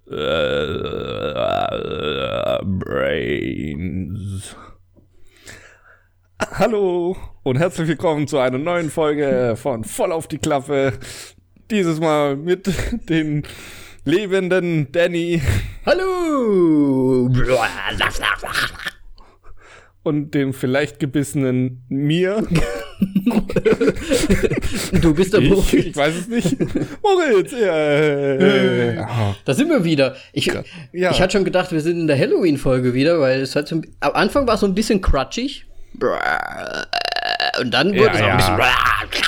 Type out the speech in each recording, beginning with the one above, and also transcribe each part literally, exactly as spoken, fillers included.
Brains. Hallo und herzlich willkommen zu einer neuen Folge von Voll auf die Klappe. Dieses Mal mit den lebenden Danny. Hallo! Und dem vielleicht gebissenen mir. Du bist der ich, Moritz. Ich weiß es nicht. Moritz, ja. Oh. Da sind wir wieder. Ich, ja. ich hatte schon gedacht, wir sind in der Halloween-Folge wieder, weil es hat so, am Anfang war es so ein bisschen crutchig. Und dann wurde ja, es auch ja. ein bisschen.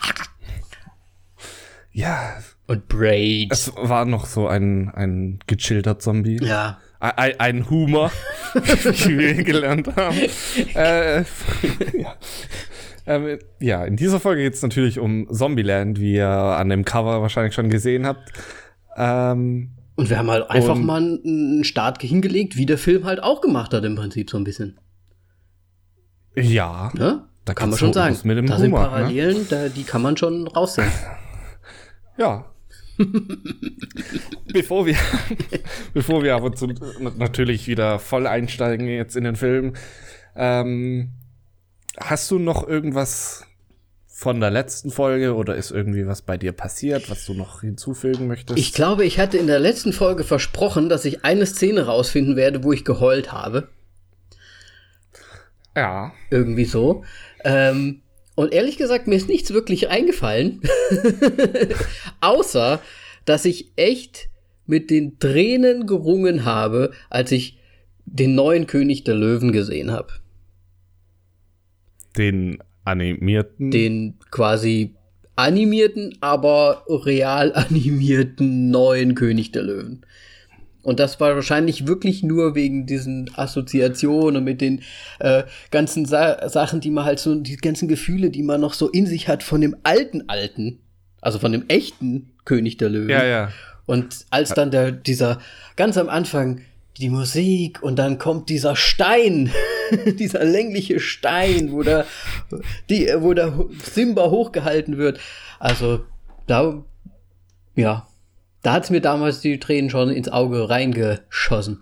Ja. Und Braid. Es war noch so ein, ein gechillter Zombie. Ja. Ein, ein Humor, wie wir gelernt haben. äh, ja. Ähm, ja, in dieser Folge geht es natürlich um Zombieland, wie ihr an dem Cover wahrscheinlich schon gesehen habt. Ähm, und wir haben halt einfach mal einen Start hingelegt, wie der Film halt auch gemacht hat, im Prinzip so ein bisschen. Ja, ja? Da kann man schon sagen. Mit dem da Humor, sind Parallelen, ne? da, die kann man schon raussehen. Ja. bevor wir bevor wir aber zu, natürlich wieder voll einsteigen jetzt in den Film, ähm, hast du noch irgendwas von der letzten Folge oder ist irgendwie was bei dir passiert, was du noch hinzufügen möchtest? Ich glaube, ich hatte in der letzten Folge versprochen, dass ich eine Szene rausfinden werde, wo ich geheult habe. Ja. Irgendwie so. Ähm, Und ehrlich gesagt, mir ist nichts wirklich eingefallen, außer, dass ich echt mit den Tränen gerungen habe, als ich den neuen König der Löwen gesehen habe. Den animierten? Den quasi animierten, aber real animierten neuen König der Löwen. Und das war wahrscheinlich wirklich nur wegen diesen Assoziationen mit den äh, ganzen Sa- Sachen, die man halt so, die ganzen Gefühle, die man noch so in sich hat von dem alten Alten, also von dem echten König der Löwen. Ja, ja. Und als dann der, dieser, ganz am Anfang die Musik und dann kommt dieser Stein, dieser längliche Stein, wo der, die, wo der Simba hochgehalten wird. Also, da, ja. Da hat's mir damals die Tränen schon ins Auge reingeschossen.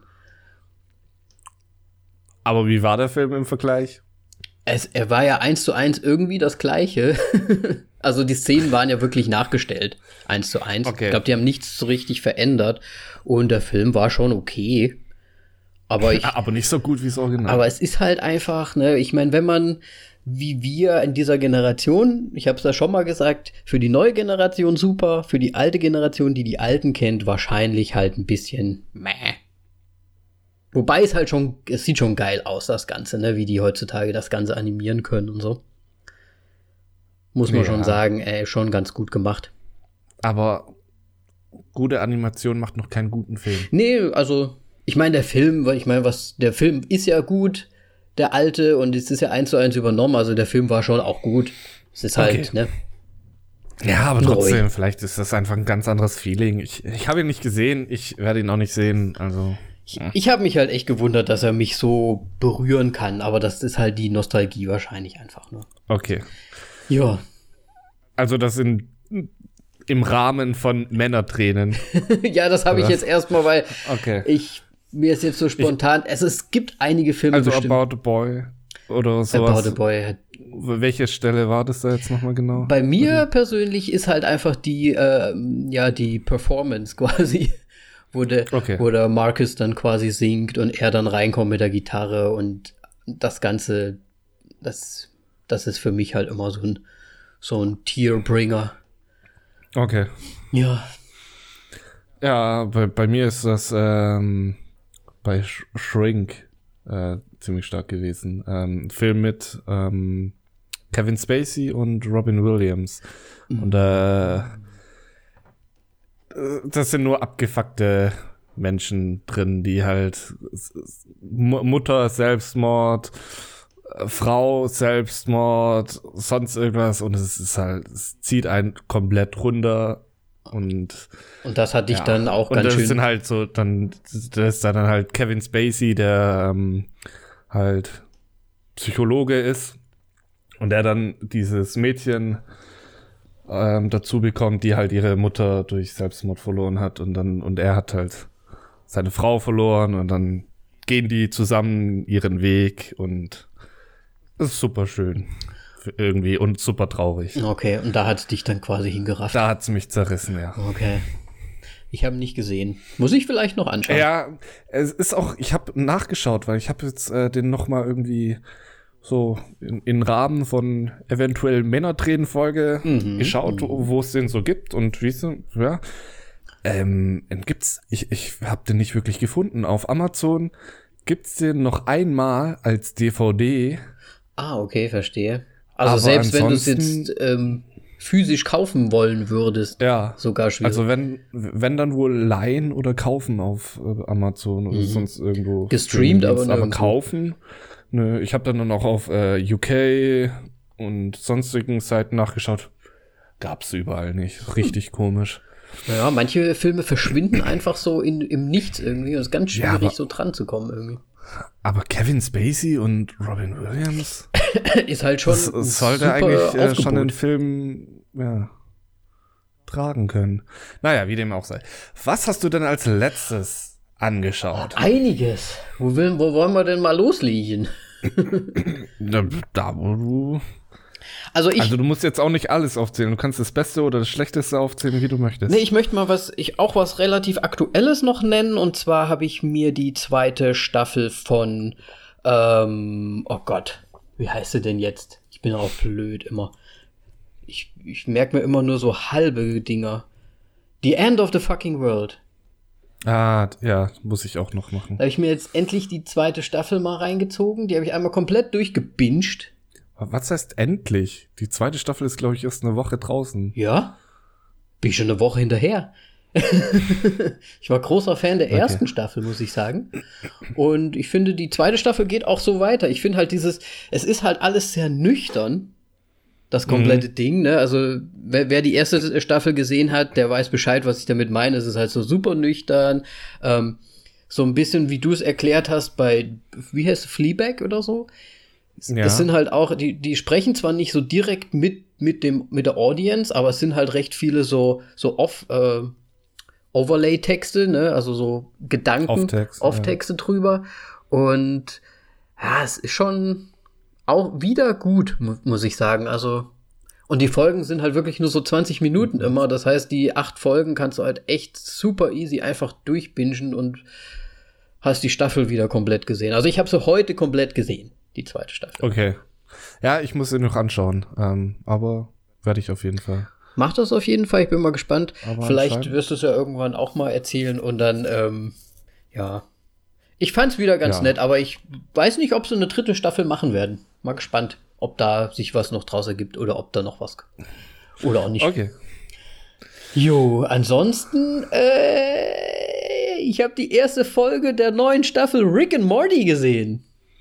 Aber wie war der Film im Vergleich? Es, er war ja eins zu eins irgendwie das Gleiche. Also die Szenen waren ja wirklich nachgestellt, eins zu eins. Okay. Ich glaube, die haben nichts so richtig verändert. Und der Film war schon okay. Aber, ich, aber nicht so gut wie das Original. Aber es ist halt einfach, ne, ich meine, wenn man wie wir in dieser Generation, ich habe es ja schon mal gesagt, für die neue Generation super, für die alte Generation, die die Alten kennt, wahrscheinlich halt ein bisschen meh. Wobei es halt schon, es sieht schon geil aus, das Ganze, ne, wie die heutzutage das Ganze animieren können und so. Muss man ja schon sagen, ey, schon ganz gut gemacht. Aber gute Animation macht noch keinen guten Film. Nee, also, ich meine, der Film, ich meine, was, der Film ist ja gut, der alte, und es ist ja eins zu eins übernommen, also der Film war schon auch gut. Es ist halt, okay. ne? Ja, aber neu. Trotzdem, vielleicht ist das einfach ein ganz anderes Feeling. Ich, ich habe ihn nicht gesehen, ich werde ihn auch nicht sehen, also. Ich, ich habe mich halt echt gewundert, dass er mich so berühren kann, aber das ist halt die Nostalgie wahrscheinlich einfach nur. Okay. Ja. Also das in, im Rahmen von Männertränen. Ja, das habe ich jetzt erstmal, weil okay. ich mir ist jetzt so spontan, ich, es, es gibt einige Filme also bestimmt. About a Boy oder sowas. About a Boy. Welche Stelle war das da jetzt nochmal genau? Bei mir oder? persönlich ist halt einfach die, äh, ja, die Performance quasi, wo der, okay. wo der Marcus dann quasi singt und er dann reinkommt mit der Gitarre und das Ganze, das, das ist für mich halt immer so ein, so ein Tearbringer. Okay. Ja. Ja, bei, bei mir ist das, ähm, bei Sh- Shrink äh, ziemlich stark gewesen. Ähm, Film mit ähm, Kevin Spacey und Robin Williams. Mhm. Und äh, das sind nur abgefuckte Menschen drin, die halt M- Mutter Selbstmord, Frau Selbstmord, sonst irgendwas, und es ist halt, es zieht einen komplett runter. Und, und das hat dich ja, dann auch und ganz das schön. Das sind halt so, dann, das ist dann halt Kevin Spacey, der ähm, halt Psychologe ist und der dann dieses Mädchen ähm, dazu bekommt, die halt ihre Mutter durch Selbstmord verloren hat, und dann, und er hat halt seine Frau verloren und dann gehen die zusammen ihren Weg und es ist super schön irgendwie und super traurig. Okay, und da hat es dich dann quasi hingerafft. Da hat es mich zerrissen, ja. Okay. Ich habe ihn nicht gesehen. Muss ich vielleicht noch anschauen. Ja, es ist auch, ich habe nachgeschaut, weil ich habe jetzt äh, den noch mal irgendwie so in, in Rahmen von eventuell Männertränen-Folge mhm, geschaut, mhm. wo es den so gibt und wie es so, ja. Ähm, gibt's, ich, ich habe den nicht wirklich gefunden. Auf Amazon gibt's den noch einmal als D V D. Ah, okay, verstehe. Also aber selbst wenn du es jetzt ähm, physisch kaufen wollen würdest, ja, sogar schwierig. Also wenn, wenn dann wohl leihen oder kaufen auf äh, Amazon oder mhm. sonst irgendwo. Gestreamt, aber, aber kaufen. Nö, ich habe dann nur noch auf äh, U K und sonstigen Seiten nachgeschaut. Gab's überall nicht. Richtig hm. komisch. Ja, manche Filme verschwinden einfach so in, im Nichts irgendwie. Und es ist ganz schwierig, ja, aber, so dran zu kommen irgendwie. Aber Kevin Spacey und Robin Williams ist halt schon. Das, das sollte eigentlich äh, schon den Film ja, tragen können. Naja, wie dem auch sei. Was hast du denn als letztes angeschaut? Einiges. Wo, will, wo wollen wir denn mal loslegen? da, da, wo du. Also, ich, also du musst jetzt auch nicht alles aufzählen. Du kannst das Beste oder das Schlechteste aufzählen, wie du möchtest. Nee, ich möchte mal was, ich auch was relativ Aktuelles noch nennen. Und zwar habe ich mir die zweite Staffel von, ähm, oh Gott, wie heißt sie denn jetzt? Ich bin auch blöd immer. Ich, ich merke mir immer nur so halbe Dinger. The End of the Fucking World. Ah, ja, muss ich auch noch machen. Da habe ich mir jetzt endlich die zweite Staffel mal reingezogen. Die habe ich einmal komplett durchgebinged. Was heißt endlich? Die zweite Staffel ist, glaube ich, erst eine Woche draußen. Ja? Bin ich schon eine Woche hinterher. Ich war großer Fan der ersten okay. Staffel, muss ich sagen. Und ich finde, die zweite Staffel geht auch so weiter. Ich finde halt dieses, es ist halt alles sehr nüchtern, das komplette mhm. Ding, ne? Also, wer, wer die erste Staffel gesehen hat, der weiß Bescheid, was ich damit meine. Es ist halt so super nüchtern. Ähm, so ein bisschen, wie du es erklärt hast bei, wie heißt es, Fleabag oder so? Ja. Es sind halt auch, die, die sprechen zwar nicht so direkt mit, mit dem, mit der Audience, aber es sind halt recht viele so, so off, äh, Overlay-Texte, ne, also so Gedanken, Off-Text, Off-Texte ja. drüber. Und ja, es ist schon auch wieder gut, mu- muss ich sagen. Also, und die Folgen sind halt wirklich nur so zwanzig Minuten immer. Das heißt, die acht Folgen kannst du halt echt super easy einfach durchbingen und hast die Staffel wieder komplett gesehen. Also ich habe sie heute komplett gesehen, die zweite Staffel. Okay. Ja, ich muss sie noch anschauen. Ähm, aber werde ich auf jeden Fall. Mach das auf jeden Fall, ich bin mal gespannt. Aber vielleicht wirst du es ja irgendwann auch mal erzählen und dann, ähm, ja. Ich fand's wieder ganz ja. nett, aber ich weiß nicht, ob sie eine dritte Staffel machen werden. Mal gespannt, ob da sich was noch draus ergibt oder ob da noch was. Oder auch nicht. Okay. Jo, ansonsten, äh, ich habe die erste Folge der neuen Staffel Rick and Morty gesehen.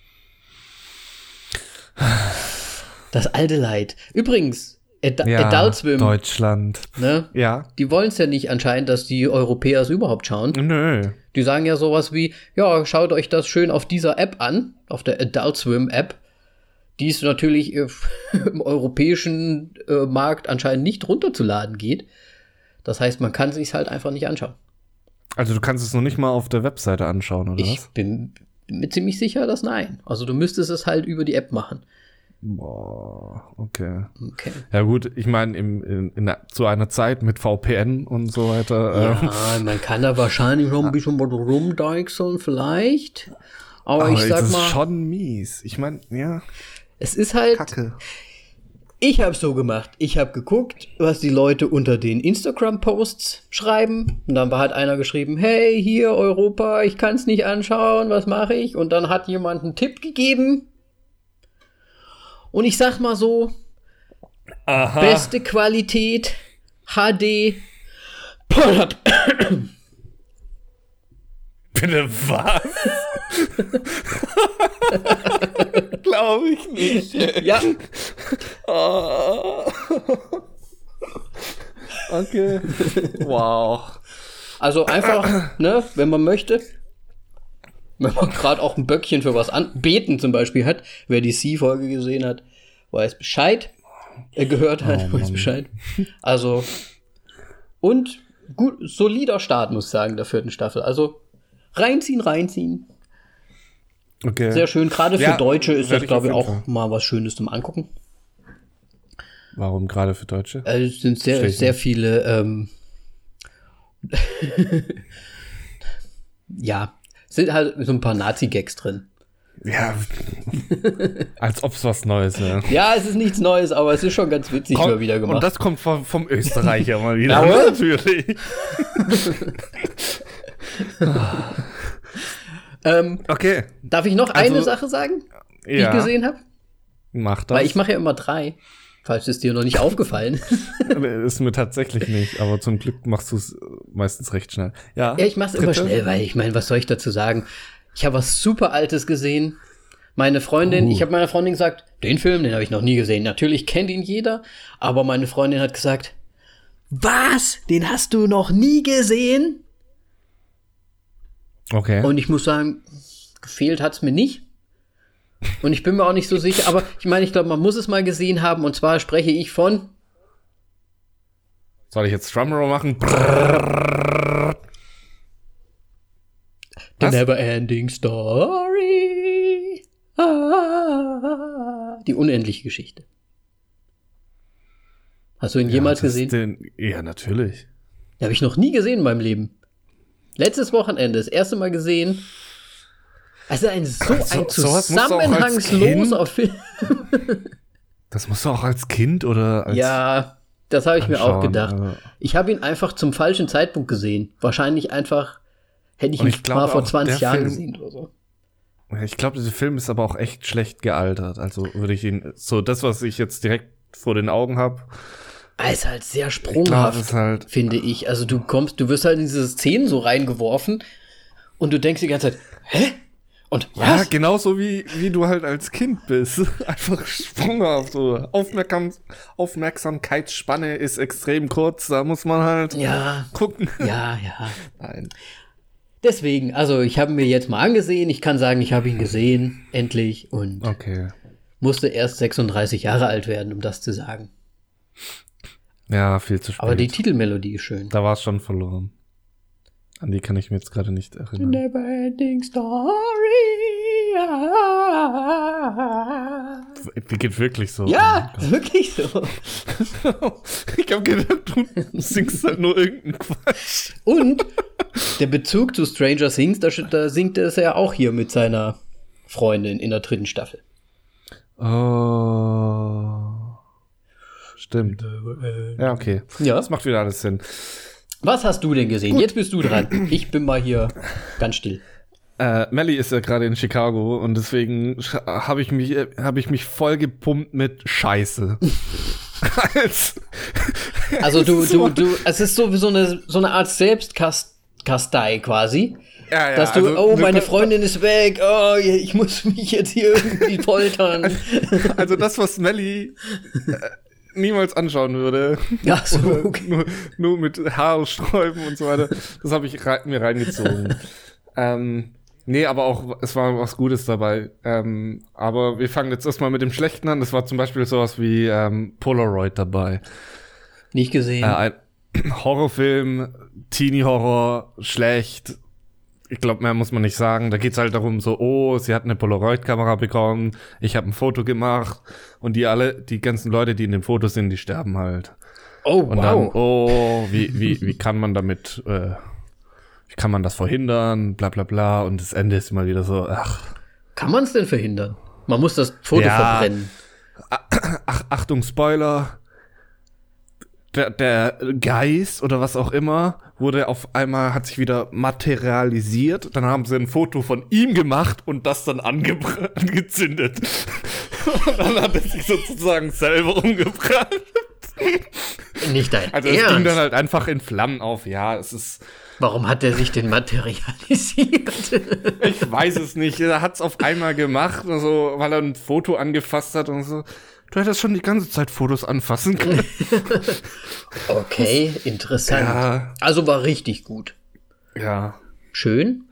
Das alte Leid. Übrigens, Ad- ja, Adult Swim. Deutschland. Ne? Ja. Die wollen es ja nicht anscheinend, dass die Europäer es überhaupt schauen. Nö. Die sagen ja sowas wie, ja, schaut euch das schön auf dieser App an, auf der Adult Swim App. Die es natürlich äh, im europäischen äh, Markt anscheinend nicht runterzuladen geht. Das heißt, man kann es sich halt einfach nicht anschauen. Also du kannst es noch nicht mal auf der Webseite anschauen, oder ich was? Ich bin mir ziemlich sicher, dass nein. Also du müsstest es halt über die App machen. Boah, okay. Okay. Ja gut, ich meine, in, in, in, zu einer Zeit mit V P N und so weiter. Ja, ähm, man kann da wahrscheinlich noch ein bisschen was rumdeichseln vielleicht. Aber, aber ich sag das mal. Das ist schon mies. Ich meine, ja. Es ist halt. Kacke. Ich habe so gemacht. Ich habe geguckt, was die Leute unter den Instagram-Posts schreiben. Und dann hat einer geschrieben, hey, hier Europa, ich kann es nicht anschauen, was mache ich? Und dann hat jemand einen Tipp gegeben. Und ich sag mal so, aha. Beste Qualität, H D. Bitte was? Glaube ich nicht. Ja. Oh. Okay. Wow. Also einfach, ne, wenn man möchte, wenn man gerade auch ein Böckchen für was anbeten zum Beispiel hat, wer die C-Folge gesehen hat, weiß Bescheid, er gehört hat, oh, weiß Bescheid. Also, und gut, solider Start, muss ich sagen, der vierten Staffel. Also, Reinziehen, reinziehen. Okay. Sehr schön. Gerade für Ja, Deutsche ist werd das, ich glaube ich, auf jeden auch Fall. mal was Schönes zum Angucken. Warum gerade für Deutsche? Äh, Es sind sehr, Versteh ich sehr nicht. viele, ähm, ja, sind halt so ein paar Nazi-Gags drin. Ja, als ob es was Neues wäre. Ja, es ist nichts Neues, aber es ist schon ganz witzig mal wieder gemacht. Und das kommt vom, vom Österreicher mal wieder. Jawohl. Natürlich. ähm, Okay. darf ich noch Also, eine Sache sagen, die Ja, ich gesehen habe? mach das. Weil ich mache ja immer drei, falls es dir noch nicht aufgefallen ist. Ist mir tatsächlich nicht, aber zum Glück machst du es meistens recht schnell. Ja, Ja, ich mach's immer dritte? schnell, weil ich meine, was soll ich dazu sagen? Ich habe was super Altes gesehen. Meine Freundin, Uh. ich habe meiner Freundin gesagt, den Film, den habe ich noch nie gesehen. Natürlich kennt ihn jeder, aber meine Freundin hat gesagt, was? Den hast du noch nie gesehen? Okay. Und ich muss sagen, gefehlt hat's mir nicht. Und ich bin mir auch nicht so sicher, aber ich meine, ich glaube, man muss es mal gesehen haben. Und zwar spreche ich von Soll ich jetzt Drumroll machen? The Was? Neverending Story. Ah, die unendliche Geschichte. Hast du ihn jemals Ja, das gesehen? Den, ja, natürlich. Den habe ich noch nie gesehen in meinem Leben. Letztes Wochenende, das erste Mal gesehen. Also ein so So- ein sowas musst du auch als zusammenhangsloser Film. Das musst du auch als Kind oder als Ja, das habe ich mir auch anschauen, gedacht. also. Ich habe ihn einfach zum falschen Zeitpunkt gesehen. Wahrscheinlich einfach, hätte ich Und ihn ich glaube mal vor auch, zwanzig der Jahren Film- gesehen oder so. Ich glaube, dieser Film ist aber auch echt schlecht gealtert. Also würde ich ihn, so das, was ich jetzt direkt vor den Augen habe, Er ist halt sehr ich glaube, sprunghaft, ist halt, finde ich. Also du kommst, du wirst halt in diese Szenen so reingeworfen und du denkst die ganze Zeit, hä? Und ja, was? genauso wie, wie du halt als Kind bist. Einfach sprunghaft, so. Aufmerksam, Aufmerksamkeitsspanne ist extrem kurz, da muss man halt Ja, gucken. ja, ja. Nein. Deswegen, also ich habe ihn mir jetzt mal angesehen. Ich kann sagen, ich habe ihn gesehen, endlich. Und Okay. musste erst sechsunddreißig Jahre alt werden, um das zu sagen. Ja, viel zu spät. Aber die Titelmelodie ist schön. da war es schon verloren. An die kann ich mir jetzt gerade nicht erinnern. Neverending Story. Die geht wirklich so. Ja, wirklich so. Ich hab gedacht, du singst halt nur irgendeinen Quatsch. Und der Bezug zu Stranger Things, da, da singt er es ja auch hier mit seiner Freundin in der dritten Staffel. Oh. Stimmt. Ja, okay. Ja. Das macht wieder alles Sinn. Was hast du denn gesehen? Jetzt bist du dran. Ich bin mal hier ganz still. Äh, Melly ist ja gerade in Chicago und deswegen habe ich mich habe ich mich voll gepumpt mit Scheiße. Als- Also du, du, du, es ist so wie so eine, so eine Art Selbstkastei quasi. ja, ja, Dass du, also, oh, meine das- Freundin ist weg, oh, ich muss mich jetzt hier irgendwie poltern. Also das, was Melly äh, niemals anschauen würde. Ach so, okay. nur, nur mit Haarsträuben und so weiter. Das habe ich rei- mir reingezogen. ähm, nee, aber auch, es war was Gutes dabei. Ähm, aber wir fangen jetzt erstmal mit dem Schlechten an. Das war zum Beispiel sowas wie ähm, Polaroid dabei. Nicht gesehen. Äh, ein Horrorfilm, Teenie-Horror, schlecht. Ich glaube, mehr muss man nicht sagen. Da geht's halt darum, so, oh, sie hat eine Polaroid-Kamera bekommen, ich habe ein Foto gemacht und die alle, die ganzen Leute, die in dem Foto sind, die sterben halt. oh, Und wow. dann, oh, wie, wie, wie kann man damit, äh, wie kann man das verhindern, bla bla bla. Und das Ende ist immer wieder so, ach, Kann man es denn verhindern? Man muss das Foto Ja. verbrennen. ach Achtung, Spoiler. Der, der Geist oder was auch immer wurde auf einmal, hat sich wieder materialisiert. Dann haben sie ein Foto von ihm gemacht und das dann angebr- angezündet. Und dann hat er sich sozusagen selber umgebracht. Nicht dein Also es Ernst. ging dann halt einfach in Flammen auf. Ja, es ist, Warum hat er sich denn materialisiert? ich weiß es nicht. Er hat es auf einmal gemacht, also, weil er ein Foto angefasst hat und so. Du hättest schon die ganze Zeit Fotos anfassen können. Okay, interessant. Ja. Also war richtig gut. Ja. Schön.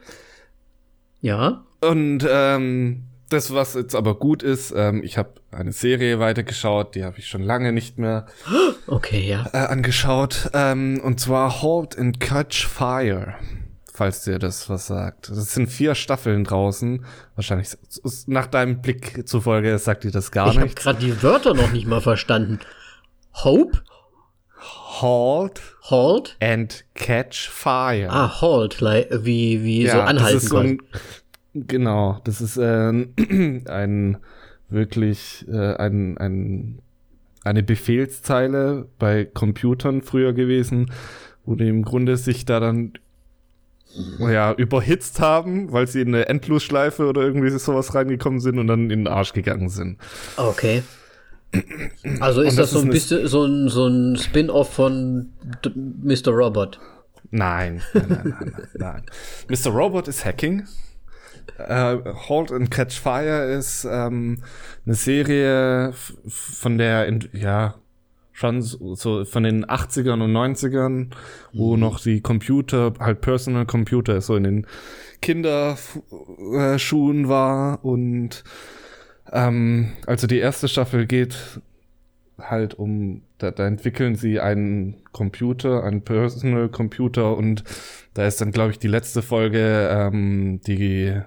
Ja. Und ähm, das, was jetzt aber gut ist, ähm, ich habe eine Serie weitergeschaut, die habe ich schon lange nicht mehr Okay, ja. äh, angeschaut. Ähm, und zwar Halt and Catch Fire. falls dir das was sagt. Das sind vier Staffeln draußen. Wahrscheinlich nach deinem Blick zufolge sagt dir das gar ich nichts. Ich habe gerade die Wörter noch nicht mal verstanden. Hope? Halt. Halt? And Catch Fire. Ah, Halt, like, wie, wie ja, so anhalten. Das ist so ein, genau, das ist äh, ein wirklich äh, ein, ein, eine Befehlszeile bei Computern früher gewesen, wo die im Grunde sich da dann ja, überhitzt haben, weil sie in eine Endlosschleife oder irgendwie sowas reingekommen sind und dann in den Arsch gegangen sind. Okay. Also ist das, das so ein bisschen so ein, so ein Spin-off von Mister Robot? Nein, nein, nein, nein, nein, nein. Mister Robot ist Hacking. Uh, Halt and Catch Fire ist ähm, eine Serie f- von der, in, ja, schon so, so von den achtzigern und neunzigern, wo mhm. noch die Computer, halt Personal Computer, so in den Kinderschuhen war und ähm, also die erste Staffel geht halt um, da, da entwickeln sie einen Computer, einen Personal Computer und da ist dann, glaube ich, die letzte Folge ähm, die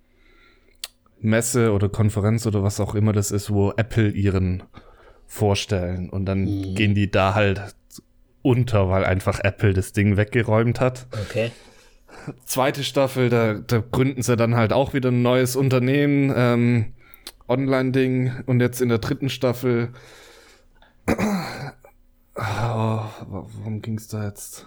Messe oder Konferenz oder was auch immer das ist, wo Apple ihren vorstellen und dann mhm. gehen die da halt unter, weil einfach Apple das Ding weggeräumt hat. Okay. Zweite Staffel, da, da gründen sie dann halt auch wieder ein neues Unternehmen, ähm, Online-Ding und jetzt in der dritten Staffel oh, worum ging's da jetzt?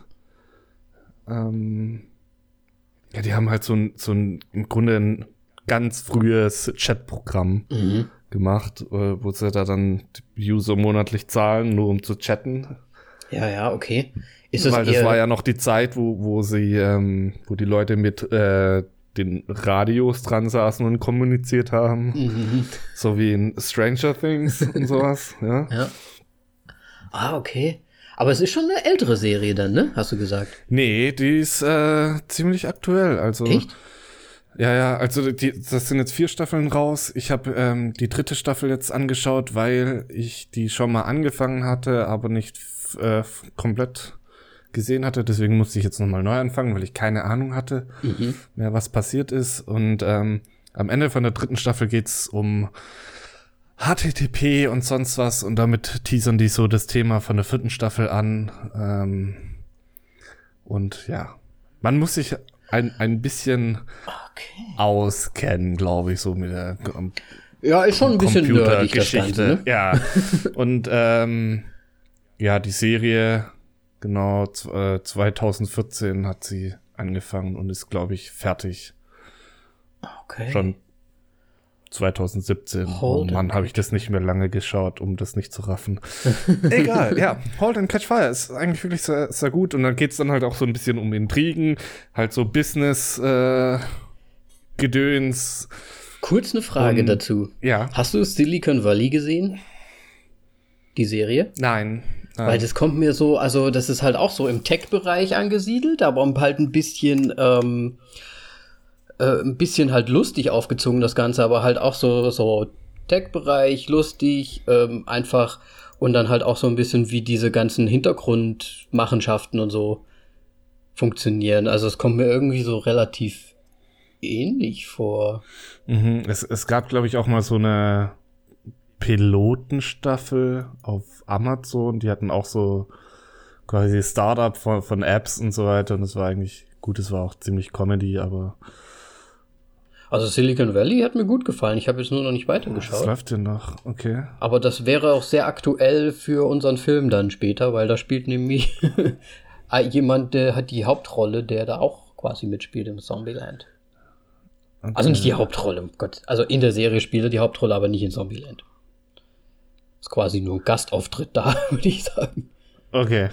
Ähm, ja, die haben halt so ein, so ein im Grunde ein ganz frühes Chatprogramm mhm. gemacht, wo sie da dann die User monatlich zahlen, nur um zu chatten. Ja, ja, okay. Ist das Weil das war ja noch die Zeit, wo, wo sie, ähm, wo die Leute mit äh, den Radios dran saßen und kommuniziert haben. Mhm. So wie in Stranger Things und sowas, ja. Ja. Ah, okay. Aber es ist schon eine ältere Serie dann, ne? Hast du gesagt? Nee, die ist äh, ziemlich aktuell. Also, echt? Ja, ja, also die, das sind jetzt vier Staffeln raus. Ich habe ähm, die dritte Staffel jetzt angeschaut, weil ich die schon mal angefangen hatte, aber nicht f- äh, komplett gesehen hatte. Deswegen musste ich jetzt nochmal neu anfangen, weil ich keine Ahnung hatte, mhm. mehr, was passiert ist. Und ähm, am Ende von der dritten Staffel geht's um H T T P und sonst was. Und damit teasern die so das Thema von der vierten Staffel an. Ähm, und ja, man muss sich ein, ein bisschen okay. auskennen, glaube ich, so mit der um, ja, ist schon ein bisschen nerdig, das Ganze, ne? Ja, und ähm, ja, die Serie, genau, z- äh, zwanzig vierzehn hat sie angefangen und ist, glaube ich, fertig. Okay. Schon zwanzig siebzehn. Oh Mann, habe ich das nicht mehr lange geschaut, um das nicht zu raffen. Egal, ja. Halt and Catch Fire ist eigentlich wirklich sehr, sehr gut. Und dann geht's dann halt auch so ein bisschen um Intrigen, halt so Business äh, Gedöns. Kurz eine Frage und, dazu. Ja. Hast du Silicon Valley gesehen? Die Serie? Nein. Nein. Weil das kommt mir so, also das ist halt auch so im Tech-Bereich angesiedelt, aber halt ein bisschen ähm, Äh, ein bisschen halt lustig aufgezogen, das Ganze, aber halt auch so, so Tech-Bereich, lustig, ähm, einfach und dann halt auch so ein bisschen wie diese ganzen Hintergrundmachenschaften und so funktionieren. Also es kommt mir irgendwie so relativ ähnlich vor. Mhm. Es, es gab, glaube ich, auch mal so eine Pilotenstaffel auf Amazon, die hatten auch so quasi Startup von, von Apps und so weiter und das war eigentlich gut, es war auch ziemlich Comedy, aber also Silicon Valley hat mir gut gefallen. Ich habe jetzt nur noch nicht weitergeschaut. Das läuft ja noch, okay. Aber das wäre auch sehr aktuell für unseren Film dann später, weil da spielt nämlich jemand, der hat die Hauptrolle, der da auch quasi mitspielt im Zombieland. Okay. Also nicht die Hauptrolle, um Gott. Also in der Serie spielt er die Hauptrolle, aber nicht in Zombieland. Ist quasi nur ein Gastauftritt da, würde ich sagen. Okay.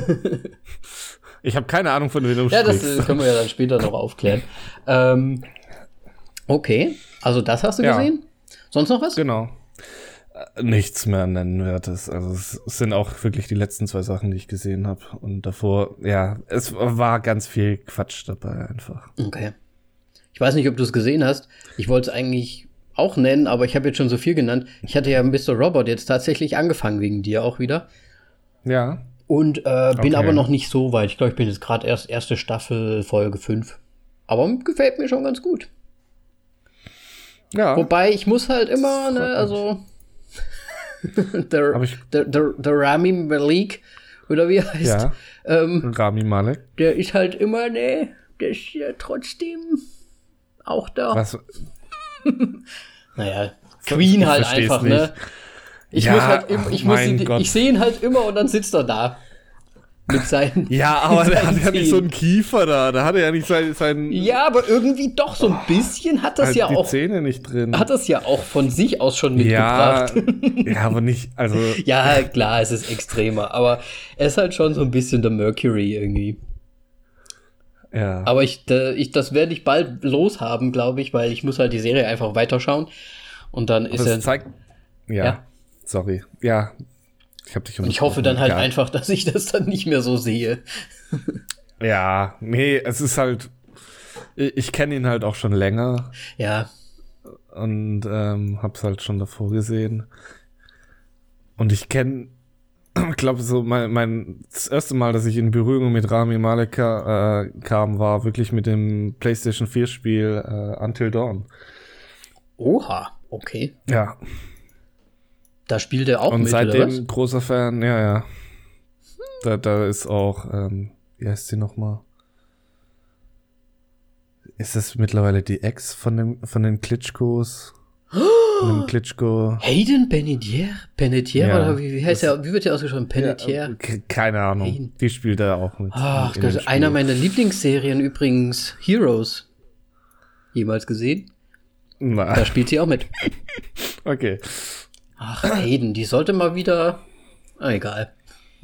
Ich habe keine Ahnung, von wem du ja, sprichst. Ja, das können wir ja dann später noch aufklären. Ähm... Okay, also das hast du ja. gesehen? Sonst noch was? Genau. Nichts mehr Nennenswertes. Also es sind auch wirklich die letzten zwei Sachen, die ich gesehen habe. Und davor, ja, es war ganz viel Quatsch dabei einfach. Okay. Ich weiß nicht, ob du es gesehen hast. Ich wollte es eigentlich auch nennen, aber ich habe jetzt schon so viel genannt. Ich hatte ja Mister Robot jetzt tatsächlich angefangen wegen dir auch wieder. Ja. Und äh, bin Okay. aber noch nicht so weit. Ich glaube, ich bin jetzt gerade erst erste Staffel, Folge fünf. Aber gefällt mir schon ganz gut. Ja. Wobei, ich muss halt immer, Das freut ne, mich. also der, Aber ich- der, der, der Rami Malek, oder wie er heißt, Ja. ähm, Rami Malek. der ist halt immer, ne, der ist ja trotzdem auch da. Was? Naja, Queen Ich halt versteh's einfach, nicht. ne? Ich Ja, muss halt im, ich muss mein ihn, Gott. ich sehe ihn halt immer und dann sitzt er da. Mit seinen. Ja, aber mit der hat seinen ja nicht so Zähnen. einen Kiefer da. Da hat er ja nicht sein, sein Ja, aber irgendwie doch so ein bisschen hat das halt ja die auch. Zähne nicht drin. Hat das ja auch von sich aus schon ja, mitgebracht. ja, aber nicht, also Ja, klar, es ist extremer, aber er ist halt schon so ein bisschen der Mercury irgendwie. ja. Aber ich, da, ich das werde ich bald loshaben, glaube ich, weil ich muss halt die Serie einfach weiterschauen. Und dann ist das er. zeigt. Ja, Ja. sorry. Ja, ich habe dich Und ich hoffe dann halt Ja. einfach, dass ich das dann nicht mehr so sehe. Ja, nee, es ist halt. Ich, ich kenne ihn halt auch schon länger Ja, und ähm, hab's halt schon davor gesehen. Und ich kenne, ich glaube, so mein, mein das erste Mal, dass ich in Berührung mit Rami Malek äh, kam, war wirklich mit dem PlayStation vier Spiel äh, Until Dawn. oha, okay. Ja, Da spielt er auch und mit, seitdem oder was? großer Fan, ja, ja. Da, da ist auch, ähm, wie heißt sie nochmal? Ist das mittlerweile die Ex von dem von den Klitschkos? Von dem Klitschko? Hayden Panettiere? Panettiere? Ja, Oder wie, wie heißt er? Wie wird der ausgesprochen? Panettiere? Ja, ke- keine Ahnung. Hayden. Die spielt er auch mit. Ach, in das dem ist einer Spiel. meiner Lieblingsserien übrigens. Heroes. Jemals gesehen? Na, Da spielt sie auch mit. okay. Ach, Hayden, die sollte mal wieder. Ah, egal.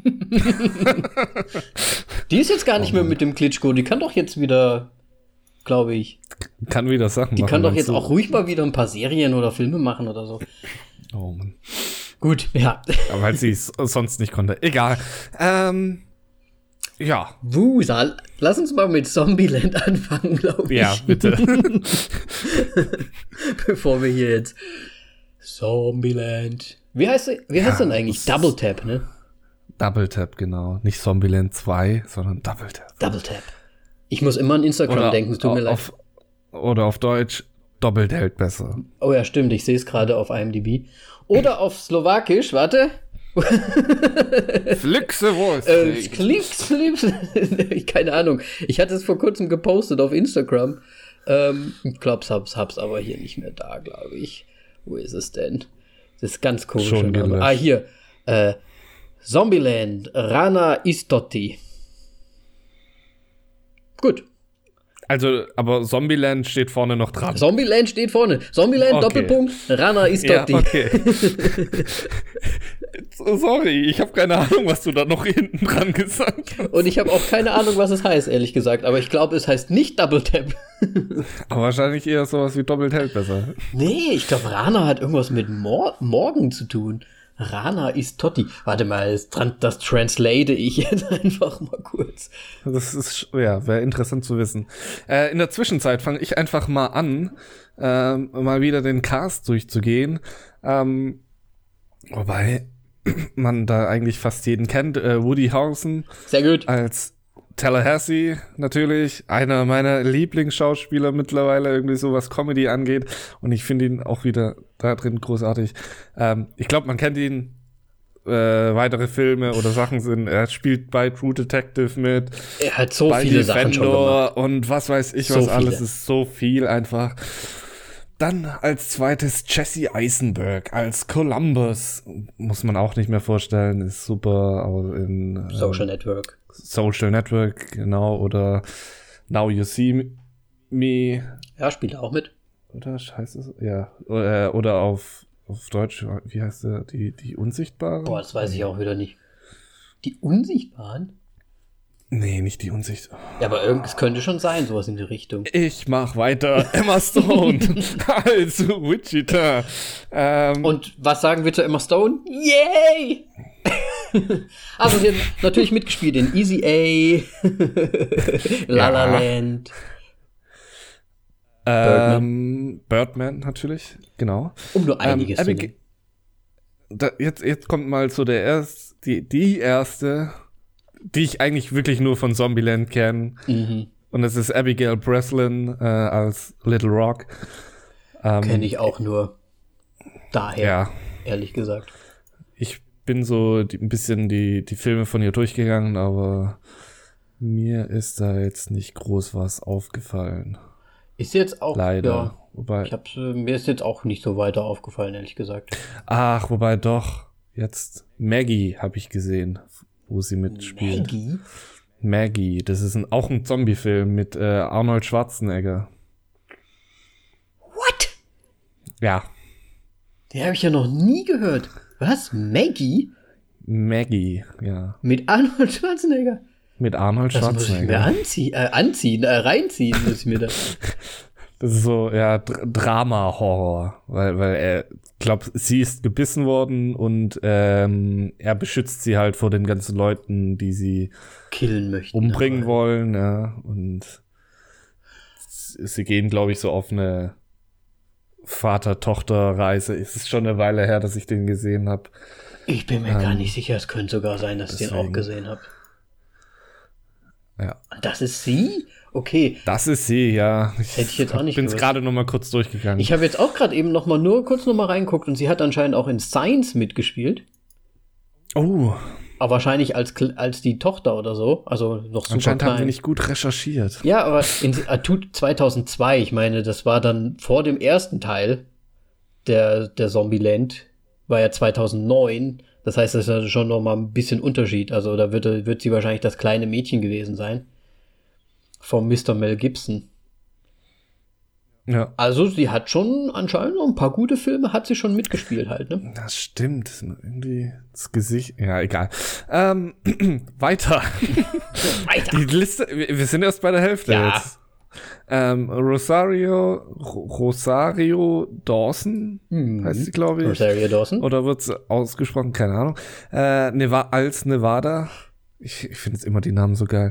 Die ist jetzt gar nicht mehr mit dem Klitschko. Die kann doch jetzt wieder, glaube ich. Kann wieder Sachen Die machen. kann doch meinst jetzt du? auch ruhig mal wieder ein paar Serien oder Filme machen oder so. Oh Mann. Gut, ja. Aber weil sie es sonst nicht konnte. Egal. Ähm, ja. Wusa, lass uns mal mit Zombieland anfangen, glaube ich. Ja, bitte. Bevor wir hier jetzt. Zombieland. Wie heißt, wie heißt Ja, denn eigentlich? das- Double Tap, ne? Double Tap, genau. Nicht Zombieland zwei, sondern Double Tap. Double Tap. Ich muss immer an Instagram denken, es tut mir leid. auf, Oder auf Deutsch, doppelt hält besser. Oh ja, stimmt, ich sehe es gerade auf I M D B. Oder auf Slowakisch, warte. Flixe Äh, Klips, Klips. Keine Ahnung. Ich hatte es vor kurzem gepostet auf Instagram. Ähm, ich glaube, hab's, hab's aber hier nicht mehr da, glaube ich. Wo ist es denn? Das ist ganz komisch. Schon gelöscht. Ah, hier. Äh, Zombieland, Rana Istotti. Gut. Also, aber Zombieland steht vorne noch dran. Zombieland steht vorne. Zombieland, Okay. Doppelpunkt, Rana Ja, Istotti. okay. Sorry, ich habe keine Ahnung, was du da noch hinten dran gesagt hast. Und ich habe auch keine Ahnung, was es heißt, ehrlich gesagt. Aber ich glaube, es heißt nicht Double Tap. Aber wahrscheinlich eher sowas wie doppelt hält besser. Nee, ich glaube, Rana hat irgendwas mit Mor Morgen zu tun. Rana Istotti. Warte mal, das, tran das translate ich jetzt einfach mal kurz. Das ist, ja, wäre interessant zu wissen. Äh, in der Zwischenzeit fange ich einfach mal an, ähm, mal wieder den Cast durchzugehen. Ähm, wobei man da eigentlich fast jeden kennt. Äh, Woody Harrelson Sehr gut. als Tallahassee natürlich, einer meiner Lieblingsschauspieler mittlerweile, irgendwie so was Comedy angeht. Und ich finde ihn auch wieder da drin großartig. Ähm, ich glaube, man kennt ihn. Äh, weitere Filme oder Sachen sind, er spielt bei True Detective mit, Er hat so bei viele Sachen schon gemacht. Defender und was weiß ich So was alles, viele. ist so viel einfach. Dann als zweites Jesse Eisenberg als Columbus, muss man auch nicht mehr vorstellen, ist super, auch in ähm, Social Network. Social Network, genau, oder Now You See Me, Ja, spielt er auch mit. oder heißt es? Ja, oder, oder auf, auf Deutsch, wie heißt der, die, die Unsichtbare? Boah, das weiß ich auch wieder nicht. Die Unsichtbaren? Nee, nicht die Unsichtbare. Ja, aber irgendwas könnte schon sein, sowas in die Richtung. Ich mach weiter. Emma Stone als Wichita. Ähm, Und was sagen wir zu Emma Stone? Yay! Also sie hat natürlich mitgespielt in Easy A, La La Ja. Land. ähm, Birdman natürlich, genau. Um nur einiges ähm, zu Abig- nennen. da, jetzt, jetzt kommt mal so der erst, die, die erste die ich eigentlich wirklich nur von Zombieland kenne. Mhm. Und das ist Abigail Breslin äh, als Little Rock. Ähm, Kenne ich auch nur daher, ja. ehrlich gesagt. Ich bin so die, ein bisschen die, die Filme von ihr durchgegangen, aber mir ist da jetzt nicht groß was aufgefallen. Ist jetzt auch, Leider. Ja, Wobei, ich hab's, mir ist jetzt auch nicht so weiter aufgefallen, ehrlich gesagt. ach, wobei doch, jetzt Maggie habe ich gesehen, wo sie mitspielt. Maggie? Maggie, das ist ein, auch ein Zombie-Film mit äh, Arnold Schwarzenegger. What? Ja. Den habe ich ja noch nie gehört. Was? Maggie? Maggie, ja. Mit Arnold Schwarzenegger? Mit Arnold Das muss ich mir Schwarzenegger. anzie äh, anziehen, äh, reinziehen muss ich mir das. Das ist so, ja, Dr- Drama-Horror, weil, weil er, glaub, sie ist gebissen worden und ähm, er beschützt sie halt vor den ganzen Leuten, die sie Killen möchten. umbringen aber. wollen, ja, und sie gehen, glaube ich, so auf eine Vater-Tochter-Reise. Es ist schon eine Weile her, dass ich den gesehen habe. Ich bin mir Ähm, gar nicht sicher, es könnte sogar sein, dass ich den auch deswegen. gesehen habe. Ja. Das ist sie? Okay. Das ist sie, ja. Ich Hätte ich jetzt auch nicht bin's gewusst. gerade noch mal kurz durchgegangen. Ich habe jetzt auch gerade eben noch mal nur kurz noch mal reinguckt und sie hat anscheinend auch in Science mitgespielt. oh, Aber wahrscheinlich als, Kl- als die Tochter oder so. Also noch super anscheinend haben wir klein. nicht gut recherchiert. Ja, aber in äh, tut zweitausendzwei, ich meine, das war dann vor dem ersten Teil der, der Zombieland, war ja zweitausendneun. Das heißt, das ist ja schon noch mal ein bisschen Unterschied. Also da wird, wird sie wahrscheinlich das kleine Mädchen gewesen sein. Vom Mister Mel Gibson. Ja. Also sie hat schon anscheinend noch ein paar gute Filme, hat sie schon mitgespielt halt, ne? Das stimmt. Irgendwie das Gesicht. Ja, egal. Ähm, weiter. Weiter. Die Liste. Wir wir sind erst bei der Hälfte Ja. jetzt. Ähm, Rosario, Ro- Rosario Dawson, Mhm. heißt sie, glaube ich. Rosario Dawson. Oder wird sie ausgesprochen? Keine Ahnung. Äh, Neva als Nevada. Ich, ich finde jetzt immer die Namen so geil.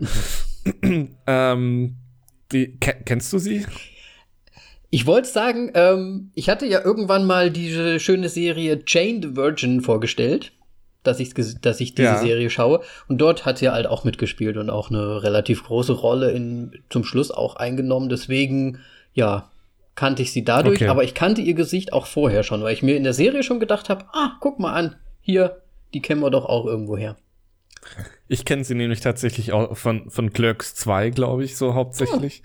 ähm, die, ke kennst du sie? Ich wollte sagen, ähm, ich hatte ja irgendwann mal diese schöne Serie Jane the Virgin vorgestellt, dass ich, dass ich diese Ja. Serie schaue. Und dort hat sie halt auch mitgespielt und auch eine relativ große Rolle in, zum Schluss auch eingenommen. Deswegen, ja, kannte ich sie dadurch. Okay. Aber ich kannte ihr Gesicht auch vorher schon, weil ich mir in der Serie schon gedacht habe, ah, guck mal an, hier, die kennen wir doch auch irgendwo her. Ich kenne sie nämlich tatsächlich auch von, von Clerks zwei, glaube ich, so hauptsächlich.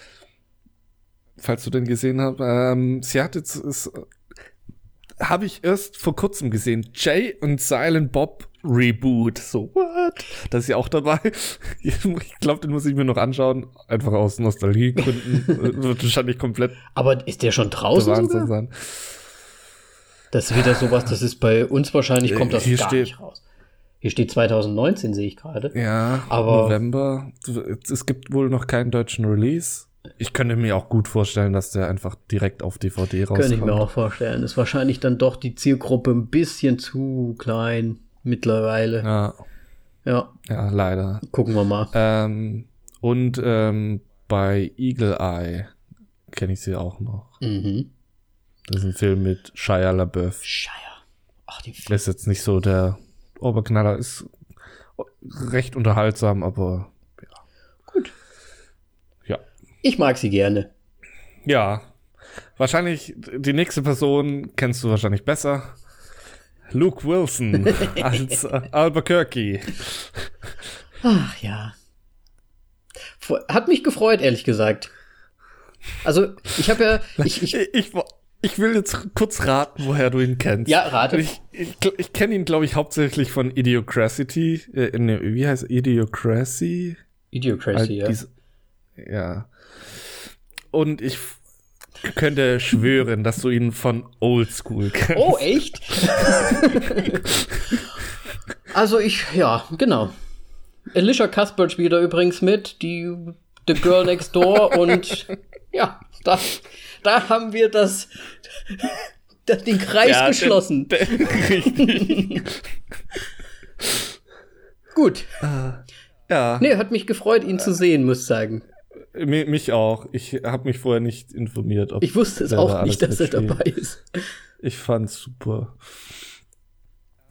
Falls du den gesehen hast. Ähm, sie hat jetzt, ist, habe ich erst vor kurzem gesehen. Jay und Silent Bob Reboot. So, what? Da ist sie auch dabei. Ich glaube, den muss ich mir noch anschauen. Einfach aus Nostalgiegründen. Wird wahrscheinlich komplett Aber ist der schon der draußen Wahnsinn sogar? sein. Das ist wieder sowas, das ist bei uns wahrscheinlich, kommt das Hier gar steht- nicht raus. Hier steht zweitausendneunzehn, sehe ich gerade. Ja, Aber- November. Es gibt wohl noch keinen deutschen Release. Ich könnte mir auch gut vorstellen, dass der einfach direkt auf D V D rauskommt. Könnte ich mir auch vorstellen. Ist wahrscheinlich dann doch die Zielgruppe ein bisschen zu klein mittlerweile. Ja, Ja, ja, leider. gucken wir mal. Ähm, und ähm, bei Eagle Eye kenne ich sie auch noch. Mhm. Das ist ein Film mit Shia LaBeouf. Shire. Ach, die Der ist jetzt nicht so der Oberknaller, ist recht unterhaltsam, aber Gut. ja. Ich mag sie gerne. Ja, wahrscheinlich die nächste Person kennst du wahrscheinlich besser. Luke Wilson als äh, Albuquerque. Ach ja. Vor- Hat mich gefreut, ehrlich gesagt. Also, ich habe ja. Ich, ich, Ich, ich, ich will jetzt kurz raten, woher du ihn kennst. ja, rate. Ich, ich, ich kenne ihn, glaube ich, hauptsächlich von Idiocracy. Äh, ne, wie heißt Idiocracy? Idiocracy, ja. Äh, dies- ja. Und ich f- könnte schwören, dass du ihn von Oldschool kennst. Oh, echt? Also ich, ja, genau. Alicia Cuthbert spielt da übrigens mit, die The Girl Next Door und ja, da, da haben wir das, das den Kreis Ja, geschlossen. Der, der, richtig. Gut. Ja, Nee, hat mich gefreut, ihn zu sehen, muss ich sagen. mi- mich auch. Ich habe mich vorher nicht informiert. Ob Ich wusste es wer da auch alles nicht, dass er mitspielt. dabei ist. Ich fand's super.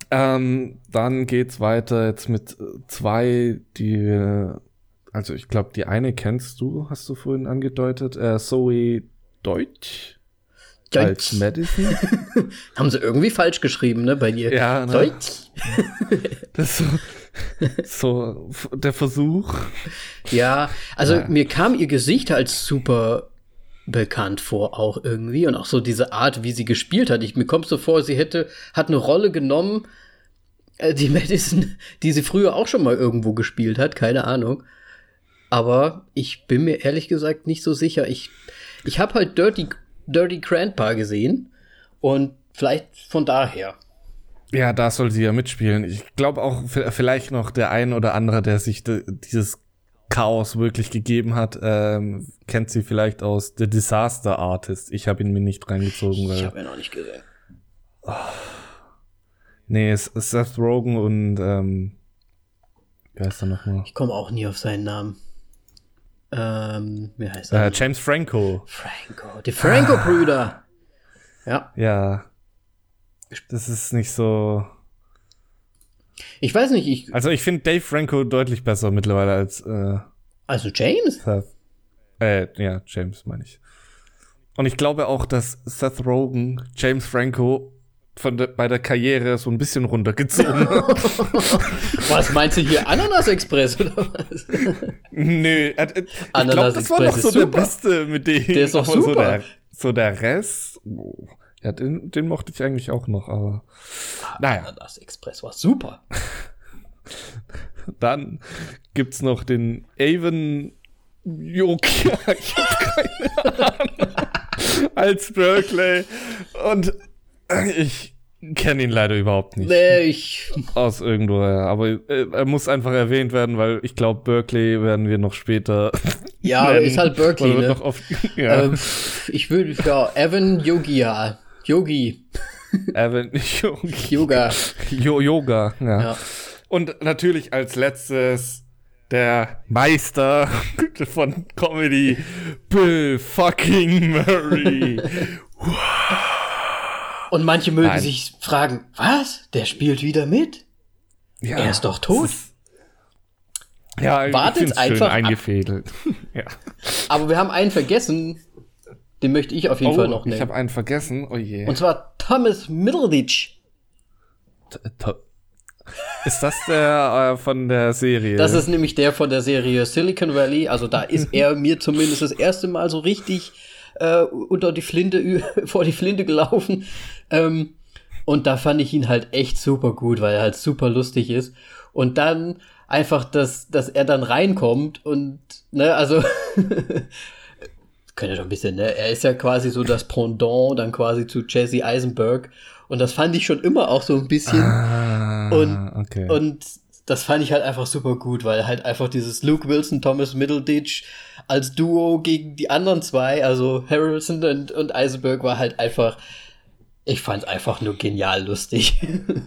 Ähm, dann geht's weiter jetzt mit zwei, die wir, also ich glaube, die eine kennst du, hast du vorhin angedeutet, äh, Zoe Deutsch. Deutsch. Als Madison. Haben sie irgendwie falsch geschrieben, ne, bei dir. Ja, ne? Deutsch. Das ist so, so der Versuch. Ja, also ja. mir kam ihr Gesicht als super bekannt vor auch irgendwie und auch so diese Art, wie sie gespielt hat. Ich, mir kommt so vor, sie hätte, hat eine Rolle genommen, äh, die Madison, die sie früher auch schon mal irgendwo gespielt hat, keine Ahnung. Aber ich bin mir ehrlich gesagt nicht so sicher. Ich, ich habe halt Dirty Dirty Grandpa gesehen und vielleicht von daher. Ja, da soll sie ja mitspielen. Ich glaube auch vielleicht noch der ein oder andere, der sich de- dieses Chaos wirklich gegeben hat, ähm, kennt sie vielleicht aus The Disaster Artist. Ich habe ihn mir nicht reingezogen. Weil ich habe ihn noch nicht gesehen. Oh. Nee, es ist Seth Rogen und ähm, wie heißt er nochmal? Ich komme auch nie auf seinen Namen. Ähm, wie heißt er? Äh, James Franco. Franco. Die Franco-Brüder. Ja. Ja. Das ist nicht so. Ich weiß nicht, ich. Also ich finde Dave Franco deutlich besser mittlerweile als äh, Also James? Seth. Äh, ja, James meine ich. Und ich glaube auch, dass Seth Rogen James Franco von de- bei der Karriere so ein bisschen runtergezogen hat. Was meinst du hier? Ananas Express oder was? Nö, äh, äh, ich Ananas glaube, das war noch Express so ist der super. Beste mit dem. Der ist doch aber super. So der, so der Rest, oh, ja, den, den mochte ich eigentlich auch noch, aber naja. Ananas Express war super. Dann gibt's noch den Avon Jokia, ich hab keine Ahnung, als Berkeley. Und ich kenne ihn leider überhaupt nicht. Nee, ich. Aus irgendwoher. Aber äh, er muss einfach erwähnt werden, weil ich glaube, Berkeley werden wir noch später. Ja, nennen. ist halt Berkeley, Oder ne? noch oft, ja. Ähm, ich würde, ja, Evan Yogia. Yogi. Evan Yogi. Yoga. Jo- Yoga, ja. Ja. Und natürlich als letztes der Meister von Comedy, Bill fucking Murray. Und manche mögen Nein. sich fragen, was? Der spielt wieder mit? Ja, Er ist doch tot. das ist- Ja, Wartet ich find's einfach schön ab. eingefädelt. Ja. Aber wir haben einen vergessen. Den möchte ich auf jeden Oh, Fall noch ich nennen. habe einen vergessen. Oh je. Und zwar Thomas Middleditch. T- t- Ist das der äh, von der Serie? Das ist nämlich der von der Serie Silicon Valley. Also da ist er mir zumindest das erste Mal so richtig äh, unter die Flinte, ü- vor die Flinte gelaufen. Ähm, und da fand ich ihn halt echt super gut, weil er halt super lustig ist. Und dann einfach, dass, dass er dann reinkommt und, ne, also, könnte doch ein bisschen, ne, er ist ja quasi so das Pendant dann quasi zu Jesse Eisenberg. Und das fand ich schon immer auch so ein bisschen. Ah, Und, okay. und das fand ich halt einfach super gut, weil halt einfach dieses Luke Wilson, Thomas Middleditch als Duo gegen die anderen zwei, also Harrelson und, und Eisenberg, war halt einfach, ich fand's einfach nur genial lustig.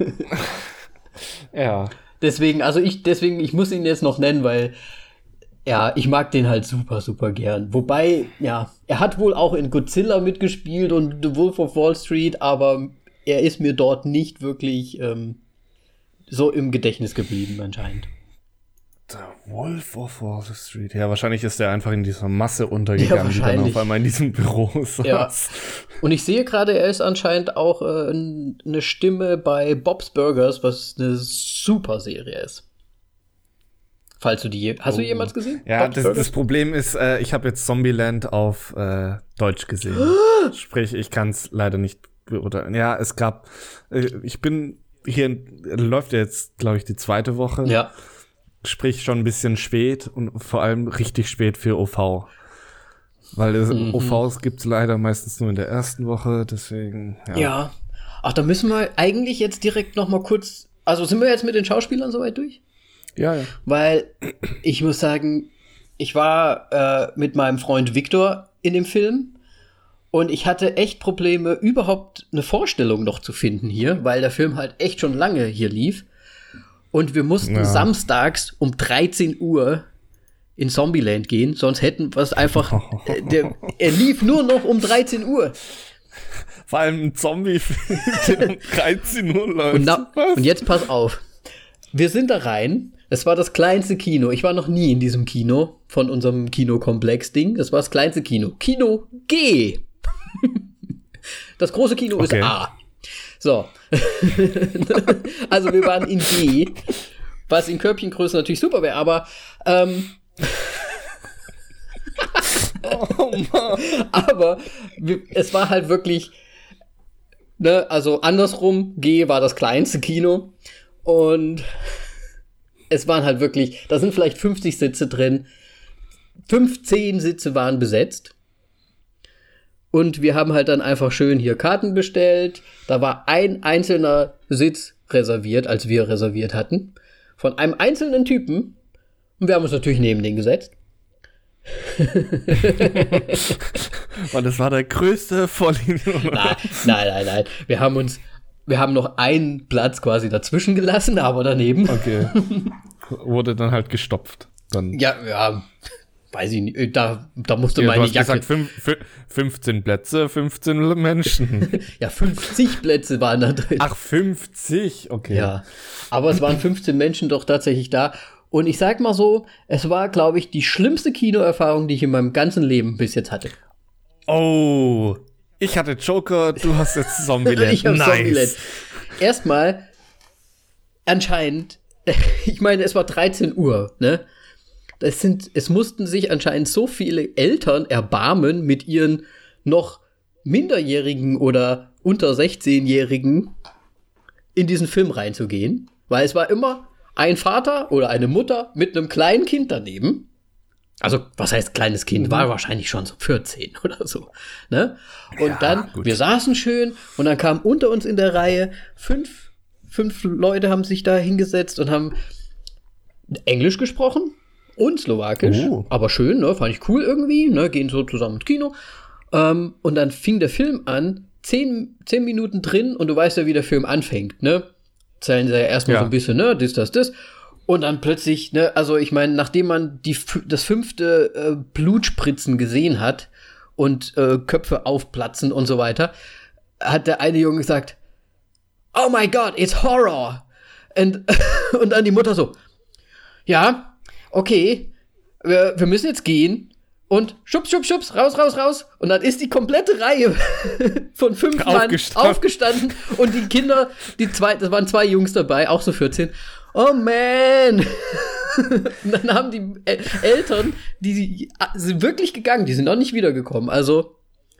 ja. Deswegen, also ich, deswegen, ich muss ihn jetzt noch nennen, weil, ja, ich mag den halt super, super gern. Wobei, ja, er hat wohl auch in Godzilla mitgespielt und The Wolf of Wall Street, aber er ist mir dort nicht wirklich ähm, so im Gedächtnis geblieben, anscheinend. The Wolf of Wall Street. Ja, wahrscheinlich ist er einfach in dieser Masse untergegangen, Ja, die dann wahrscheinlich. auf einmal in diesem Büro saß. Ja. Und ich sehe gerade, er ist anscheinend auch äh, n- eine Stimme bei Bob's Burgers, was eine super Serie ist. Falls du die, je- hast du Oh. jemals gesehen? Ja, Bob's das, Burgers? das Problem ist, äh, ich habe jetzt Zombieland auf äh, Deutsch gesehen. Sprich, ich kann es leider nicht beurteilen. Ja, es gab, äh, ich bin hier, in- läuft ja jetzt, glaube ich, die zweite Woche. Ja. Sprich, schon ein bisschen spät und vor allem richtig spät für O V. Weil es, Mhm. O Vs gibt's leider meistens nur in der ersten Woche, deswegen, ja. Ja. Ach, da müssen wir eigentlich jetzt direkt noch mal kurz, also sind wir jetzt mit den Schauspielern soweit durch? Ja, ja. Weil ich muss sagen, ich war äh, mit meinem Freund Victor in dem Film und ich hatte echt Probleme, überhaupt eine Vorstellung noch zu finden hier, weil der Film halt echt schon lange hier lief. Und wir mussten Ja. samstags um dreizehn Uhr in Zombieland gehen, sonst hätten wir es einfach, äh, der, er lief nur noch um dreizehn Uhr. Vor allem ein Zombie-Film, der um dreizehn Uhr läuft. Und, na, und jetzt pass auf. Wir sind da rein. Es war das kleinste Kino. Ich war noch nie in diesem Kino von unserem Kinokomplex-Ding. Das war das kleinste Kino. Kino G. Das große Kino Okay. ist A. So. Also wir waren in G, was in Körbchengröße natürlich super wäre, aber ähm, Oh Mann. aber wir, es war halt wirklich, ne, also andersrum, G war das kleinste Kino und es waren halt wirklich, da sind vielleicht fünfzig Sitze drin, fünfzehn Sitze waren besetzt. Und wir haben halt dann einfach schön hier Karten bestellt. Da war ein einzelner Sitz reserviert, als wir reserviert hatten. Von einem einzelnen Typen. Und wir haben uns natürlich neben den gesetzt. Und das war der größte Vollidiot. Nein, nein, nein, nein. Wir haben uns, wir haben noch einen Platz quasi dazwischen gelassen, aber daneben. Okay. Wurde dann halt gestopft. Dann. Ja, ja, weiß ich nicht. Da, da musste Ja, meine du hast Jacke. gesagt, fünf, fün- fünfzehn Plätze, fünfzehn Menschen. Ja, fünfzig Plätze waren da drin. Ach, fünfzig? Okay. Ja, aber es waren fünfzehn Menschen doch tatsächlich da. Und ich sag mal so, es war, glaube ich, die schlimmste Kinoerfahrung, die ich in meinem ganzen Leben bis jetzt hatte. Oh, ich hatte Joker, du hast jetzt Zombieland. Ich hab Nice. Zombieland. Erstmal, anscheinend, ich meine, es war dreizehn Uhr, ne? Das sind, es mussten sich anscheinend so viele Eltern erbarmen, mit ihren noch Minderjährigen oder unter sechzehnjährigen in diesen Film reinzugehen. Weil es war immer ein Vater oder eine Mutter mit einem kleinen Kind daneben. Also, was heißt kleines Kind? War wahrscheinlich schon so vierzehn oder so. Ne? Und Ja, dann, gut. wir saßen schön und dann kamen unter uns in der Reihe fünf, fünf Leute haben sich da hingesetzt und haben Englisch gesprochen und Slowakisch. Oh. Aber schön, ne? Fand ich cool irgendwie. Ne? Gehen so zusammen ins Kino. Ähm, und dann fing der Film an, zehn, zehn Minuten drin und du weißt ja, wie der Film anfängt, ne? Zählen sie ja erstmal Ja. so ein bisschen, ne? Das, das, das. Und dann plötzlich, ne, also ich meine, nachdem man die, das fünfte äh, Blutspritzen gesehen hat und äh, Köpfe aufplatzen und so weiter, hat der eine Junge gesagt, oh my God, it's horror. Und, und dann die Mutter so, ja, okay, wir, wir müssen jetzt gehen. Und schubs, schubs, schubs, raus, raus, raus. Und dann ist die komplette Reihe von fünf Mann Aufgestanden. aufgestanden. Und die Kinder, die zwei, das waren zwei Jungs dabei, auch so vierzehn. Oh man! Und dann haben die El- Eltern, die die sind wirklich gegangen, die sind noch nicht wiedergekommen. Also,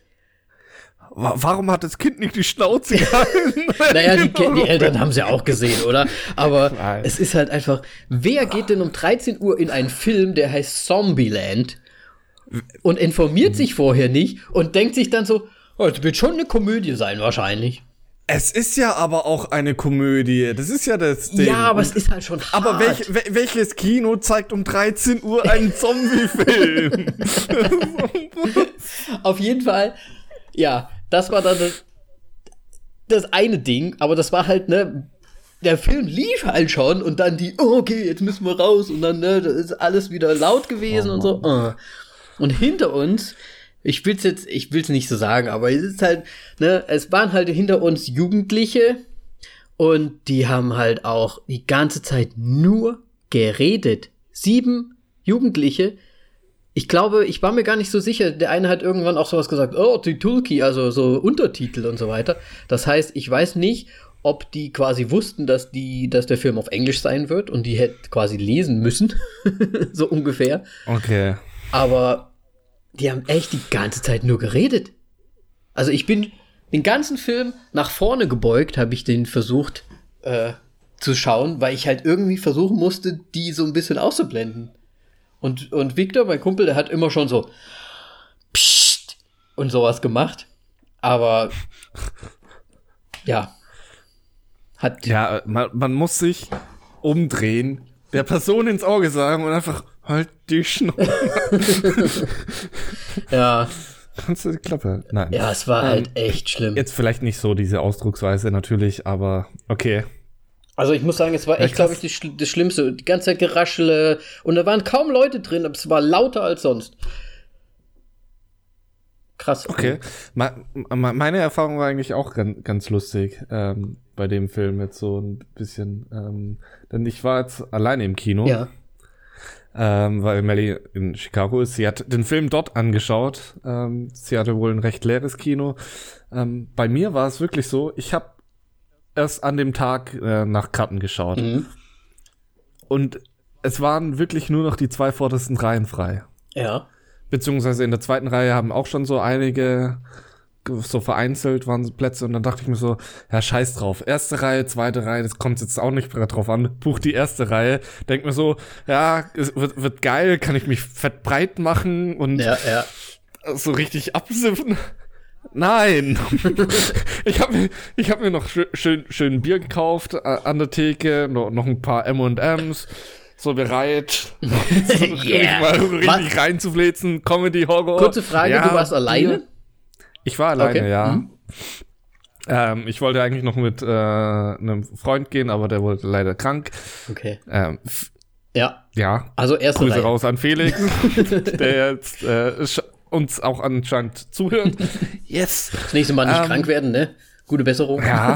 Wa- Warum hat das Kind nicht die Schnauze gehalten? naja, die, Ki- die Eltern haben sie ja auch gesehen, oder? Aber Nein. es ist halt einfach, wer geht denn um dreizehn Uhr in einen Film, der heißt Zombieland und informiert sich vorher nicht und denkt sich dann so, oh, das wird schon eine Komödie sein wahrscheinlich. Es ist ja aber auch eine Komödie. Das ist ja das Ding. Ja, aber es ist halt schon hart. Aber welch, wel- welches Kino zeigt um dreizehn Uhr einen Zombie-Film? Auf jeden Fall, ja, das war dann das, das eine Ding, aber das war halt, ne, der Film lief halt schon und dann die, oh, okay, jetzt müssen wir raus und dann, ne, das ist alles wieder laut gewesen Oh und so. Oh. Und hinter uns, ich will's jetzt, ich will's nicht so sagen, aber es ist halt, ne, es waren halt hinter uns Jugendliche und die haben halt auch die ganze Zeit nur geredet. Sieben Jugendliche. Ich glaube, ich war mir gar nicht so sicher. Der eine hat irgendwann auch sowas gesagt, oh, die Tulki, also so Untertitel und so weiter. Das heißt, ich weiß nicht, ob die quasi wussten, dass die, dass der Film auf Englisch sein wird und die hätten quasi lesen müssen. So ungefähr. Okay. Aber die haben echt die ganze Zeit nur geredet. Also ich bin den ganzen Film nach vorne gebeugt, habe ich den versucht äh, zu schauen, weil ich halt irgendwie versuchen musste, die so ein bisschen auszublenden. Und, und Victor, mein Kumpel, der hat immer schon so Psst und sowas gemacht. Aber ja. Hat Ja, man, man muss sich umdrehen, der Person ins Auge sagen und einfach, halt die Schnauze. ja, Kannst du die Klappe? Nein. ja, es war Ähm, halt echt schlimm. Jetzt vielleicht nicht so diese Ausdrucksweise natürlich, aber okay. Also ich muss sagen, es war echt, Ja, glaube ich, das, Schl- das Schlimmste. Die ganze Zeit Geraschele und da waren kaum Leute drin, aber es war lauter als sonst. Krass. Okay. Me- me- meine Erfahrung war eigentlich auch ganz, ganz lustig ähm, bei dem Film jetzt so ein bisschen. Ähm, denn ich war jetzt alleine im Kino. Ja. Ähm, weil Melly in Chicago ist. Sie hat den Film dort angeschaut. Ähm, sie hatte wohl ein recht leeres Kino. Ähm, bei mir war es wirklich so, ich habe erst an dem Tag äh, nach Karten geschaut. Mhm. Und es waren wirklich nur noch die zwei vordersten Reihen frei. Ja. Beziehungsweise in der zweiten Reihe haben auch schon so einige so vereinzelt waren Plätze und dann dachte ich mir so, ja, scheiß drauf. Erste Reihe, zweite Reihe, das kommt jetzt auch nicht mehr drauf an. Buch die erste Reihe. Denk mir so, ja, es wird, wird geil, kann ich mich fett breit machen und Ja, ja. so richtig absiffen. Nein. ich habe mir, ich hab mir noch schön, schön, schön Bier gekauft äh, an der Theke, noch, noch ein paar M und M's. So bereit, so Yeah. mal richtig reinzufläzen, Comedy, Horror. Kurze Frage, ja, du warst alleine? Bier. Ich war alleine, Okay. ja. Mhm. Ähm, ich wollte eigentlich noch mit äh, einem Freund gehen, aber der wurde leider krank. Okay. Ähm, f- Ja. ja, Also erste Grüße Reihe. raus an Felix, der jetzt äh, sch- uns auch anscheinend zuhört. Yes! Das nächste Mal nicht Ähm, krank werden, ne? Gute Besserung. Ja.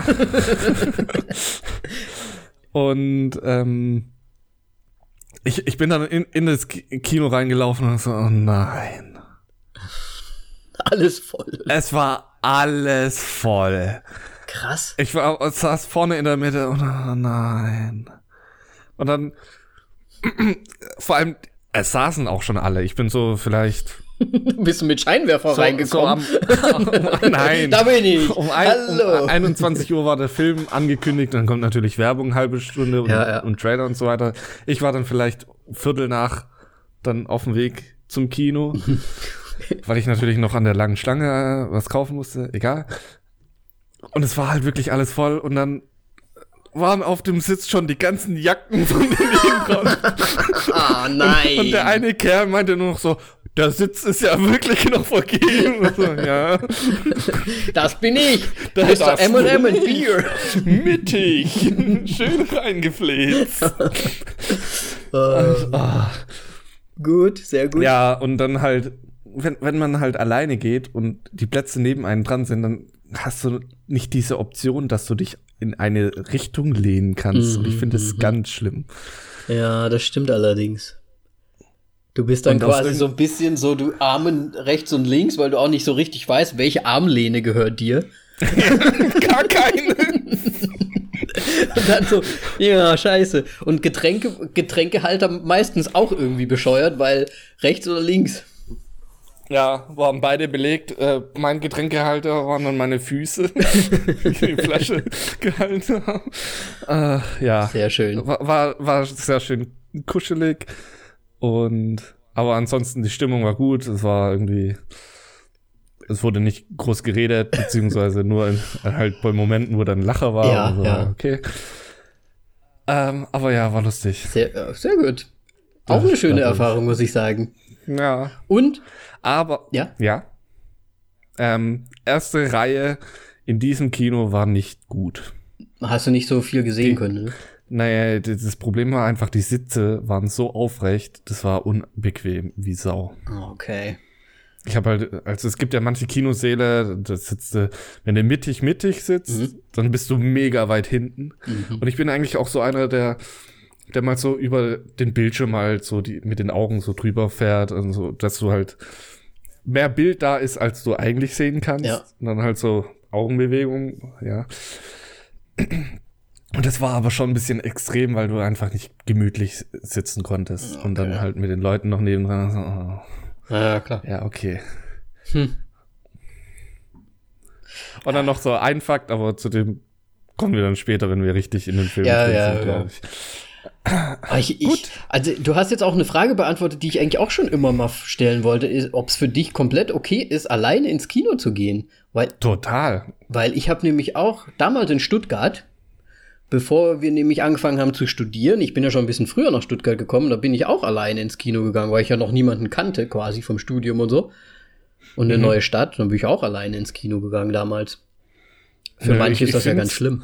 Und ähm, ich, ich bin dann in, in das Ki- Kino reingelaufen und so, oh nein. Alles voll. Es war alles voll. Krass. Ich war, ich saß vorne in der Mitte und oh nein. Und dann, vor allem, es saßen auch schon alle. Ich bin so vielleicht Bist du mit Scheinwerfer so, reingekommen? so am, um, nein. Da bin ich. Um, ein, Hallo. um einundzwanzig Uhr war der Film angekündigt, dann kommt natürlich Werbung, halbe Stunde und, Ja, ja. und Trailer und so weiter. Ich war dann vielleicht Viertel nach dann auf dem Weg zum Kino, weil ich natürlich noch an der langen Schlange was kaufen musste, egal. Und es war halt wirklich alles voll und dann waren auf dem Sitz schon die ganzen Jacken von den Nebenraum. Ah, nein. Und der eine Kerl meinte nur noch so, der Sitz ist ja wirklich noch vergeben. Und so, ja. Das bin ich. Das Mister ist M und M bin und ich. Bier. Mittig. Schön reingefläzt. Ah. Gut, sehr gut. Ja, und dann halt, wenn, wenn man halt alleine geht und die Plätze neben einem dran sind, dann hast du nicht diese Option, dass du dich in eine Richtung lehnen kannst. Mhm, und ich finde das mhm. ganz schlimm. Ja, das stimmt allerdings. Du bist dann Und aus quasi irgend- so ein bisschen so, du Armen rechts und links, weil du auch nicht so richtig weißt, welche Armlehne gehört dir. Gar keine. Und dann so, ja, scheiße. Und Getränke, Getränkehalter meistens auch irgendwie bescheuert, weil rechts oder links. Ja, waren beide belegt. Äh, mein Getränkehalter waren dann meine Füße, die die Flasche gehalten haben. Äh, ja, Sehr schön. war, war, war sehr schön kuschelig. Und aber ansonsten die Stimmung war gut. Es war irgendwie, es wurde nicht groß geredet, beziehungsweise nur in, halt bei Momenten, wo dann Lacher war. Ja, und so, ja. Okay. Ähm, aber ja, war lustig. Sehr, ja, sehr gut. Auch Das eine schöne stimmt. Erfahrung, muss ich sagen. Ja. Und, Aber, ja, ja. Ähm, erste Reihe in diesem Kino war nicht gut. hast du nicht so viel gesehen Die- können, ne? Naja, d- das Problem war einfach, die Sitze waren so aufrecht, das war unbequem wie Sau. Okay. Ich habe halt, also es gibt ja manche Kinosäle, da sitzt du, wenn du mittig mittig sitzt, Mhm. dann bist du mega weit hinten. Mhm. Und ich bin eigentlich auch so einer, der, der mal so über den Bildschirm halt so die, mit den Augen so drüber fährt und so, dass du halt mehr Bild da ist, als du eigentlich sehen kannst. Ja. Und dann halt so Augenbewegung, ja. Und das war aber schon ein bisschen extrem, weil du einfach nicht gemütlich sitzen konntest. Und dann Okay. halt mit den Leuten noch nebendran. So, oh. Ja, klar. Ja, okay. Hm. Und dann noch so ein Fakt, aber zu dem kommen wir dann später, wenn wir richtig in den Film Ja, drin ja, sind, ja. glaube ich. Aber ich, ich, also du hast jetzt auch eine Frage beantwortet, die ich eigentlich auch schon immer mal stellen wollte, ob es für dich komplett okay ist, alleine ins Kino zu gehen. Weil, Total. weil ich habe nämlich auch damals in Stuttgart, bevor wir nämlich angefangen haben zu studieren, ich bin ja schon ein bisschen früher nach Stuttgart gekommen, da bin ich auch alleine ins Kino gegangen, weil ich ja noch niemanden kannte, quasi vom Studium und so. Und eine Mhm. neue Stadt, dann bin ich auch alleine ins Kino gegangen damals. Für Nö, manche ich- ist das ich ja find's- ganz schlimm.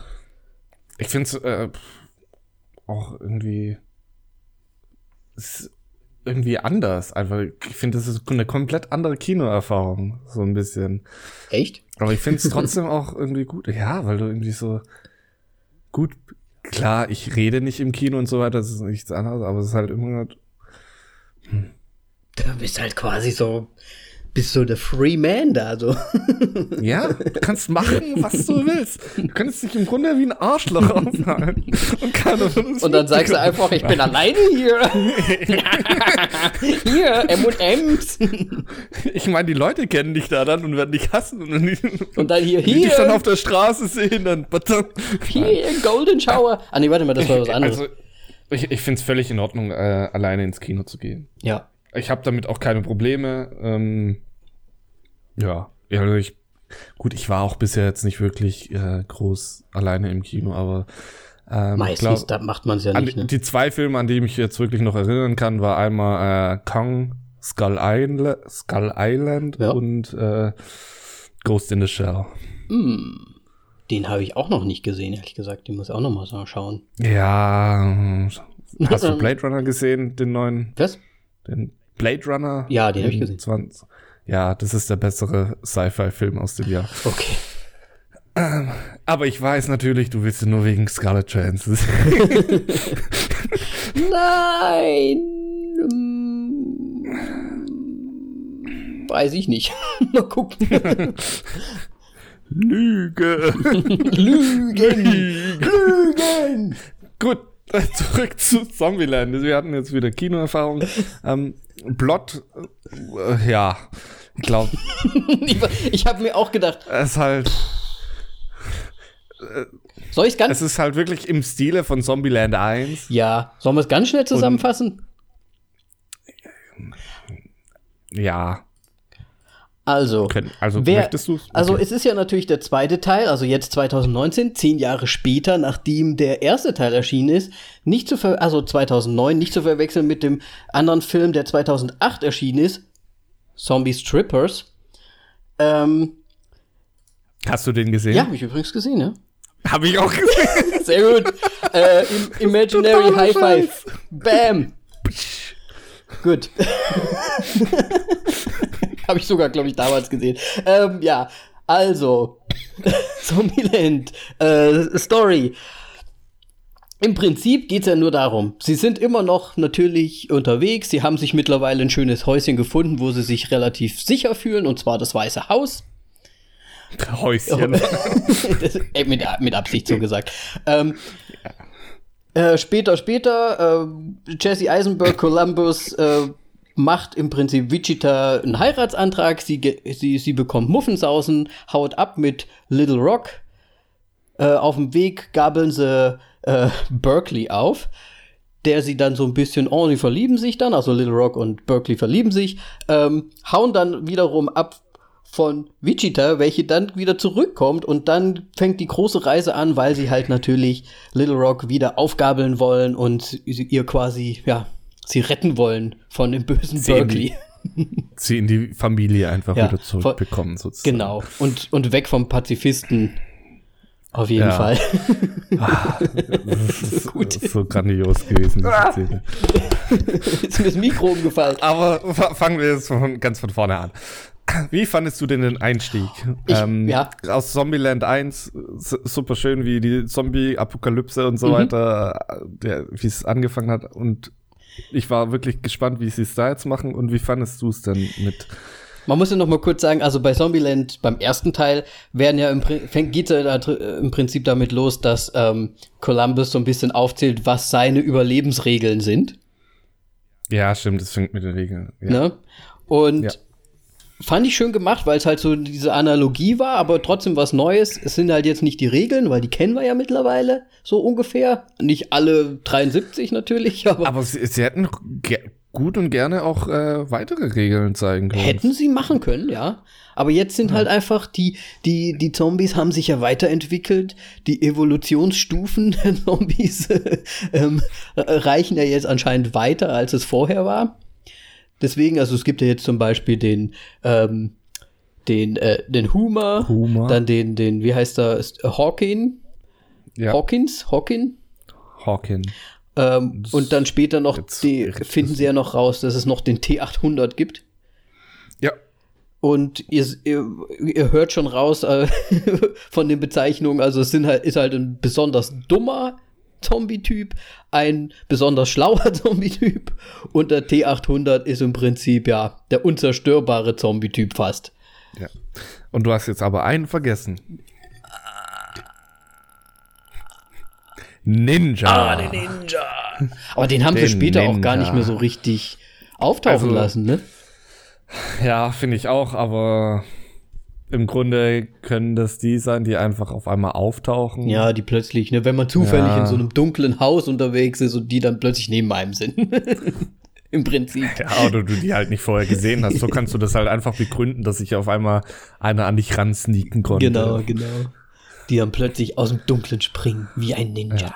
Ich finde es äh, auch irgendwie. Es, irgendwie anders. Einfach, ich finde, das ist eine komplett andere Kinoerfahrung, so ein bisschen. Echt? Aber ich finde es trotzdem auch irgendwie gut. Ja, weil du irgendwie so gut, klar, ich rede nicht im Kino und so weiter, das ist nichts anderes, aber es ist halt immer. Hm. Du bist halt quasi so, bist so der Free Man da, so. Ja, du kannst machen, was du willst. Du kannst dich im Grunde wie ein Arschloch aufhalten. Und, keiner wird es und dann sagst du einfach, ich bin alleine hier. Hier, M und M's. Ich meine, die Leute kennen dich da dann und werden dich hassen. Und, die, und dann hier, hier. Die dich dann auf der Straße sehen, dann. Hier, Golden Shower. Ah, nee, warte mal, das war was anderes. Also, ich, ich finde es völlig in Ordnung, äh, alleine ins Kino zu gehen. Ja. Ich habe damit auch keine Probleme. Ähm, ja, also ich, gut, ich war auch bisher jetzt nicht wirklich äh, groß alleine im Kino, aber ähm, meistens, da macht man es ja nicht. Die, ne? die zwei Filme, an die ich mich jetzt wirklich noch erinnern kann, war einmal äh, Kong, Skull Island, Skull Island ja. und äh, Ghost in the Shell. Mm, den habe ich auch noch nicht gesehen, ehrlich gesagt. Den muss ich auch noch mal so schauen. Ja, hast du Blade Runner gesehen, den neuen? Was? Den Blade Runner? Ja, den habe ich gesehen. zwanzig Ja, das ist der bessere Sci-Fi-Film aus dem Jahr. Okay. Ähm, aber ich weiß natürlich, du willst ihn nur wegen Scarlett Johansson. Nein! Weiß ich nicht. Mal gucken. Lüge. Lügen. Lügen. Gut. Zurück zu Zombieland. Wir hatten jetzt wieder Kinoerfahrung. Ähm, Plot, äh, ja, ich glaube. ich habe mir auch gedacht. Es ist halt. Äh, Soll ich es ganz? Es ist halt wirklich im Stile von Zombieland eins. Ja, sollen wir es ganz schnell zusammenfassen? Und, ja. Also, Können, also wer, möchtest du? Okay. Also es ist ja natürlich der zweite Teil, also jetzt zwanzig neunzehn, zehn Jahre später, nachdem der erste Teil erschienen ist, nicht zu ver- also zweitausendneun, nicht zu verwechseln mit dem anderen Film, der zweitausendacht erschienen ist, Zombie Strippers. Ähm, Hast du den gesehen? Ja, habe ich übrigens gesehen, ja. Habe ich auch gesehen. Sehr gut. äh, Imaginary High Five. Bam. Gut. Habe ich sogar, glaube ich, damals gesehen. Ähm, ja, also, Zombieland, äh, Story. Im Prinzip geht's ja nur darum, sie sind immer noch natürlich unterwegs, sie haben sich mittlerweile ein schönes Häuschen gefunden, wo sie sich relativ sicher fühlen, und zwar das Weiße Haus. Häuschen. das, ey, mit, mit Absicht so gesagt. Ähm, ja. äh, später, später, äh, Jesse Eisenberg, Columbus, äh, macht im Prinzip Wichita einen Heiratsantrag, sie, sie, sie bekommt Muffensausen, haut ab mit Little Rock. Äh, auf dem Weg gabeln sie äh, Berkeley auf, der sie dann so ein bisschen, oh, die verlieben sich dann, also Little Rock und Berkeley verlieben sich, ähm, hauen dann wiederum ab von Wichita, welche dann wieder zurückkommt, und dann fängt die große Reise an, weil sie halt natürlich Little Rock wieder aufgabeln wollen und sie ihr quasi, ja, sie retten wollen von dem bösen sie Berkeley. In die, sie in die Familie einfach ja, wieder zurückbekommen, sozusagen. Genau. Und, und weg vom Pazifisten. Auf jeden ja. Fall. Ah, das ist gut. So grandios gewesen, diese ah. Szene. Ist mir das Mikro umgefallen. Aber fangen wir jetzt von, ganz von vorne an. Wie fandest du denn den Einstieg? Ich, ähm, ja. Aus Zombieland eins, super schön, wie die Zombie-Apokalypse und so mhm. weiter, wie es angefangen hat. Und ich war wirklich gespannt, wie sie es da jetzt machen. Und wie fandest du es denn mit? Man muss ja noch mal kurz sagen, also bei Zombieland, beim ersten Teil, werden ja im, fängt, geht ja da, im Prinzip damit los, dass ähm, Columbus so ein bisschen aufzählt, was seine Überlebensregeln sind. Ja, stimmt, das fängt mit den Regeln. Ja. Ne? Und ja. fand ich schön gemacht, weil es halt so diese Analogie war, aber trotzdem was Neues. Es sind halt jetzt nicht die Regeln, weil die kennen wir ja mittlerweile, so ungefähr. Nicht alle dreiundsiebzig natürlich, aber... Aber sie, sie hätten ge- gut und gerne auch äh, weitere Regeln zeigen können. Hätten sie machen können, ja. Aber jetzt sind ja. halt einfach die, die, die Zombies haben sich ja weiterentwickelt. Die Evolutionsstufen der Zombies ähm, reichen ja jetzt anscheinend weiter, als es vorher war. Deswegen, also es gibt ja jetzt zum Beispiel den, ähm, den, äh, den Humor, Humor, dann den, den, wie heißt der, Hawkin? Ja. Hawkins? Hawkin? Hawkin. Ähm, und dann später noch, Jetzt- die, jetzt- finden sie ja noch raus, dass es noch den T achthundert gibt. Ja. Und ihr, ihr, ihr hört schon raus äh, von den Bezeichnungen, also es sind halt, ist halt ein besonders dummer Zombie-Typ, ein besonders schlauer Zombie-Typ und der T achthundert ist im Prinzip ja der unzerstörbare Zombie-Typ fast. Ja. Und du hast jetzt aber einen vergessen. Ninja. Ah, den Ninja. Aber den haben Den sie später auch gar Ninja. nicht mehr so richtig auftauchen Also- lassen, ne? Ja, finde ich auch, aber im Grunde können das die sein, die einfach auf einmal auftauchen. Ja, die plötzlich, ne, wenn man zufällig Ja. in so einem dunklen Haus unterwegs ist und die dann plötzlich neben einem sind. Im Prinzip. Ja, oder du die halt nicht vorher gesehen hast. So kannst du das halt einfach begründen, dass sich auf einmal einer an dich ran sneaken konnte. Genau, genau. Die dann plötzlich aus dem Dunkeln springen, wie ein Ninja.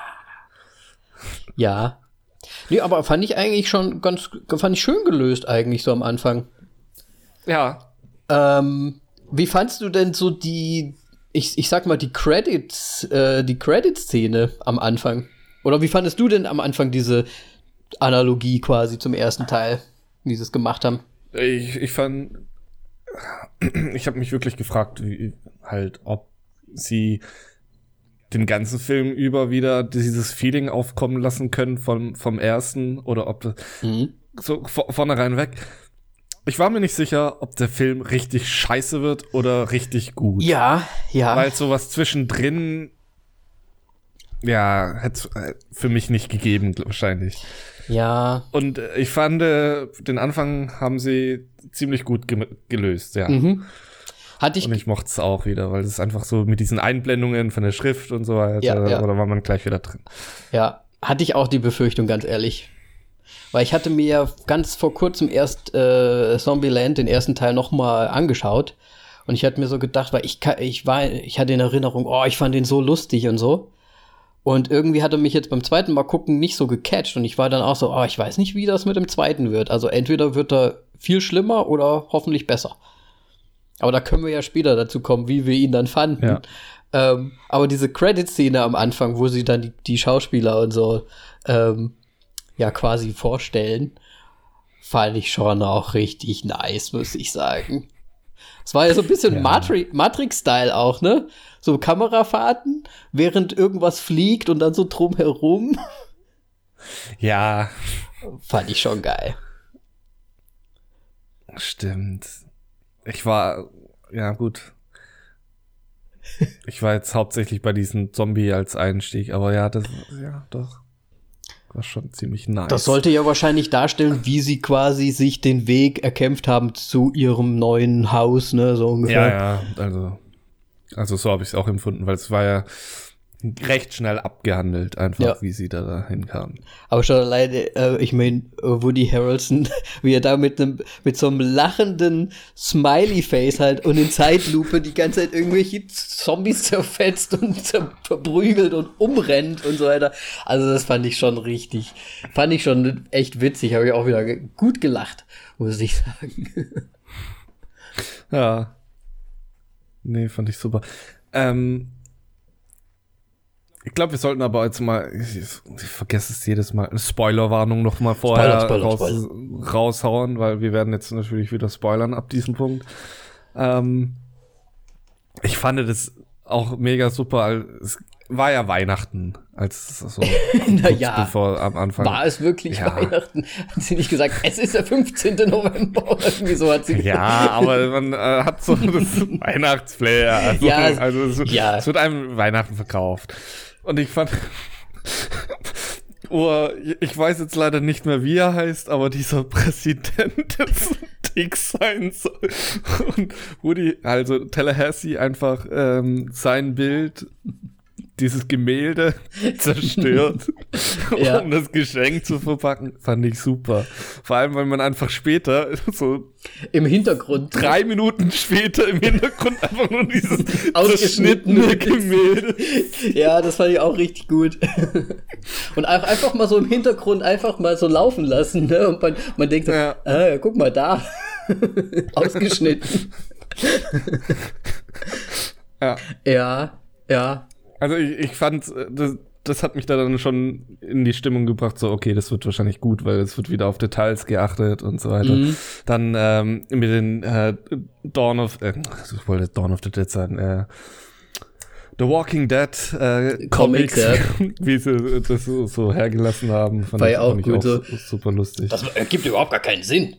Ja. Nee, aber fand ich eigentlich schon ganz, fand ich schön gelöst eigentlich so am Anfang. Ja. Ähm, wie fandst du denn so die, ich, ich sag mal, die Credits, äh, die Credit-Szene am Anfang? Oder wie fandest du denn am Anfang diese Analogie quasi zum ersten Teil, wie sie es gemacht haben? Ich, ich fand, ich habe mich wirklich gefragt, wie, halt, ob sie den ganzen Film über wieder dieses Feeling aufkommen lassen können vom, vom ersten oder ob Mhm. so vor, vornherein weg. Ich war mir nicht sicher, ob der Film richtig scheiße wird oder richtig gut. Ja, ja. Weil sowas zwischendrin, ja, hätte es für mich nicht gegeben, wahrscheinlich. ja. Und äh, ich fand, äh, den Anfang haben sie ziemlich gut ge- gelöst, ja. Mhm. Hatte ich, Und ich mochte es auch wieder, weil es einfach so mit diesen Einblendungen von der Schrift und so weiter, Ja, ja. oder war man gleich wieder drin. ja, hatte ich auch die Befürchtung, ganz ehrlich. Weil ich hatte mir ja ganz vor kurzem erst äh, Zombieland, den ersten Teil, noch mal angeschaut. Und ich hatte mir so gedacht, weil ich, ka- ich war, ich hatte in Erinnerung, oh, ich fand den so lustig und so. Und irgendwie hat er mich jetzt beim zweiten Mal gucken nicht so gecatcht. Und ich war dann auch so, oh, ich weiß nicht, wie das mit dem zweiten wird. Also entweder wird er viel schlimmer oder hoffentlich besser. Aber da können wir ja später dazu kommen, wie wir ihn dann fanden. Ja. Ähm, aber diese Credit-Szene am Anfang, wo sie dann die, die Schauspieler und so ähm, ja quasi vorstellen, fand ich schon auch richtig nice, muss ich sagen. Es war ja so ein bisschen Ja. Matri- Matrix-Style auch, ne? So Kamerafahrten, während irgendwas fliegt und dann so drumherum. Ja, Fand ich schon geil. stimmt. Ich war, ja gut. Ich war jetzt hauptsächlich bei diesem Zombie als Einstieg, aber ja, das, ja, doch. War schon ziemlich nice. Das sollte ja wahrscheinlich darstellen, wie sie quasi sich den Weg erkämpft haben zu ihrem neuen Haus, ne, so ungefähr. Ja, ja, also, also so habe ich es auch empfunden, weil es war ja recht schnell abgehandelt, einfach, Ja. wie sie da hinkamen. Aber schon alleine, äh, ich meine, Woody Harrelson, wie er da mit einem, mit so einem lachenden Smiley-Face halt und in Zeitlupe die ganze Zeit irgendwelche Zombies zerfetzt und zer- verprügelt und umrennt und so weiter. Also das fand ich schon richtig, fand ich schon echt witzig, habe ich auch wieder ge- gut gelacht, muss ich sagen. Ja. Nee, fand ich super. Ähm, ich glaube, wir sollten aber jetzt mal, ich, ich vergesse es jedes Mal, eine Spoilerwarnung noch mal vorher Spoiler, Spoiler, raus, raushauen, weil wir werden jetzt natürlich wieder spoilern ab diesem Punkt. Ähm, ich fand das auch mega super. Es war ja Weihnachten, als so Na kurz ja. bevor am Anfang. War es wirklich Ja. Weihnachten? Hat sie nicht gesagt, es ist der fünfzehnten November oder irgendwie so hat sie Ja, aber man äh, hat so das Weihnachtsflair. Also, Ja, also es, wird- ja. es wird einem Weihnachten verkauft. Und ich fand, oh, ich weiß jetzt leider nicht mehr, wie er heißt, aber dieser Präsident, der so dick sein soll. Und Woody, also Tallahassee, einfach ähm, sein Bild, dieses Gemälde zerstört, Ja. um das Geschenk zu verpacken, fand ich super. Vor allem, weil man einfach später, so im Hintergrund drei Minuten später im Hintergrund einfach nur dieses Ausgeschnittene zerschnittene Gemälde. Ja, das fand ich auch richtig gut. Und auch einfach mal so im Hintergrund einfach mal so laufen lassen, ne? Und man, man denkt so, Ja. ah, guck mal da. Ausgeschnitten. Ja. Ja, ja. Also ich, ich fand, äh, das, das hat mich da dann schon in die Stimmung gebracht, so, okay, das wird wahrscheinlich gut, weil es wird wieder auf Details geachtet und so weiter. Mhm. Dann ähm, mit den äh, Dawn of, äh, ich wollte Dawn of the Dead sein, äh, The Walking Dead äh, Comics, Comics ja. Wie sie das so, so hergelassen haben, fand war ich ja auch, gut, auch so. super lustig. Das ergibt überhaupt gar keinen Sinn.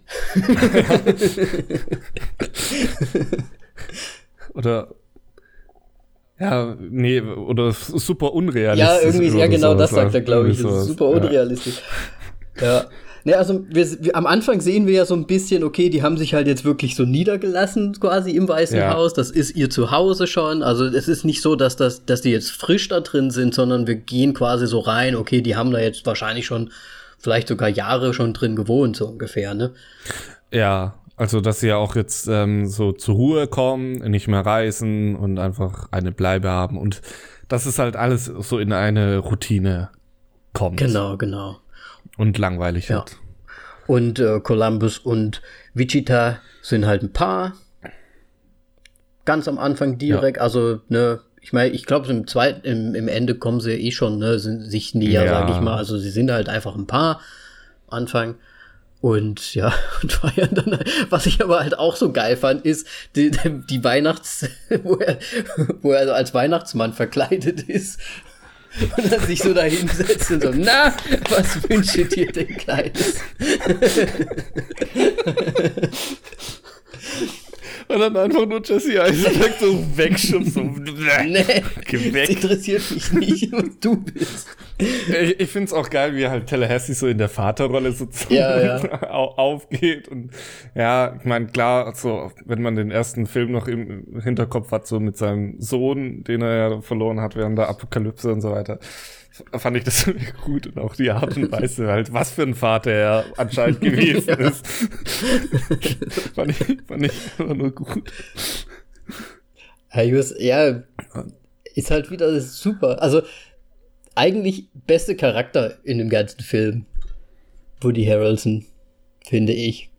Oder ja, nee, oder super unrealistisch. Ja, irgendwie, ja genau, so, das sagt er, glaube ich. sowas. Super unrealistisch. Ja. ja. Ne, also wir, wir, am Anfang sehen wir ja so ein bisschen, okay, die haben sich halt jetzt wirklich so niedergelassen quasi im Weißen ja. Haus. Das ist ihr Zuhause schon. Also es ist nicht so, dass das, dass die jetzt frisch da drin sind, sondern wir gehen quasi so rein, okay, die haben da jetzt wahrscheinlich schon vielleicht sogar Jahre schon drin gewohnt, so ungefähr, ne? Ja, also dass sie ja auch jetzt ähm, so zur Ruhe kommen, nicht mehr reisen und einfach eine Bleibe haben. Und dass es halt alles so in eine Routine kommt. Genau, genau. Und langweilig ja. wird. Und äh, Columbus und Wichita sind halt ein Paar. Ganz am Anfang direkt. Ja. Also, ne, ich meine, ich glaube, im zweiten, im, im Ende kommen sie eh schon, ne, sind sich näher, ja. sag ich mal. Also, sie sind halt einfach ein Paar. Anfang. Und ja, und feiern dann, was ich aber halt auch so geil fand, ist die, die Weihnachts, wo er, wo er als Weihnachtsmann verkleidet ist. Und dann sich so da hinsetzt und so, na, was wünschst dir denn Kleines? Und dann einfach nur Jesse Eisenberg so wegschubst. So, nee, das interessiert mich nicht, was du bist. Ich, ich find's auch geil, wie halt Tallahassee so in der Vaterrolle so ja, ja. aufgeht. Und ja, ich meine, klar, so, wenn man den ersten Film noch im Hinterkopf hat, so mit seinem Sohn, den er ja verloren hat während der Apokalypse und so weiter, fand ich das gut. Und auch die Art und Weise halt, was für ein Vater er anscheinend gewesen ja. ist. fand, ich, fand ich einfach nur gut. Ja, ist halt wieder super. Also, eigentlich beste Charakter in dem ganzen Film. Woody Harrelson, finde ich.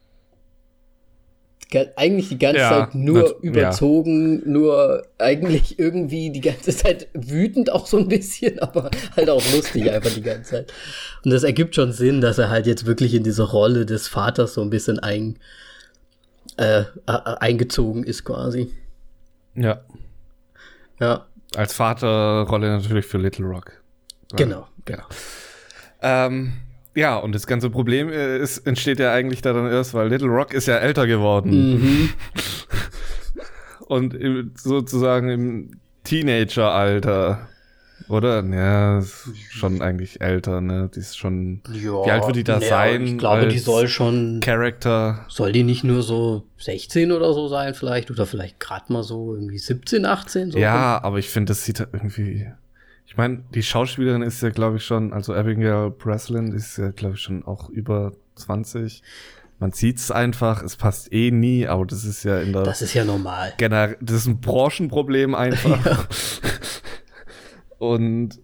Eigentlich die ganze ja, Zeit nur nat- überzogen, ja. nur eigentlich irgendwie die ganze Zeit wütend auch so ein bisschen, aber halt auch lustig einfach die ganze Zeit. Und das ergibt schon Sinn, dass er halt jetzt wirklich in diese Rolle des Vaters so ein bisschen ein, äh, eingezogen ist quasi. Ja. Ja. Als Vaterrolle natürlich für Little Rock. Genau, genau. Ähm, ja, und das ganze Problem ist, entsteht ja eigentlich daran erst, weil Little Rock ist ja älter geworden. Mhm. Und im, sozusagen im Teenager-Alter, oder? Ja, schon eigentlich älter, ne? Die ist schon, ja, wie alt wird die da ja, sein? Ich glaube, die soll schon Charakter. Soll die nicht nur so sechzehn oder so sein vielleicht? Oder vielleicht gerade mal so irgendwie siebzehn, achtzehn? So ja, rum. Aber ich finde, das sieht irgendwie... Ich meine, die Schauspielerin ist ja, glaube ich, schon, also Abigail Breslin ist ja, glaube ich, schon auch über zwanzig. Man sieht's einfach, es passt eh nie, aber das ist ja in der... Das ist ja normal. Gener- das ist ein Branchenproblem einfach. Ja. Und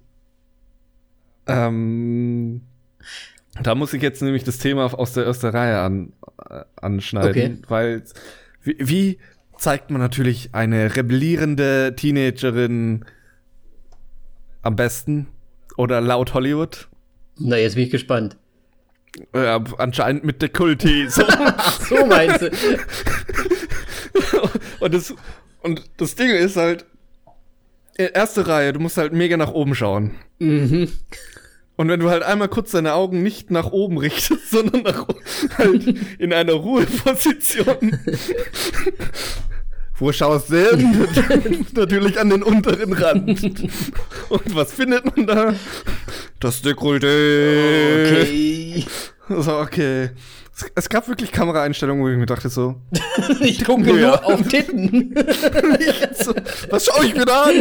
ähm, da muss ich jetzt nämlich das Thema aus der ersten Reihe an, äh, anschneiden, okay. Weil wie, wie zeigt man natürlich eine rebellierende Teenagerin am besten? Oder laut Hollywood? Na, jetzt bin ich gespannt. Ja, anscheinend mit der Kulti. So. Ach, so meinst du. und, das, und das Ding ist halt, erste Reihe, du musst halt mega nach oben schauen. Mhm. Und wenn du halt einmal kurz deine Augen nicht nach oben richtest, sondern nach, halt in einer Ruheposition, wo schaust du denn? Natürlich an den unteren Rand. Und was findet man da? Das Dekolleté. Okay. So, okay. Es, es gab wirklich Kameraeinstellungen, wo ich mir dachte so... ich gucke nur ja. auf Titten. so, was schaue ich mir da an?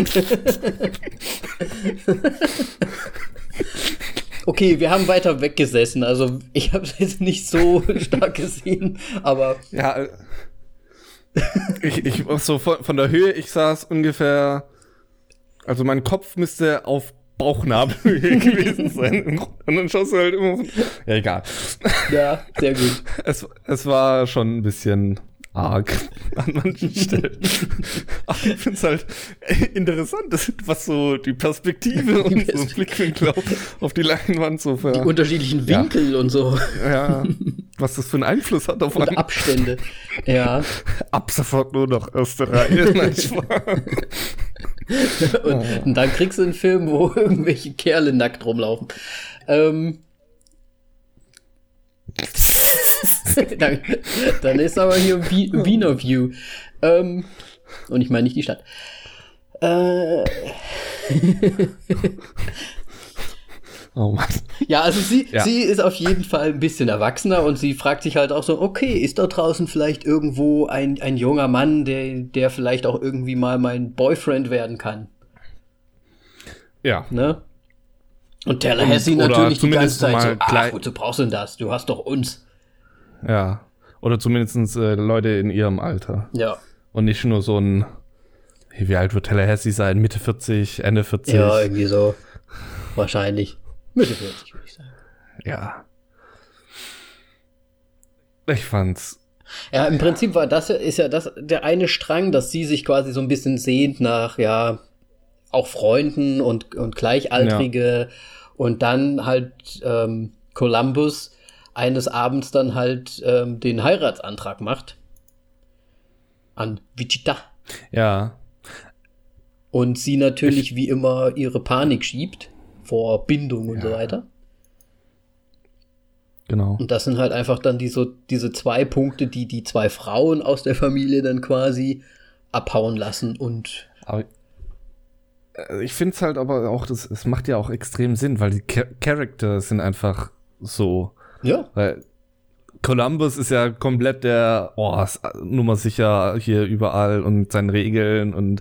Okay, wir haben weiter weggesessen. Also ich habe es jetzt nicht so stark gesehen, aber... Ja, ich, ich so von, von der Höhe, ich saß ungefähr... Also mein Kopf müsste auf Bauchnabelhöhe gewesen sein. Und dann schaust du halt immer von... Ja, egal. Ja, sehr gut. Es, es war schon ein bisschen arg an manchen Stellen. Aber ich finde es halt interessant, was so die Perspektive und so ein Blickwinkel auf, auf die Leinwand so für. Die unterschiedlichen Winkel ja. und so. Ja, was das für einen Einfluss hat auf und einen. Abstände. Ja. Ab sofort nur noch erste Reihe. und, oh. und dann kriegst du einen Film, wo irgendwelche Kerle nackt rumlaufen. Ähm. dann, dann ist aber hier Wiener View. Ähm, und ich meine nicht die Stadt. Äh. Oh Mann. Ja, also sie, ja. sie ist auf jeden Fall ein bisschen erwachsener und sie fragt sich halt auch so, okay, ist da draußen vielleicht irgendwo ein, ein junger Mann, der, der vielleicht auch irgendwie mal mein Boyfriend werden kann? Ja. Ne? Und Tallahassee und, natürlich die ganze Zeit so, ach, wozu brauchst du denn das? Du hast doch uns. Ja, oder zumindest äh, Leute in ihrem Alter. Ja. Und nicht nur so ein, wie alt wird Tallahassee sein? Mitte vierzig, Ende vierzig? Ja, irgendwie so. Wahrscheinlich. Mitte vierzig, würde ich sagen. Ja. Ich fand's. Ja, im Prinzip war das, ist ja das der eine Strang, dass sie sich quasi so ein bisschen sehnt nach, ja, auch Freunden und, und Gleichaltrige ja. und dann halt ähm, Columbus eines Abends dann halt ähm, den Heiratsantrag macht an Wichita. Ja. Und sie natürlich ich, wie immer ihre Panik schiebt vor Bindung und ja. so weiter. Genau. Und das sind halt einfach dann die, so, diese zwei Punkte, die die zwei Frauen aus der Familie dann quasi abhauen lassen und aber ich finde es halt aber auch, das, es macht ja auch extrem Sinn, weil die Char- Charakter sind einfach so. Ja. Weil Columbus ist ja komplett der, oh, ist Nummer sicher hier überall und mit seinen Regeln und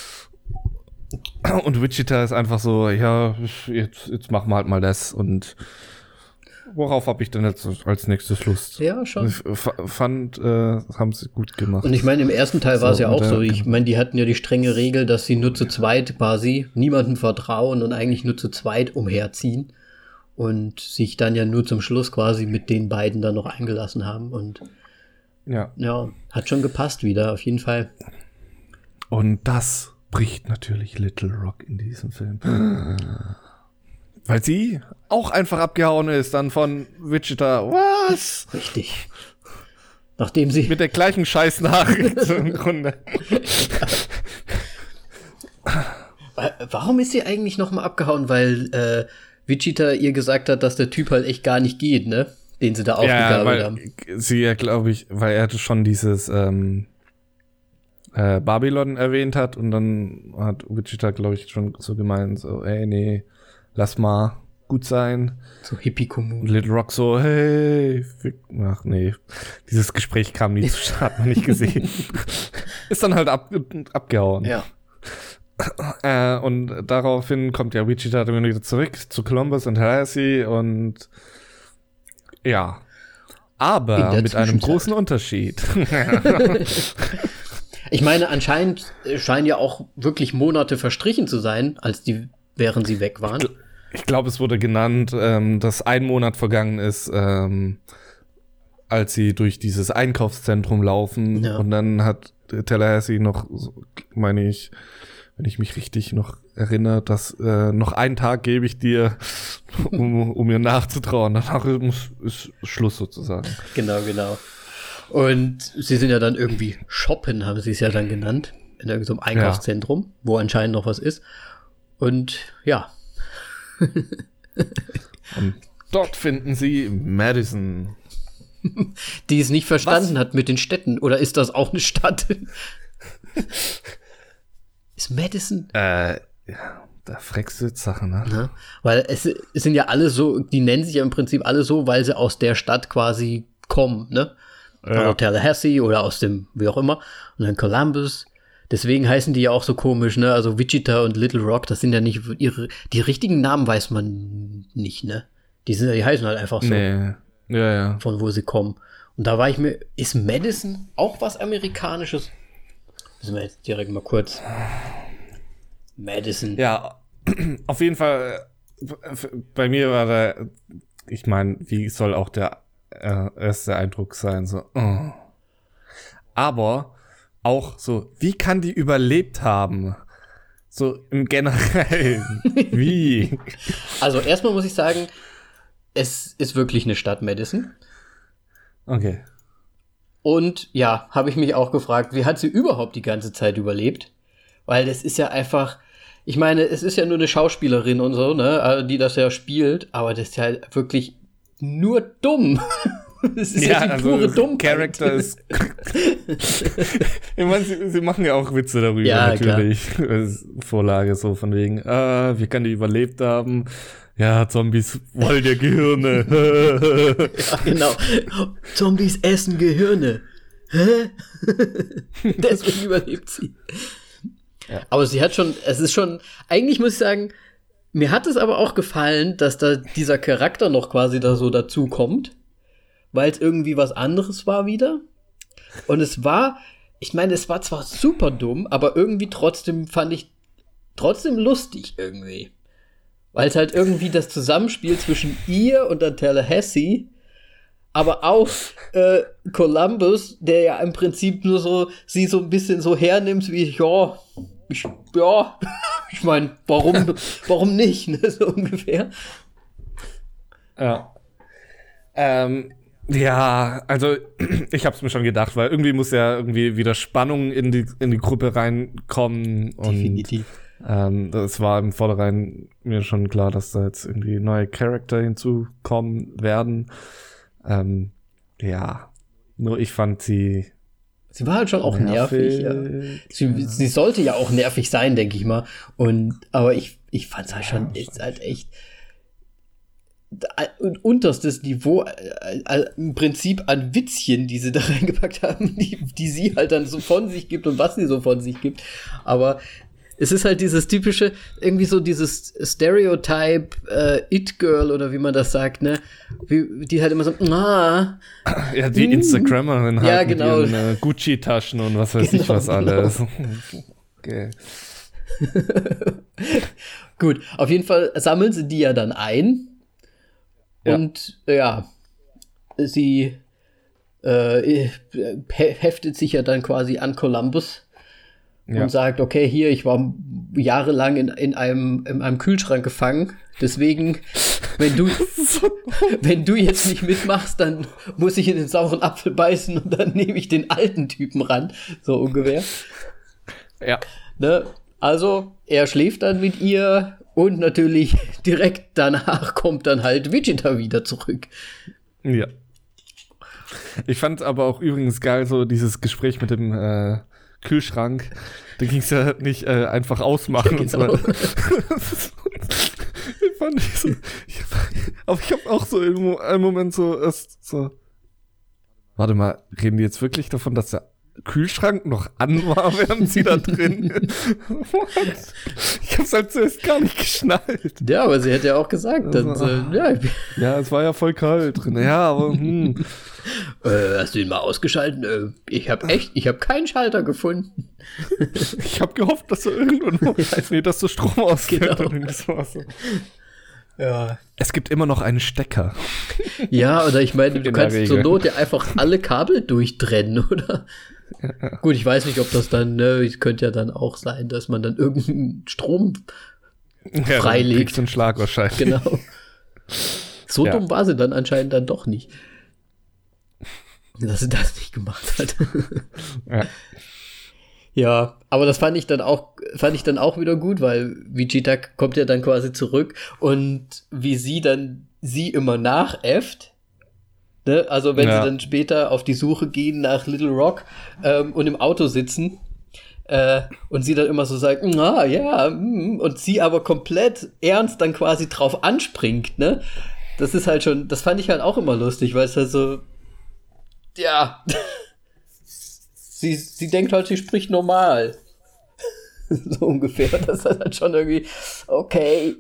und Wichita ist einfach so, ja, jetzt, jetzt machen wir halt mal das und worauf habe ich denn jetzt als nächstes Lust? Ja, schon. Ich f- fand, äh, haben sie gut gemacht. Und ich meine, im ersten Teil war es ja auch so. Ich meine, die hatten ja die strenge Regel, dass sie nur zu zweit quasi niemandem vertrauen und eigentlich nur zu zweit umherziehen und sich dann ja nur zum Schluss quasi mit den beiden dann noch eingelassen haben. Und ja, ja, hat schon gepasst wieder, auf jeden Fall. Und das bricht natürlich Little Rock in diesem Film. Weil sie auch einfach abgehauen ist, dann von Wichita. Was? Richtig. Nachdem sie... Mit der gleichen Scheißnachricht im Grunde. Warum ist sie eigentlich nochmal abgehauen? Weil äh, Wichita ihr gesagt hat, dass der Typ halt echt gar nicht geht, ne? Den sie da aufgegabelt ja, haben. Sie ja, glaube ich, weil er schon dieses ähm, äh, Babylon erwähnt hat und dann hat Wichita, glaube ich, schon so gemeint, so, ey, nee, lass mal gut sein. So Hippie-Kommune. Little Rock so, hey, fick. Ach nee, dieses Gespräch kam nie zustande, hat man nicht gesehen. Ist dann halt ab, abgehauen. Ja. Äh, und daraufhin kommt ja Wichita dann wieder zurück zu Columbus und Tallahassee und ja, aber mit einem großen Unterschied. Ich meine, anscheinend scheinen ja auch wirklich Monate verstrichen zu sein, als die, während sie weg waren. Ich, gl- ich glaube, es wurde genannt, ähm, dass ein Monat vergangen ist, ähm, als sie durch dieses Einkaufszentrum laufen. Ja. Und dann hat Tallahassee noch, meine ich, wenn ich mich richtig noch erinnere, dass äh, noch einen Tag gebe ich dir, um, um mir nachzutrauen. Danach ist, ist Schluss sozusagen. Genau, genau. Und sie sind ja dann irgendwie shoppen, haben sie es ja dann genannt, in irgendeinem Einkaufszentrum, ja. wo anscheinend noch was ist. Und ja. Und dort finden sie Madison. Die es nicht verstanden was? hat mit den Städten. Oder ist das auch eine Stadt? Ist Madison? Äh, ja, da fragst du jetzt Sachen, ne? Ja, weil es, es sind ja alle so, die nennen sich ja im Prinzip alle so, weil sie aus der Stadt quasi kommen, ne? Ja. Also Tallahassee oder aus dem, wie auch immer. Und dann Columbus. Deswegen heißen die ja auch so komisch, ne? Also Wichita und Little Rock, das sind ja nicht ihre, die richtigen Namen weiß man nicht, ne? Die sind, die heißen halt einfach so. Nee. Ja, ja. Von wo sie kommen. Und da war ich mir, ist Madison auch was Amerikanisches? Müssen wir jetzt direkt mal kurz. Madison. Ja, auf jeden Fall, bei mir war der, ich meine, wie soll auch der äh, erste Eindruck sein, so, oh. aber auch so, wie kann die überlebt haben? So im Generellen. Wie? Also erstmal muss ich sagen, es ist wirklich eine Stadt Madison. Okay. Und ja, habe ich mich auch gefragt, wie hat sie überhaupt die ganze Zeit überlebt? Weil das ist ja einfach, ich meine, es ist ja nur eine Schauspielerin und so, ne, die das ja spielt, aber das ist ja wirklich nur dumm. Das ist ja, ja die also pure Dummheit. Charakter ist. Ich meine, sie, sie machen ja auch Witze darüber, ja, natürlich. Vorlage so von wegen, ah, wie kann die überlebt haben? Ja, Zombies wollen ja Gehirne. Ja, genau. Zombies essen Gehirne. Hä? Deswegen überlebt sie. Ja. Aber sie hat schon, es ist schon, eigentlich muss ich sagen, mir hat es aber auch gefallen, dass da dieser Charakter noch quasi da so dazu kommt. Weil es irgendwie was anderes war wieder. Und es war, ich meine, es war zwar super dumm, aber irgendwie trotzdem fand ich trotzdem lustig irgendwie. Weil es halt irgendwie das Zusammenspiel zwischen ihr und der Tallahassee, aber auch äh, Columbus, der ja im Prinzip nur so sie so ein bisschen so hernimmt, wie ja, ich, ja, ich meine, warum, warum nicht, ne, so ungefähr. Ja. Ähm, Ja, also ich hab's mir schon gedacht, weil irgendwie muss ja irgendwie wieder Spannung in die in die Gruppe reinkommen. Und, definitiv. Ähm, das war im Vornherein mir schon klar, dass da jetzt irgendwie neue Charakter hinzukommen werden. Ähm, ja, nur ich fand sie Sie war halt schon auch nervig. nervig ja. sie, sie sollte ja auch nervig sein, denke ich mal. Und aber ich ich fand's halt schon, ist halt echt unterstes Niveau äh, äh, im Prinzip an Witzchen, die sie da reingepackt haben, die, die sie halt dann so von sich gibt und was sie so von sich gibt. Aber es ist halt dieses typische, irgendwie so dieses Stereotype äh, It-Girl oder wie man das sagt, ne? Wie, die halt immer so, ah. Ja, die mm. Instagrammerin halt ja, genau. mit ihren äh, Gucci-Taschen und was weiß genau, ich was alles. Genau. Okay. Gut, auf jeden Fall sammeln sie die ja dann ein. Ja. Und ja, sie äh, heftet sich ja dann quasi an Columbus ja. und sagt, okay, hier, ich war jahrelang in, in, einem, in einem Kühlschrank gefangen, deswegen, wenn du, wenn du jetzt nicht mitmachst, dann muss ich in den sauren Apfel beißen und dann nehme ich den alten Typen ran, so ungefähr. Ja. Ne? Also, er schläft dann mit ihr. Und natürlich direkt danach kommt dann halt Vegeta wieder zurück. Ja. Ich fand aber auch übrigens geil, so dieses Gespräch mit dem äh, Kühlschrank. Da ging es ja nicht äh, einfach ausmachen. Ja, genau. Und so. Ich fand ich so. Ich, aber ich habe auch so in einem Moment so, erst so. Warte mal, reden die jetzt wirklich davon, dass der Kühlschrank noch an war, während sie da drin. Ich hab's halt zuerst gar nicht geschnallt. Ja, aber sie hätte ja auch gesagt, also, dass, äh, ja. ja, es war ja voll kalt drin. Ja, aber hm. äh, hast du ihn mal ausgeschaltet? Äh, ich hab echt, ich hab keinen Schalter gefunden. Ich hab gehofft, dass du irgendwann noch, nee, dass du Strom ausfällt. Genau. Das war so. Ja. Es gibt immer noch einen Stecker. Ja, oder ich meine, du kannst zur Not ja einfach alle Kabel durchtrennen, oder? Ja. Gut, ich weiß nicht, ob das dann, ne, es könnte ja dann auch sein, dass man dann irgendeinen Strom ja, freilegt. Kriegst du einen Schlag wahrscheinlich. Genau. So ja. dumm war sie dann anscheinend dann doch nicht. Dass sie das nicht gemacht hat. Ja. Ja, aber das fand ich dann auch, fand ich dann auch wieder gut, weil Vegeta kommt ja dann quasi zurück und wie sie dann sie immer nachäfft. Ne? Also wenn ja. sie dann später auf die Suche gehen nach Little Rock ähm, und im Auto sitzen äh, und sie dann immer so sagt, ah ja, mm, und sie aber komplett ernst dann quasi drauf anspringt, ne? Das ist halt schon, das fand ich halt auch immer lustig, weil es halt so, ja, sie, sie denkt halt, sie spricht normal. So ungefähr, das ist halt schon irgendwie, okay.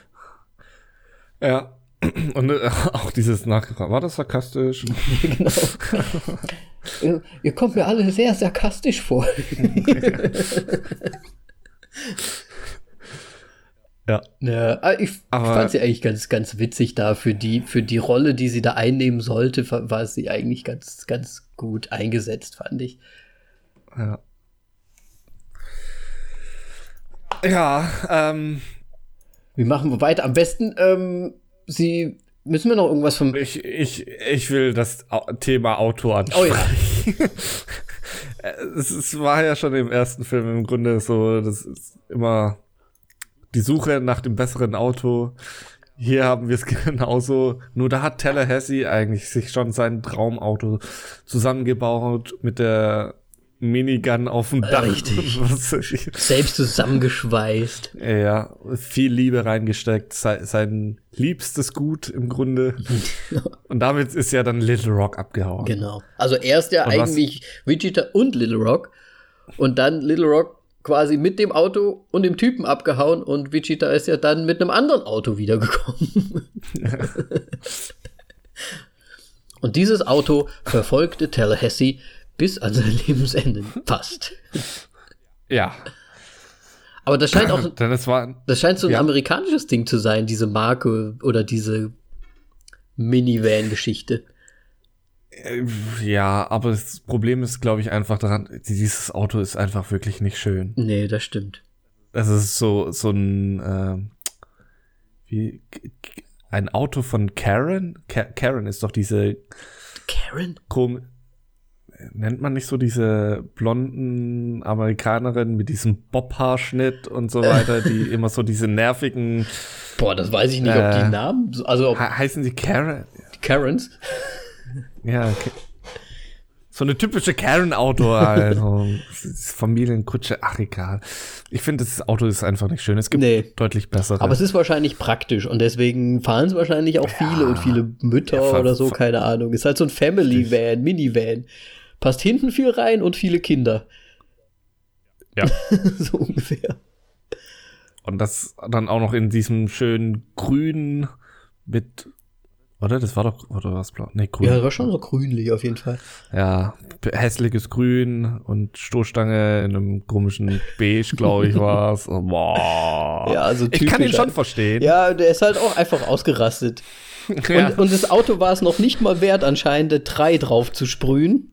Ja. Und äh, auch dieses Nachgefragt, war das sarkastisch? Genau. ihr, ihr kommt mir alle sehr sarkastisch vor. Ja. Ja, ich Aber- fand sie eigentlich ganz, ganz witzig da. Für die, für die Rolle, die sie da einnehmen sollte, war war sie eigentlich ganz, ganz gut eingesetzt, fand ich. Ja. Ja, ähm, Wie machen wir weiter? Am besten, ähm, sie, müssen wir noch irgendwas vom, ich, ich, ich will das Au- Thema Auto oh ja, ansprechen. es, es war ja schon im ersten Film im Grunde so, das ist immer die Suche nach dem besseren Auto. Hier haben wir es genauso. Nur da hat Tallahassee eigentlich sich schon sein Traumauto zusammengebaut mit der Minigun auf dem Dach. Richtig. Was weiß ich. selbst zusammengeschweißt. Ja, viel Liebe reingesteckt, sei, sein liebstes Gut im Grunde. Und damit ist ja dann Little Rock abgehauen. Genau. Also erst ja Und was- eigentlich Vegeta und Little Rock und dann Little Rock quasi mit dem Auto und dem Typen abgehauen und Vegeta ist ja dann mit einem anderen Auto wiedergekommen. Und dieses Auto verfolgte Tallahassee bis an sein Lebensende. Fast. Ja, Aber das scheint auch, denn es war, das scheint so ein Ja. amerikanisches Ding zu sein, diese Marke oder diese Minivan-Geschichte. äh, ja, aber das Problem ist, glaube ich, einfach daran, dieses Auto ist einfach wirklich nicht schön. Nee, das stimmt. Es ist so, so ein, ähm, wie, ein Auto von Karen? Ka- Karen ist doch diese, Karen? Kom nennt man nicht so diese blonden Amerikanerin mit diesem Bob-Haarschnitt und so weiter, die immer so diese nervigen, Boah, das weiß ich nicht, ob Äh, die Namen, also ob he heißen die Karen? die Karens. Ja, okay. So eine typische Karen-Auto, also Familienkutsche, ach egal. Ich finde, das Auto ist einfach nicht schön. Es gibt Nee. deutlich bessere. Aber es ist wahrscheinlich praktisch und deswegen fahren es wahrscheinlich auch viele und viele Mütter Ja, ver- oder so, ver- keine Ahnung. Ist halt so ein Family-Van, Minivan. Passt hinten viel rein und viele Kinder. Ja. So ungefähr. Und das dann auch noch in diesem schönen Grün mit, oder? Das war doch, oder was blau? Nee, grün. Ja, das war schon so grünlich auf jeden Fall. Ja, p- hässliches Grün und Stoßstange in einem komischen Beige, glaube ich, war es. Boah. Ja, also ich kann ihn typisch- schon verstehen. Ja, der ist halt auch einfach ausgerastet. Ja. Und, und das Auto war es noch nicht mal wert, anscheinend drei drauf zu sprühen.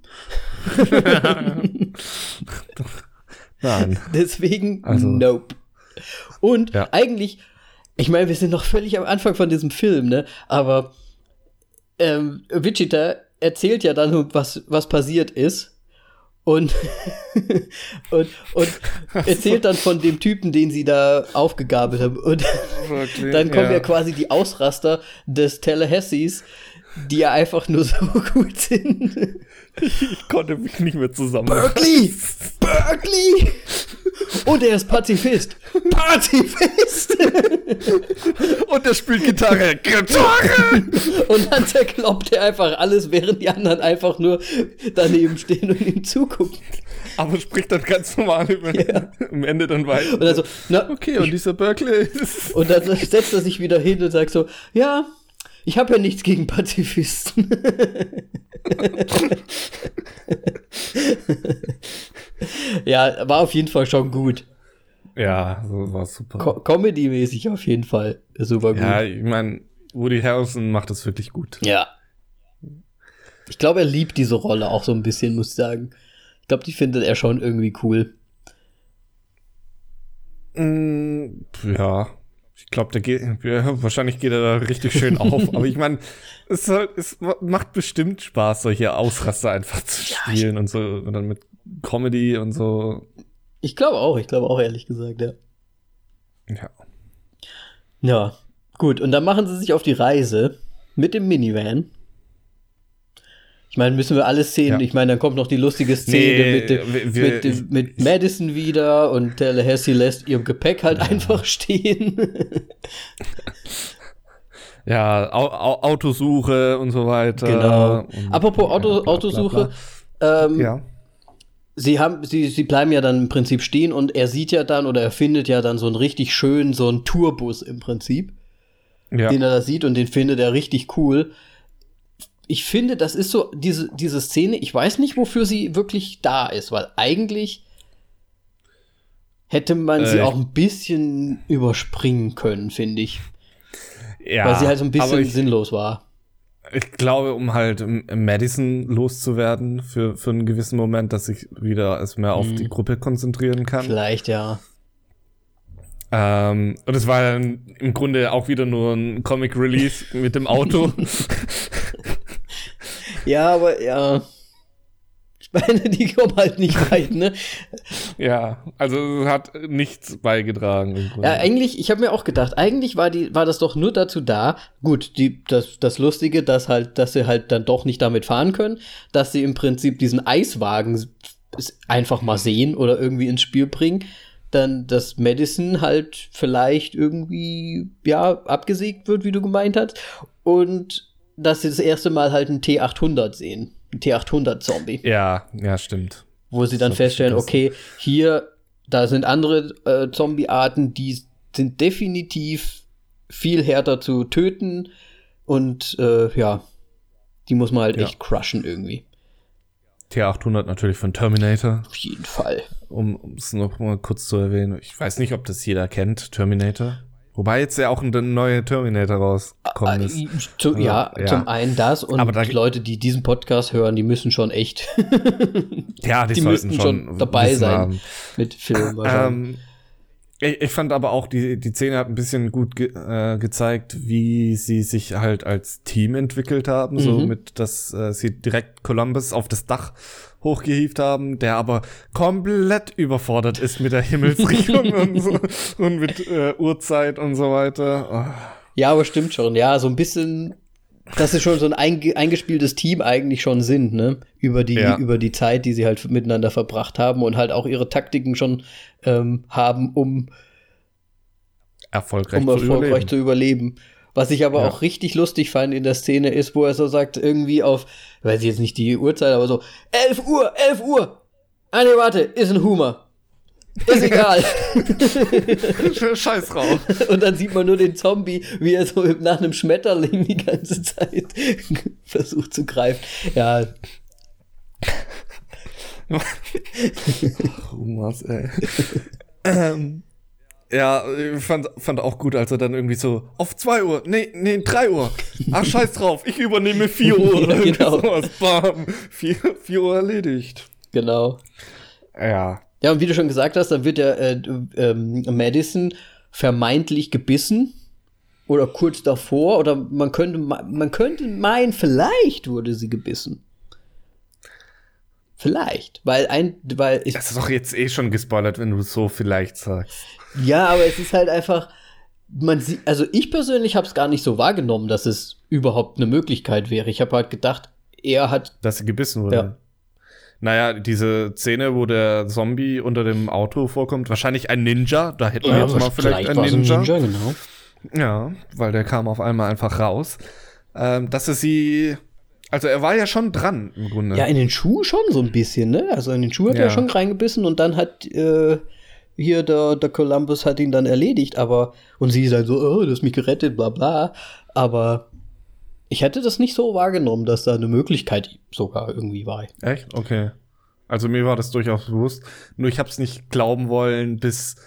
Nein. Deswegen, Also- nope. Und Ja. eigentlich, ich meine, wir sind noch völlig am Anfang von diesem Film, ne? Aber ähm, Vegeta erzählt ja dann, was, was passiert ist. Und, und, und erzählt dann von dem Typen, den sie da aufgegabelt haben. Und Wirklich, dann kommen ja. ja. quasi die Ausraster des Tallahassees, die ja einfach nur so gut sind. Ich konnte mich nicht mehr zusammen. Berkeley! Berkeley! Und er ist Pazifist. Pazifist! Und er spielt Gitarre. Gitarre! Und dann zerkloppt er einfach alles, während die anderen einfach nur daneben stehen und ihm zugucken. Aber spricht dann ganz normal über Ja. am Ende dann weiter. Und dann so, na, Okay, und dieser Berkeley ist. und dann setzt er sich wieder hin und sagt so, ja, ich habe ja nichts gegen Pazifisten. Ja, war auf jeden Fall schon gut. Ja, so war super. Co- Comedy-mäßig auf jeden Fall super gut. Ja, ich meine, Woody Harrelson macht das wirklich gut. Ja. Ich glaube, er liebt diese Rolle auch so ein bisschen, muss ich sagen. Ich glaube, die findet er schon irgendwie cool. Mm, ja, ich glaube, der geht, ja, wahrscheinlich geht er da richtig schön auf. Aber ich meine, es, ist halt- es macht bestimmt Spaß, solche Ausraster einfach zu spielen und so und dann mit Comedy und so. Ich glaube auch, ich glaube auch, ehrlich gesagt, ja. Ja. Ja, gut. Und dann machen sie sich auf die Reise mit dem Minivan. Ich meine, müssen wir alles sehen. Ja. Ich meine, dann kommt noch die lustige Szene Nee, mit, dem, wir- wir- mit, dem, mit Madison wieder und Tallahassee lässt ihr Gepäck halt einfach stehen. Ja, Au Au Autosuche und so weiter. Genau. Und, Apropos Auto, ja, bla, bla, Autosuche. bla. Ähm, Ja. Sie haben, sie, sie bleiben ja dann im Prinzip stehen und er sieht ja dann oder er findet ja dann so einen richtig schönen, so einen Tourbus im Prinzip, Ja. den er da sieht und den findet er richtig cool. Ich finde, das ist so, diese, diese Szene, ich weiß nicht, wofür sie wirklich da ist, weil eigentlich hätte man sie äh, auch ein bisschen überspringen können, finde ich. Ja, weil sie halt so ein bisschen ich, sinnlos war. Ich glaube, um halt Madison loszuwerden für, für einen gewissen Moment, dass ich wieder es mehr auf mhm. die Gruppe konzentrieren kann. Vielleicht, ja. Ähm, und es war dann im Grunde auch wieder nur ein Comic-Release mit dem Auto. Ja, aber ja. Ich meine, die kommen halt nicht weit, ne? Ja, also es hat nichts beigetragen. Im Grunde. Ja, eigentlich, ich habe mir auch gedacht, eigentlich war die, war das doch nur dazu da, gut, die, das, das Lustige, dass halt, dass sie halt dann doch nicht damit fahren können, dass sie im Prinzip diesen Eiswagen einfach mal sehen oder irgendwie ins Spiel bringen, dann, dass Madison halt vielleicht irgendwie, ja, abgesägt wird, wie du gemeint hast, und dass sie das erste Mal halt einen T achthundert sehen. T achthundert Zombie. Ja, ja, stimmt. Wo sie dann so feststellen, okay, hier, da sind andere äh, Zombie-Arten, die sind definitiv viel härter zu töten und äh, ja, die muss man halt ja. echt crushen irgendwie. T achthundert natürlich von Terminator. Auf jeden Fall. Um es noch mal kurz zu erwähnen. Ich weiß nicht, ob das jeder kennt, Terminator. Wobei jetzt ja auch ein neuer Terminator rausgekommen ist. Zu, also, ja, ja, zum einen das und da, die Leute, die diesen Podcast hören, die müssen schon echt ja, die, die müssen schon, schon dabei sein haben. Mit Filmen. Ähm, ich, ich fand aber auch, die, die Szene hat ein bisschen gut ge, äh, gezeigt, wie sie sich halt als Team entwickelt haben, mhm. so mit, dass äh, sie direkt Columbus auf das Dach hochgehievt haben, der aber komplett überfordert ist mit der Himmelsrichtung und so und mit äh, Uhrzeit und so weiter. Oh. Ja, aber stimmt schon. Ja, so ein bisschen, dass sie schon so ein einge- eingespieltes Team eigentlich schon sind, ne? Über die, ja. über die Zeit, die sie halt miteinander verbracht haben und halt auch ihre Taktiken schon ähm, haben, um erfolgreich, um zu, erfolgreich überleben. zu überleben. Was ich aber ja. auch richtig lustig fand in der Szene ist, wo er so sagt, irgendwie auf, weiß ich jetzt nicht die Uhrzeit, aber so, elf Uhr, elf Uhr. Ah, nee, warte, ist ein Humor. Ist egal. Scheiß drauf. Und dann sieht man nur den Zombie, wie er so nach einem Schmetterling die ganze Zeit versucht zu greifen. Ja. Humors, ey. ähm. Ja, ich fand, fand auch gut, als er dann irgendwie so, auf zwei Uhr, nee, nee, drei Uhr. Ach, scheiß drauf, ich übernehme vier Uhr. Ja, genau. Sowas. Bam, vier, vier Uhr erledigt. Genau. Ja. Ja, und wie du schon gesagt hast, dann wird ja äh, ähm, Madison vermeintlich gebissen oder kurz davor oder man könnte, man könnte meinen, vielleicht wurde sie gebissen. Vielleicht, weil ein, weil ich. Das ist doch jetzt eh schon gespoilert, wenn du so vielleicht sagst. Ja, aber es ist halt einfach, man sieht, also ich persönlich habe es gar nicht so wahrgenommen, dass es überhaupt eine Möglichkeit wäre. Ich habe halt gedacht, er hat. Dass sie gebissen wurde. Ja. Naja, diese Szene, wo der Zombie unter dem Auto vorkommt, wahrscheinlich ein Ninja, da hätten wir ja, jetzt mal vielleicht einen Ninja. ein Ninja, genau. Ja, weil der kam auf einmal einfach raus. Ähm, dass er sie. Also er war ja schon dran im Grunde. Ja, in den Schuh schon so ein bisschen, ne? Also in den Schuh hat ja. er schon reingebissen und dann hat äh, hier der, der Columbus hat ihn dann erledigt, aber und sie ist halt so, oh, du hast mich gerettet, bla bla. Aber ich hätte das nicht so wahrgenommen, dass da eine Möglichkeit sogar irgendwie war. Echt? Okay. Also mir war das durchaus bewusst. Nur ich hab's nicht glauben wollen, bis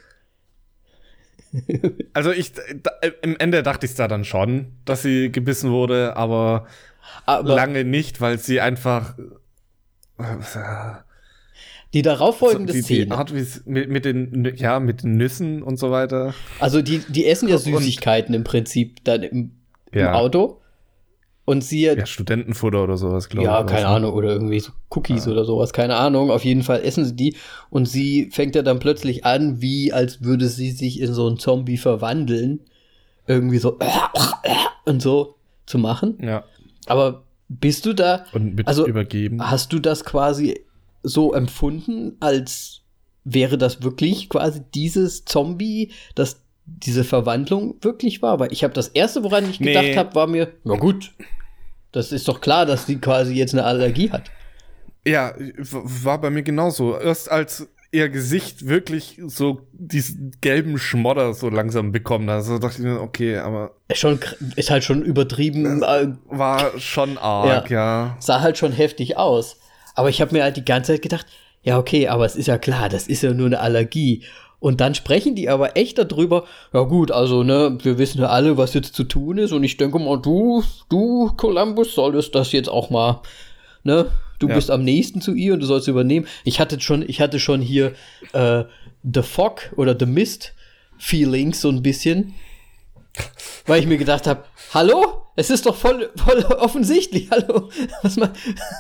also ich da, im Ende dachte ich da dann schon, dass sie gebissen wurde, aber Aber lange nicht, weil sie einfach äh, die darauffolgende die, Szene. Die Art, mit, mit den ja, mit den Nüssen und so weiter. Also die, die essen ja Süßigkeiten und, im Prinzip dann im, ja. im Auto. Und sie ja, Studentenfutter oder sowas, glaube ich. Ja, keine Ahnung, oder irgendwie so Cookies ja. oder sowas, keine Ahnung. Auf jeden Fall essen sie die und sie fängt ja dann plötzlich an, wie als würde sie sich in so einen Zombie verwandeln. Irgendwie so und so zu machen. Ja. Aber bist du da, und mit also übergeben. Hast du das quasi so empfunden, als wäre das wirklich quasi dieses Zombie, das diese Verwandlung wirklich war? Weil ich habe das erste, woran ich gedacht nee. habe, war mir, na gut, das ist doch klar, dass sie quasi jetzt eine Allergie hat. Ja, war bei mir genauso. Erst als ihr Gesicht wirklich so diesen gelben Schmodder so langsam bekommen hat, also dachte ich mir, okay, aber ist, schon, ist halt schon übertrieben. Äh, war schon arg, ja. ja. Sah halt schon heftig aus. Aber ich habe mir halt die ganze Zeit gedacht, ja, okay, aber es ist ja klar, das ist ja nur eine Allergie. Und dann sprechen die aber echt darüber, ja gut, also, ne, wir wissen ja alle, was jetzt zu tun ist und ich denke mal, du, du, Columbus, solltest das jetzt auch mal, ne, du ja. bist am nächsten zu ihr und du sollst übernehmen. Ich hatte schon, ich hatte schon hier äh, The Fog oder The Mist Feelings so ein bisschen, weil ich mir gedacht habe, hallo? Es ist doch voll, voll offensichtlich, hallo? Was mal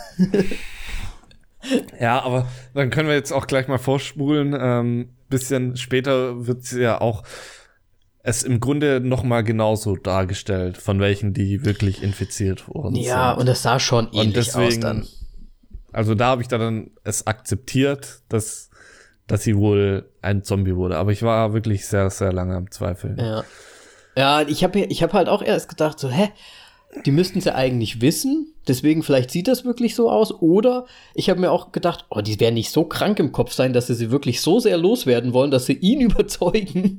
Ja, aber dann können wir jetzt auch gleich mal vorspulen. Ähm, bisschen später wird ja auch es im Grunde noch mal genauso dargestellt, von welchen die wirklich infiziert wurden. Ja, sind. Und es sah schon ähnlich deswegen, aus dann. Also da habe ich dann es akzeptiert, dass, dass sie wohl ein Zombie wurde. Aber ich war wirklich sehr, sehr lange am Zweifeln. Ja, ja ich habe ich hab halt auch erst gedacht, so, hä? Die müssten es ja eigentlich wissen, deswegen vielleicht sieht das wirklich so aus. Oder ich habe mir auch gedacht, oh, die werden nicht so krank im Kopf sein, dass sie sie wirklich so sehr loswerden wollen, dass sie ihn überzeugen.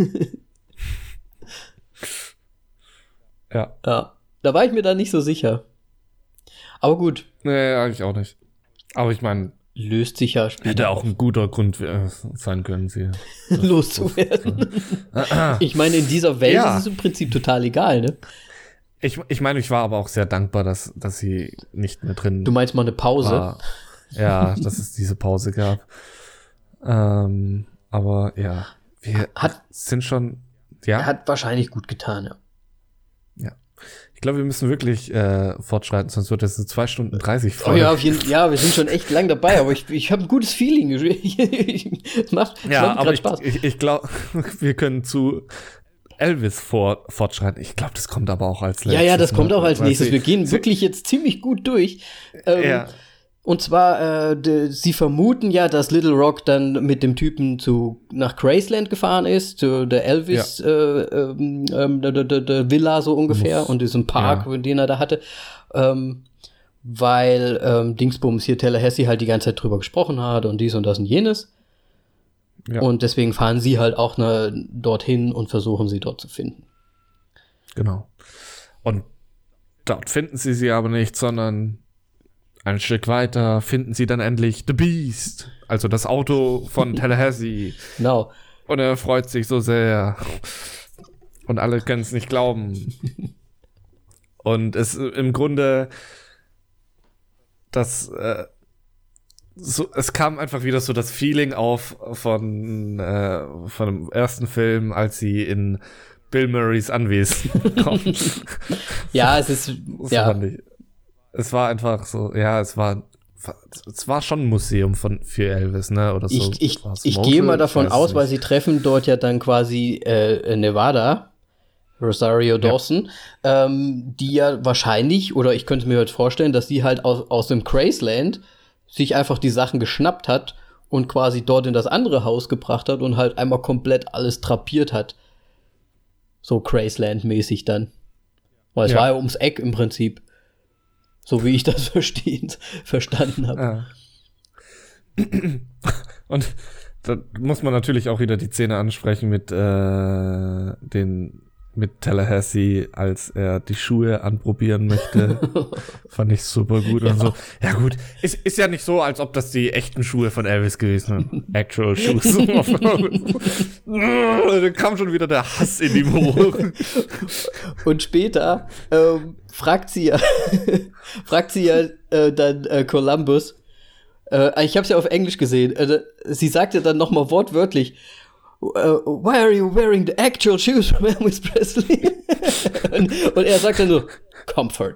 Ja. Ja, da war ich mir da nicht so sicher. Aber gut. Nee, eigentlich auch nicht. Aber ich meine, löst sich ja später. Hätte auch ein guter Grund äh, sein können, sie loszuwerden. Ich meine, in dieser Welt ja. ist es im Prinzip total egal, ne? Ich, ich meine, ich war aber auch sehr dankbar, dass, dass sie nicht mehr drin Du meinst mal eine Pause? War. Ja, dass es diese Pause gab. Ähm, aber ja, wir hat, sind schon, ja. Hat wahrscheinlich gut getan, ja. Ja. Ich glaube, wir müssen wirklich äh, fortschreiten, sonst wird das eine zwei Stunden dreißig Folge. Oh ja, auf jeden, ja, wir sind schon echt lang dabei, aber ich, ich habe ein gutes Feeling. Es macht, ja, macht aber ich, Spaß. ich, ich glaube, wir können zu Elvis vor, fortschreiten. Ich glaube, das kommt aber auch als nächstes. Ja, ja, das kommt auch als Weil nächstes. Sie, wir gehen Sie, wirklich jetzt ziemlich gut durch. Ähm, ja. Und zwar, äh, de, sie vermuten ja, dass Little Rock dann mit dem Typen zu nach Graceland gefahren ist, zu der Elvis ja. äh, ähm, der, der, der Villa so ungefähr Muss. und diesem Park, ja. den er da hatte. Ähm, weil ähm, Dingsbums hier Tallahassee halt die ganze Zeit drüber gesprochen hat und dies und das und jenes. Ja. Und deswegen fahren sie halt auch ne, dorthin und versuchen sie dort zu finden. Genau. Und dort finden sie sie aber nicht, sondern ein Stück weiter finden sie dann endlich The Beast, also das Auto von Tallahassee. Genau. Und er freut sich so sehr. Und alle können es nicht glauben. Und es im Grunde, das äh, So, es kam einfach wieder so das Feeling auf von, äh, von dem ersten Film, als sie in Bill Murrays Anwesen kommen. Ja, es ist, so ja. Fand ich. Es war einfach so, ja, es war, es war schon ein Museum von, für Elvis, ne, oder so. Ich, ich, ich gehe mal davon aus, nicht. weil sie treffen dort ja dann quasi äh, Nevada, Rosario Dawson, ja. ähm, die ja wahrscheinlich, oder ich könnte mir heute vorstellen, dass die halt aus, aus dem Graceland sich einfach die Sachen geschnappt hat und quasi dort in das andere Haus gebracht hat und halt einmal komplett alles drapiert hat. So Graceland-mäßig dann. Weil es ja. war ja ums Eck im Prinzip. So wie ich das verstehen, verstanden habe. Ja. Und da muss man natürlich auch wieder die Szene ansprechen mit äh, den mit Tallahassee, als er die Schuhe anprobieren möchte. Fand ich super gut ja. und so. Ja gut, ist, ist ja nicht so, als ob das die echten Schuhe von Elvis gewesen wären. Actual Shoes. Da kam schon wieder der Hass in ihm hoch. Und später ähm, fragt sie ja, fragt sie ja äh, dann äh, Columbus, äh, ich hab's ja auf Englisch gesehen, äh, sie sagt ja dann nochmal wortwörtlich, Uh, why are you wearing the actual shoes from Elvis Presley? und, und er sagt dann so, Comfort.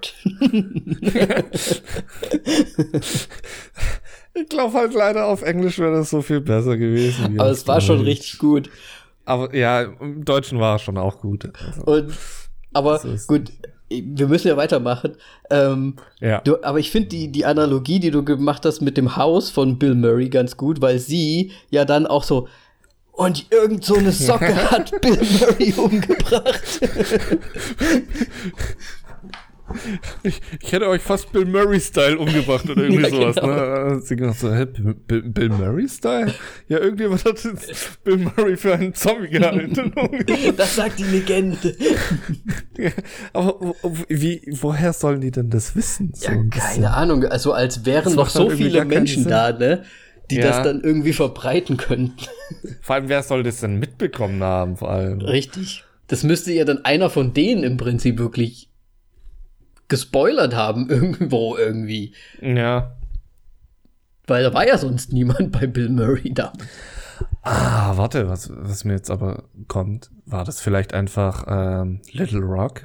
Ich glaube halt leider auf Englisch wäre das so viel besser gewesen. Aber es war Deutsch. schon richtig gut. Aber ja, im Deutschen war es schon auch gut. Also, und, aber gut, wir müssen ja weitermachen. Ähm, ja. Du, aber ich finde die, die Analogie, die du gemacht hast mit dem Haus von Bill Murray ganz gut, weil sie ja dann auch so und irgend so eine Socke hat Bill Murray umgebracht. Ich, ich hätte euch fast Bill Murray-Style umgebracht oder irgendwie ja, sowas. Genau. Ne? Sie gedacht so, hä, Bill, Bill Murray-Style? Ja, irgendjemand hat Bill Murray für einen Zombie gehalten. Das sagt die Legende. Ja, aber wie, woher sollen die denn das wissen? So ja, keine Ahnung. Also als wären noch so viele Menschen da, ne? die Ja. das dann irgendwie verbreiten könnten. Vor allem, wer soll das denn mitbekommen haben, vor allem? Richtig. Das müsste ja dann einer von denen im Prinzip wirklich gespoilert haben, irgendwo irgendwie. Ja. Weil da war ja sonst niemand bei Bill Murray da. Ah, warte, was, was mir jetzt aber kommt, war das vielleicht einfach ähm, Little Rock?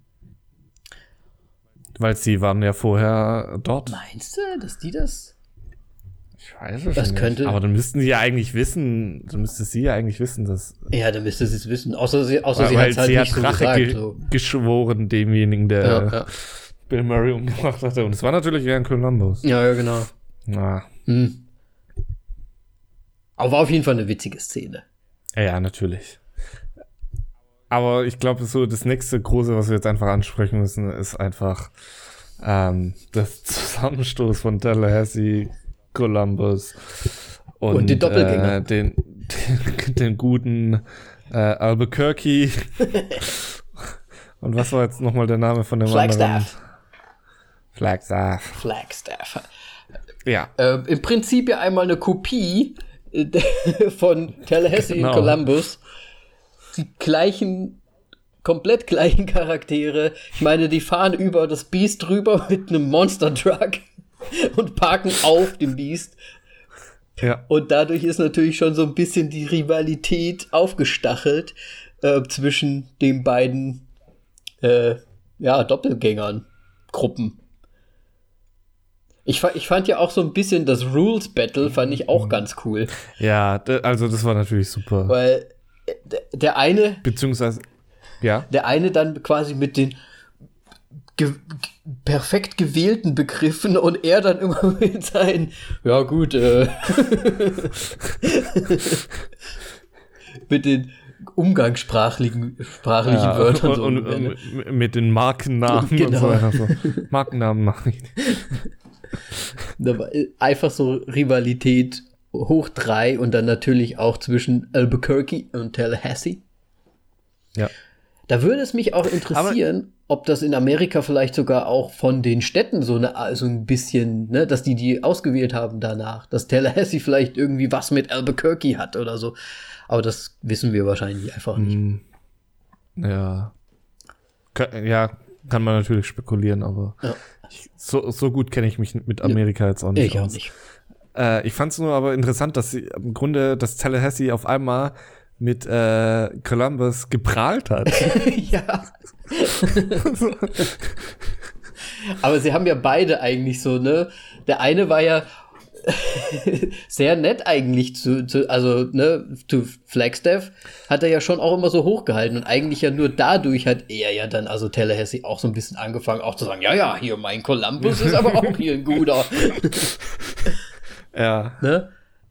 Weil sie waren ja vorher dort. Meinst du, dass die das? Ich weiß es Das nicht. könnte- Aber dann müssten sie ja eigentlich wissen, dann müsste sie ja eigentlich wissen, dass Ja, dann müsste sie es wissen. Außer sie, außer weil, sie hat weil es halt sie nicht hat so Rache gesagt. ge So. geschworen, demjenigen, der Ja, ja. Bill Murray umgebracht hatte. Und es war natürlich Ian Columbus. ja, ja, genau. Na, Hm. Aber war auf jeden Fall eine witzige Szene. ja, ja, natürlich. Aber ich glaube, so das nächste große, was wir jetzt einfach ansprechen müssen, ist einfach ähm, das Zusammenstoß von Tallahassee, Columbus und, Und den Doppelgänger. Äh, den, den, den guten äh, Albuquerque. Und was war jetzt nochmal der Name von dem Flagstaff. anderen? Flagstaff. Flagstaff. Ja. Äh, Im Prinzip ja einmal eine Kopie äh, von Tallahassee Genau. und Columbus. Die gleichen, komplett gleichen Charaktere. Ich meine, die fahren über das Beast drüber mit einem Monster Truck und parken auf dem Beast. Ja. Und dadurch ist natürlich schon so ein bisschen die Rivalität aufgestachelt äh, zwischen den beiden äh, ja, Doppelgängern, Gruppen. Ich, fa- ich fand ja auch so ein bisschen das Rules Battle, fand ich auch ganz cool. Ja, d- also das war natürlich super. Weil äh, d- der eine, Beziehungsweise, ja. der eine dann quasi mit den ge g- perfekt gewählten Begriffen und er dann immer mit seinen, ja gut, äh, mit den umgangssprachlichen sprachlichen Ja, Wörtern. und, so und, ungefähr, ne? und mit den Markennamen Genau. und so weiter. So. Markennamen mache ich nicht. Da war einfach so Rivalität hoch drei und dann natürlich auch zwischen Albuquerque und Tallahassee. Ja. Da würde es mich auch interessieren, ob das in Amerika vielleicht sogar auch von den Städten so, eine, so ein bisschen, ne, dass die die ausgewählt haben danach, dass Tallahassee vielleicht irgendwie was mit Albuquerque hat oder so. Aber das wissen wir wahrscheinlich einfach nicht. Hm. Ja. Ka- Ja, kann man natürlich spekulieren, aber Ja. ich, so, so gut kenne ich mich mit Amerika jetzt auch nicht Ich auch aus. nicht. Äh, ich fand es nur aber interessant, dass sie im Grunde, dass Tallahassee auf einmal mit äh, Columbus geprahlt hat. Ja. Aber sie haben ja beide eigentlich so, ne? Der eine war ja sehr nett eigentlich zu, zu, also, ne, zu Flagstaff hat er ja schon auch immer so hochgehalten und eigentlich ja nur dadurch hat er ja dann, also Tallahassee auch so ein bisschen angefangen auch zu sagen, ja, ja, hier mein Columbus ist aber auch hier ein guter. Ja. Ne?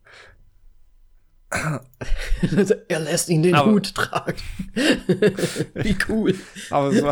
Er lässt ihn den Aber- Hut tragen. Wie cool. Aber es war.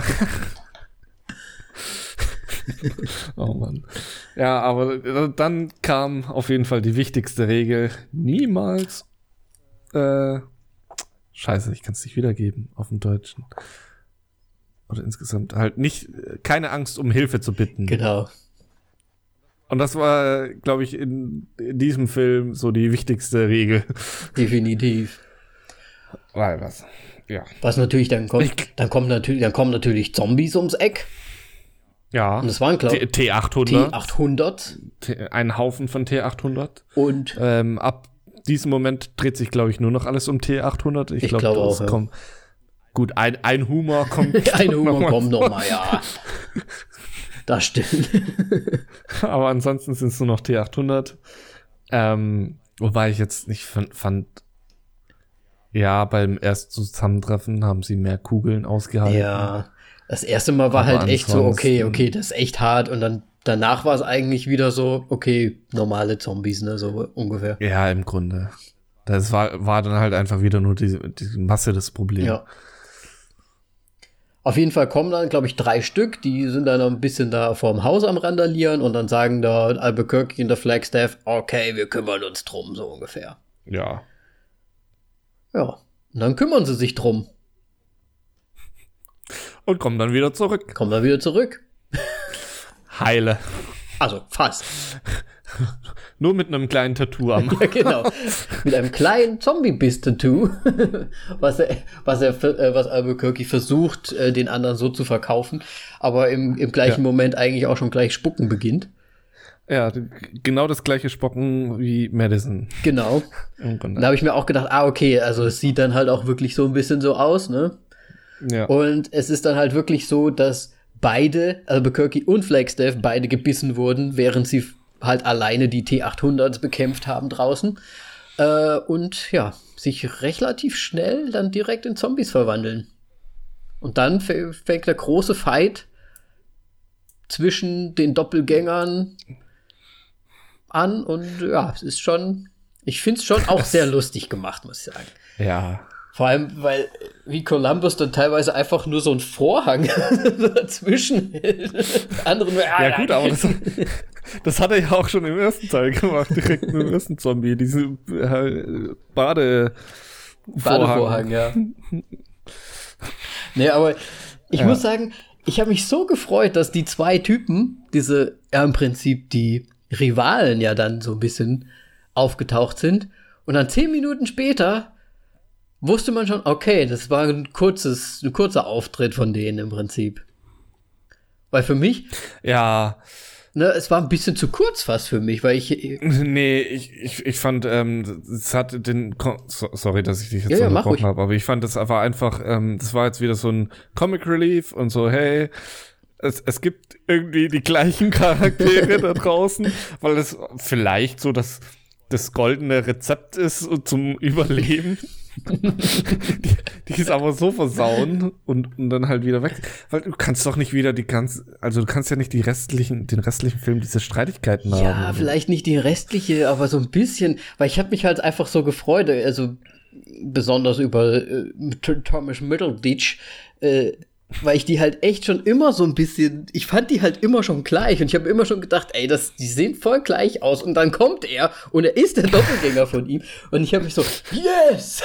Oh Mann. Ja, aber dann kam auf jeden Fall die wichtigste Regel. Niemals. Äh, Scheiße, ich kann es nicht wiedergeben auf dem Deutschen. Oder insgesamt halt nicht, keine Angst, um Hilfe zu bitten. Genau. Und das war, glaube ich, in, in diesem Film so die wichtigste Regel. Definitiv. Weil was? Ja. Was natürlich dann kommt, Ich- dann kommt natürlich, dann kommen natürlich Zombies ums Eck. Ja. Und das waren, glaube T- ich, T achthundert. T achthundert. T- Ein Haufen von T achthundert. Und Ähm, ab diesem Moment dreht sich, glaube ich, nur noch alles um T achthundert. Ich, Ich glaube, glaube das auch, ja. kommt. Gut, ein, ein Humor kommt. ein noch Humor mal kommt vor. noch mal, ja. Das stimmt. Aber ansonsten sind es nur noch T achthundert. Ähm, wobei ich jetzt nicht fand, fand, ja, beim ersten Zusammentreffen haben sie mehr Kugeln ausgehalten. Ja. Das erste Mal war Aber halt echt so, okay, ansonsten- okay, das ist echt hart. Und dann danach war es eigentlich wieder so, okay, normale Zombies, ne, so ungefähr. Ja, im Grunde. Das war, war dann halt einfach wieder nur die, die Masse des Problems. Ja. Auf jeden Fall kommen dann, glaube ich, drei Stück, die sind dann noch ein bisschen da vorm Haus am Randalieren und dann sagen da Albuquerque und der Flagstaff, okay, wir kümmern uns drum, so ungefähr. Ja. Ja, und dann kümmern sie sich drum, Und kommen dann wieder zurück. kommen dann wieder zurück. Heile. Also fast. Nur mit einem kleinen Tattoo am Ja, genau. Mit einem kleinen Zombie-Biss-Tattoo, was er, was er, äh, was Albuquerque versucht, äh, den anderen so zu verkaufen, aber im, im gleichen ja. Moment eigentlich auch schon gleich spucken beginnt. Ja, genau das gleiche Spocken wie Madison. Genau. Da habe ich mir auch gedacht, ah, okay, also es sieht dann halt auch wirklich so ein bisschen so aus, ne? Ja. Und es ist dann halt wirklich so, dass beide, also Albuquerque und Flagstaff, beide gebissen wurden, während sie halt alleine die T achthundert bekämpft haben draußen. Äh, und ja, sich relativ schnell dann direkt in Zombies verwandeln. Und dann f- fängt der große Fight zwischen den Doppelgängern an. Und ja, es ist schon, ich finde es schon auch sehr lustig gemacht, muss ich sagen. Ja. Vor allem, weil wie Columbus dann teilweise einfach nur so einen Vorhang dazwischen hält. Andere nur, ah, ja gut, aber das, das hat er ja auch schon im ersten Teil gemacht, direkt mit dem ersten Zombie, diese äh, Bade Badevorhang, ja. Nee, aber ich ja. muss sagen, ich habe mich so gefreut, dass die zwei Typen, diese, ja im Prinzip die Rivalen ja dann so ein bisschen aufgetaucht sind. Und dann zehn Minuten später wusste man schon, okay, das war ein kurzes, ein kurzer Auftritt von denen im Prinzip. Weil für mich, ja, ne, es war ein bisschen zu kurz fast für mich, weil ich, nee, ich, ich, ich fand, ähm, es hat den, so, sorry, dass ich dich jetzt ja, ja, unterbrochen habe, aber ich fand, das war einfach, ähm, das war jetzt wieder so ein Comic Relief und so, hey, es, es gibt irgendwie die gleichen Charaktere da draußen, weil es vielleicht so das, das goldene Rezept ist zum Überleben. die, die ist aber so versauen und, und dann halt wieder weg. Weil du kannst doch nicht wieder die ganze, also du kannst ja nicht die restlichen, den restlichen Film diese Streitigkeiten ja, haben. Ja, vielleicht nicht die restliche, aber so ein bisschen, weil ich habe mich halt einfach so gefreut, also besonders über äh, Thomas Middleditch, äh, weil ich die halt echt schon immer so ein bisschen, ich fand die halt immer schon gleich und ich habe immer schon gedacht, ey, das, die sehen voll gleich aus und dann kommt er und er ist der Doppelgänger von ihm und ich habe mich so, yes!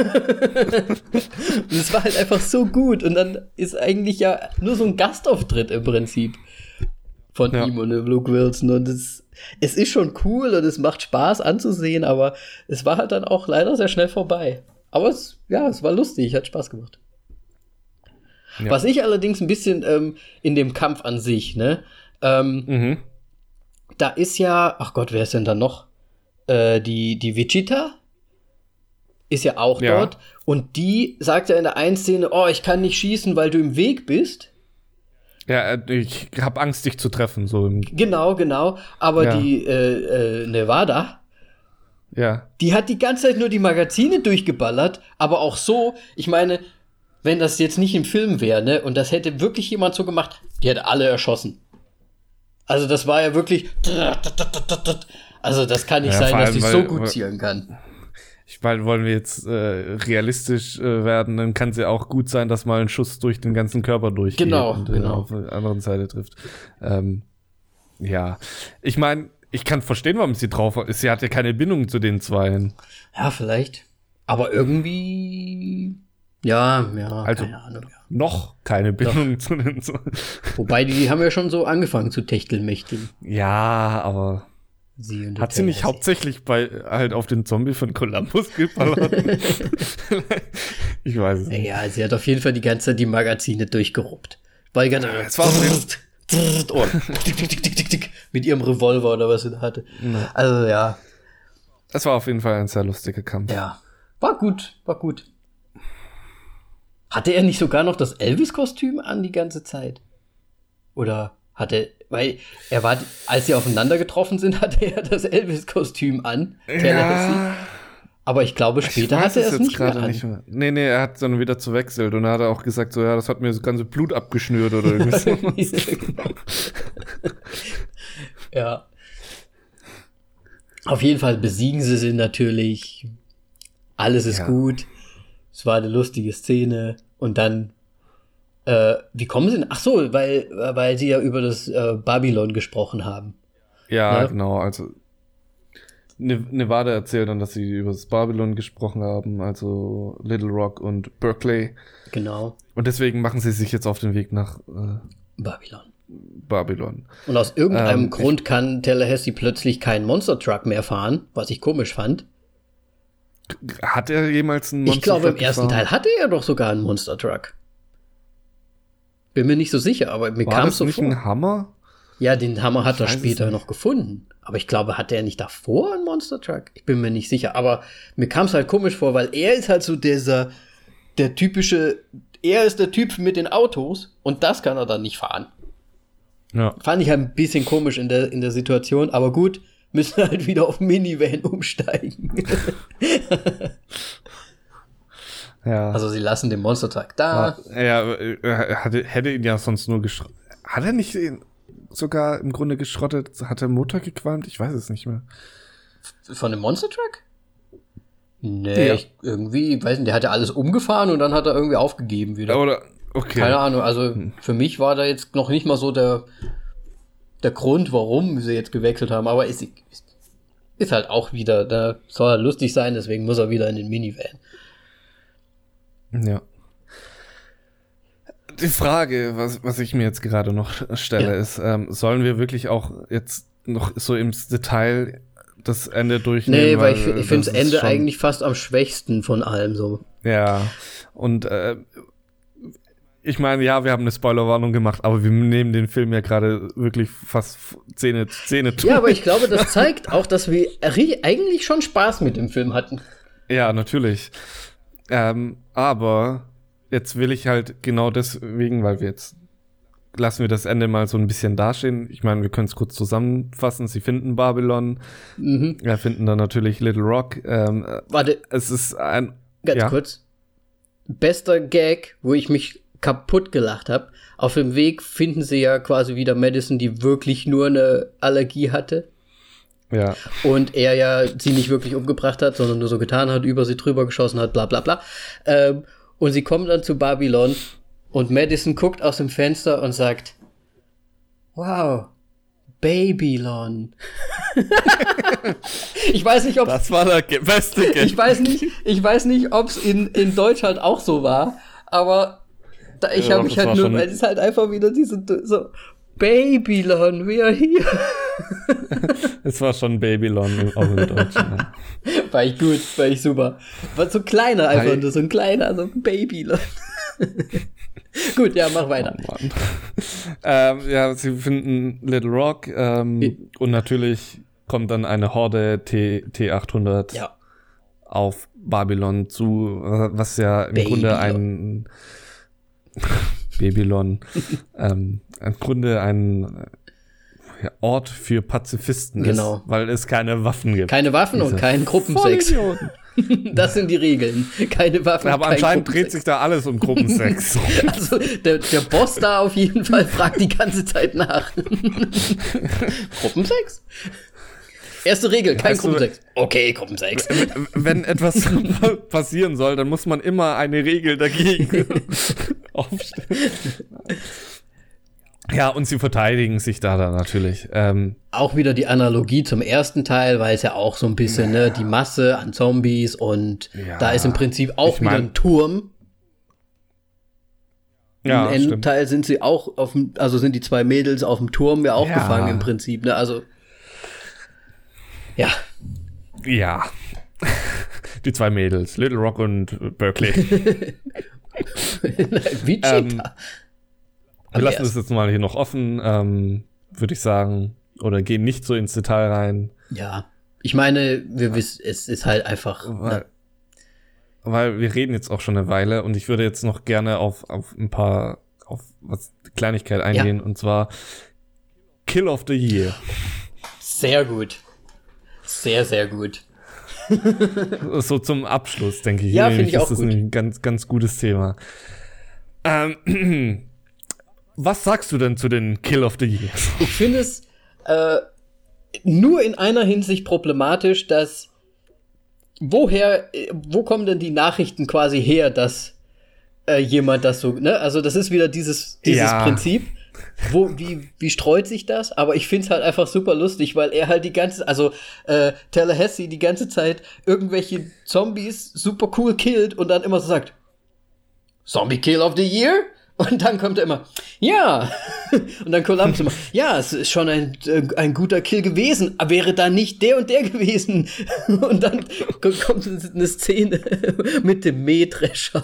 Und es war halt einfach so gut und dann ist eigentlich ja nur so ein Gastauftritt im Prinzip von ja. ihm und Luke Wilson und es, es ist schon cool und es macht Spaß anzusehen, aber es war halt dann auch leider sehr schnell vorbei. Aber es, ja, es war lustig, hat Spaß gemacht. Ja. Was ich allerdings ein bisschen ähm, in dem Kampf an sich, ne, ähm, mhm. da ist ja, ach Gott, wer ist denn da noch? Äh, die, die Wichita ist ja auch ja. dort und die sagt ja in der einen Szene, oh, ich kann nicht schießen, weil du im Weg bist. Ja, ich hab Angst, dich zu treffen. So im genau, genau, aber ja. die äh, äh, Nevada, ja. die hat die ganze Zeit nur die Magazine durchgeballert, aber auch so, ich meine, wenn das jetzt nicht im Film wäre, ne, und das hätte wirklich jemand so gemacht, die hätte alle erschossen. Also das war ja wirklich, also das kann nicht ja, sein, dass die so gut zielen kann. Ich meine, wollen wir jetzt äh, realistisch äh, werden, dann kann es ja auch gut sein, dass mal ein Schuss durch den ganzen Körper durchgeht genau, und genau. auf der anderen Seite trifft. Ähm, ja, ich meine, ich kann verstehen, warum sie drauf war. Sie hat ja keine Bindung zu den Zweien. Ja, vielleicht. Aber irgendwie... Ja, ja, also keine Ahnung. Ja. Noch keine Bindung Doch. zu den so. Wobei, die haben ja schon so angefangen zu techtelmächteln. Ja, aber sie hat sie nicht hauptsächlich bei halt auf den Zombie von Columbus geballert? Ich weiß es nicht. Ja, sie hat auf jeden Fall die ganze Zeit die Magazine durchgeruppt. Weil ganz es war oh, tick, tick, tick, tick, tick, mit ihrem Revolver oder was sie da hatte. Ja. Also ja. Es war auf jeden Fall ein sehr lustiger Kampf. Ja. War gut, war gut. Hatte er nicht sogar noch das Elvis-Kostüm an die ganze Zeit? Oder hatte, weil er war, als sie aufeinander getroffen sind, hatte er das Elvis-Kostüm an. Ja. Aber ich glaube, später ich hatte er es nicht mehr an. Nicht mehr. Nee, nee, er hat dann wieder zu wechselt und er hat auch gesagt, so, ja, das hat mir das ganze Blut abgeschnürt oder irgendwas. Ja. Auf jeden Fall besiegen sie sie natürlich. Alles ist ja. gut. Es war eine lustige Szene und dann, äh, wie kommen sie denn? Ach so, weil, weil sie ja über das äh, Babylon gesprochen haben. Ja, ne? Genau, also ne- Nevada erzählt dann, dass sie über das Babylon gesprochen haben, also Little Rock und Berkeley. Genau. Und deswegen machen sie sich jetzt auf den Weg nach äh, Babylon. Babylon. Und aus irgendeinem ähm, Grund kann Tallahassee plötzlich keinen Monster Truck mehr fahren, was ich komisch fand. Hat er jemals einen Monster Ich glaube, Truck im ersten gefahren? Teil hatte er doch sogar einen Monster Truck. Bin mir nicht so sicher, aber mir War kam das es so nicht vor. ein Hammer? Ja, den Hammer hat Ich er weiß es später nicht. noch gefunden. Aber ich glaube, hatte er nicht davor einen Monster Truck? Ich bin mir nicht sicher. Aber mir kam es halt komisch vor, weil er ist halt so dieser, der typische, er ist der Typ mit den Autos und das kann er dann nicht fahren. Ja. Fand ich halt ein bisschen komisch in der, in der Situation, aber gut, müssen halt wieder auf Minivan umsteigen. Ja. Also sie lassen den Monster Truck da. Ja, er hatte, hätte ihn ja sonst nur geschrottet. Hat er nicht ihn sogar im Grunde geschrottet? Hat der Motor gequalmt? Ich weiß es nicht mehr. Von dem Monster Truck? Nee, Ja. ich, irgendwie, weiß nicht, der hat ja alles umgefahren und dann hat er irgendwie aufgegeben wieder. Oder, okay. Keine Ahnung, also für mich war da jetzt noch nicht mal so der, der Grund, warum sie jetzt gewechselt haben, aber ist, ist halt auch wieder, da soll er lustig sein, deswegen muss er wieder in den Minivan. Ja. Die Frage, was, was ich mir jetzt gerade noch stelle, Ja. ist, ähm, sollen wir wirklich auch jetzt noch so im Detail das Ende durchnehmen? Nee, weil ich, ich das finde das ist Ende schon- eigentlich fast am schwächsten von allem so. Ja, und äh, ich meine, ja, wir haben eine Spoilerwarnung gemacht, aber wir nehmen den Film ja gerade wirklich fast Zähne, Zähne zu. Ja, aber ich glaube, das zeigt auch, dass wir ri- eigentlich schon Spaß mit dem Film hatten. Ja, natürlich. Ähm, aber jetzt will ich halt genau deswegen, weil wir jetzt lassen wir das Ende mal so ein bisschen dastehen. Ich meine, wir können es kurz zusammenfassen. Sie finden Babylon, Mhm. ja, finden dann natürlich Little Rock. Ähm, Warte, es ist ein ganz ja. kurz. Bester Gag, wo ich mich kaputt gelacht habe. Auf dem Weg finden sie ja quasi wieder Madison, die wirklich nur eine Allergie hatte. Ja, Und er ja sie nicht wirklich umgebracht hat, sondern nur so getan hat, über sie drüber geschossen hat, bla bla bla. Ähm, und sie kommen dann zu Babylon und Madison guckt aus dem Fenster und sagt, wow, Babylon. Ich weiß nicht, ob das war der ge- beste Gag. ich weiß nicht, ich weiß nicht, ob es in, in Deutsch halt auch so war, aber da, ich Ja, habe doch, mich das halt war nur, schon- weil es ist halt einfach wieder diese so Babylon, we are here. Es war schon Babylon auch im Deutschen. Ja. War ich gut, war ich super. War so kleiner einfach Hi. nur, so ein kleiner, so ein Babylon. Gut, ja, mach weiter. Oh Mann. ähm, ja, sie finden Little Rock ähm, I- und natürlich kommt dann eine Horde T, T achthundert Ja, auf Babylon zu, äh, was ja im Babylon. Grunde ein Babylon, ähm, im Grunde ein äh, Ort für Pazifisten Genau. ist, weil es keine Waffen gibt. keine Waffen und Diese kein Gruppensex. Vollidioten. Das sind die Regeln. Keine Waffen, Aber kein anscheinend dreht Gruppensex. sich da alles um Gruppensex. Also der, der Boss da auf jeden Fall fragt die ganze Zeit nach. Gruppensex? Erste Regel, kein Weißt du, Gruppensex. Okay, Gruppensex. Wenn etwas passieren soll, dann muss man immer eine Regel dagegen aufstellen. Ja, und sie verteidigen sich da dann natürlich. Ähm, Auch wieder die Analogie zum ersten Teil, weil es ja auch so ein bisschen, ne, die Masse an Zombies und Ja, da ist im Prinzip auch ich wieder mein- ein Turm. ja, Im stimmt. Endteil sind sie auch auf dem, also sind die zwei Mädels auf dem Turm ja auch Ja. gefangen im Prinzip, ne, also ja, Ja. Die zwei Mädels, Little Rock und Berkeley. wie Ähm, Cheetah. Wir lassen das jetzt mal hier noch offen, ähm, würde ich sagen. Oder gehen nicht so ins Detail rein. Ja, ich meine, wir wissen, es ist halt einfach, Weil, ne, weil wir reden jetzt auch schon eine Weile und ich würde jetzt noch gerne auf, auf ein paar, auf was Kleinigkeit eingehen. Und zwar Kill of the Year. sehr gut. Sehr, sehr gut. So zum Abschluss, denke ich. Ja, Nämlich finde ich auch ist das gut. ein ganz, ganz gutes Thema. Ähm, was sagst du denn zu den Kill of the Year? Ich finde es äh, nur in einer Hinsicht problematisch, dass woher, äh, wo kommen denn die Nachrichten quasi her, dass äh, jemand das so, ne? Also das ist wieder dieses, dieses Ja. Prinzip. Wo, wie, wie streut sich das? Aber ich find's halt einfach super lustig, weil er halt die ganze, also äh, Tallahassee die ganze Zeit irgendwelche Zombies super cool killt und dann immer so sagt, Zombie Kill of the Year? Und dann kommt er immer, ja. Und dann Columbus immer, ja, es ist schon ein, äh, ein guter Kill gewesen, aber wäre da nicht der und der gewesen. Und dann kommt eine Szene mit dem Mähdrescher.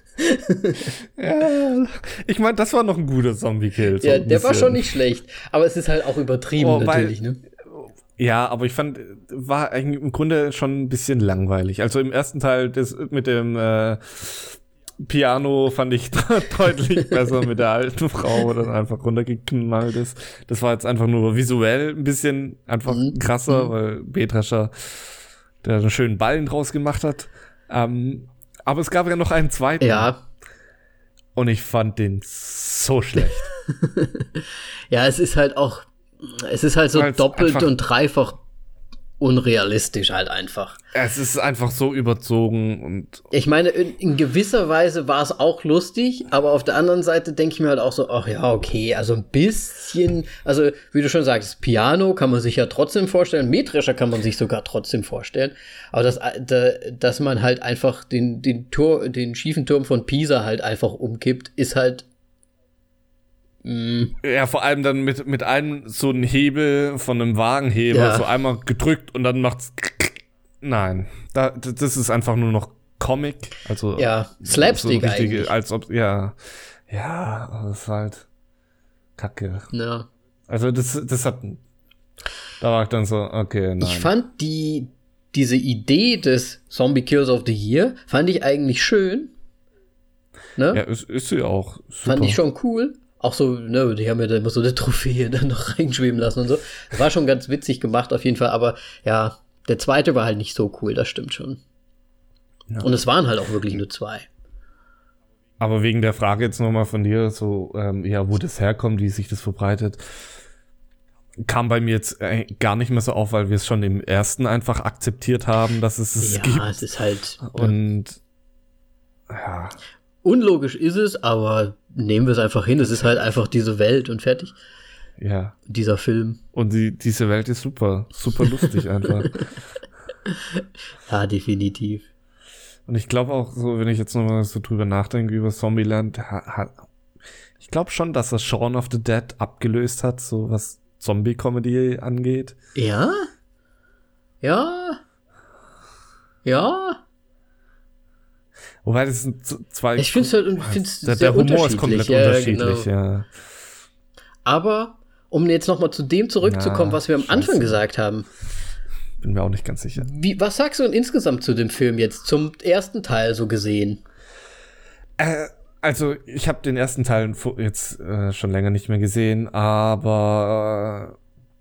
Ja, ich meine, das war noch ein guter Zombie-Kill. So ja, ein der war bisschen. schon nicht schlecht, aber es ist halt auch übertrieben Oh, weil- natürlich, ne? Ja, aber ich fand, war eigentlich im Grunde schon ein bisschen langweilig. Also im ersten Teil das mit dem äh, Piano fand ich deutlich besser mit der alten Frau, wo dann einfach runtergeknallt ist. Das war jetzt einfach nur visuell ein bisschen einfach Mhm. krasser, Mhm. weil Mähdrescher der einen schönen Ballen draus gemacht hat. Ähm, aber es gab ja noch einen zweiten. Ja. Und ich fand den so schlecht. Ja, es ist halt auch, es ist halt so Weil's doppelt einfach- und dreifach unrealistisch halt einfach. Es ist einfach so überzogen und Ich meine, in, in gewisser Weise war es auch lustig, aber auf der anderen Seite denke ich mir halt auch so, ach ja, okay, also ein bisschen, also wie du schon sagst, Piano kann man sich ja trotzdem vorstellen, Mähdrescher kann man sich sogar trotzdem vorstellen, aber das, da, dass man halt einfach den, den, Tor, den schiefen Turm von Pisa halt einfach umkippt, ist halt mh, ja, vor allem dann mit, mit einem so einem Hebel von einem Wagenheber Ja. so einmal gedrückt und dann macht's. Nein, da, das ist einfach nur noch Comic. Also ja, Slapstick so richtige, eigentlich. als ob, ja, ja, aber das ist halt Kacke. Ja. Also das, das hat, da war ich dann so, okay, nein. Ich fand die, diese Idee des Zombie Kills of the Year, fand ich eigentlich schön. Ne? ja, ist, ist sie auch super. Fand ich schon cool. Auch so, ne, die haben ja da immer so eine Trophäe dann noch reinschweben lassen und so. Das war schon ganz witzig gemacht auf jeden Fall, aber ja, der zweite war halt nicht so cool, das stimmt schon. Ja. Und es waren halt auch wirklich nur zwei. Aber wegen der Frage jetzt nochmal von dir, so, ähm, ja, wo das herkommt, wie sich das verbreitet, kam bei mir jetzt äh, gar nicht mehr so auf, weil wir es schon im ersten einfach akzeptiert haben, dass es es Ja, gibt. es ist halt Und ja, unlogisch ist es, aber nehmen wir es einfach hin. Es ist halt einfach diese Welt und fertig. ja. Dieser Film. Und die, diese Welt ist super, super lustig einfach. Ja, definitiv. Und ich glaube auch so, wenn ich jetzt nochmal so drüber nachdenke über Zombieland, ha, ha, ich glaube schon, dass das Shaun of the Dead abgelöst hat, so was Zombie-Comedy angeht. Ja? Ja? Ja? Wobei das sind z- zwei. Ich find's halt- ich find's der, sehr der Humor ist unterschiedlich, komplett ja, unterschiedlich, genau. ja. Aber, um jetzt noch mal zu dem zurückzukommen, Na, was wir am Anfang scheiße. gesagt haben. Bin mir auch nicht ganz sicher. Wie, was sagst du denn insgesamt zu dem Film jetzt, zum ersten Teil so gesehen? Äh, also, ich habe den ersten Teil fu- jetzt äh, schon länger nicht mehr gesehen, aber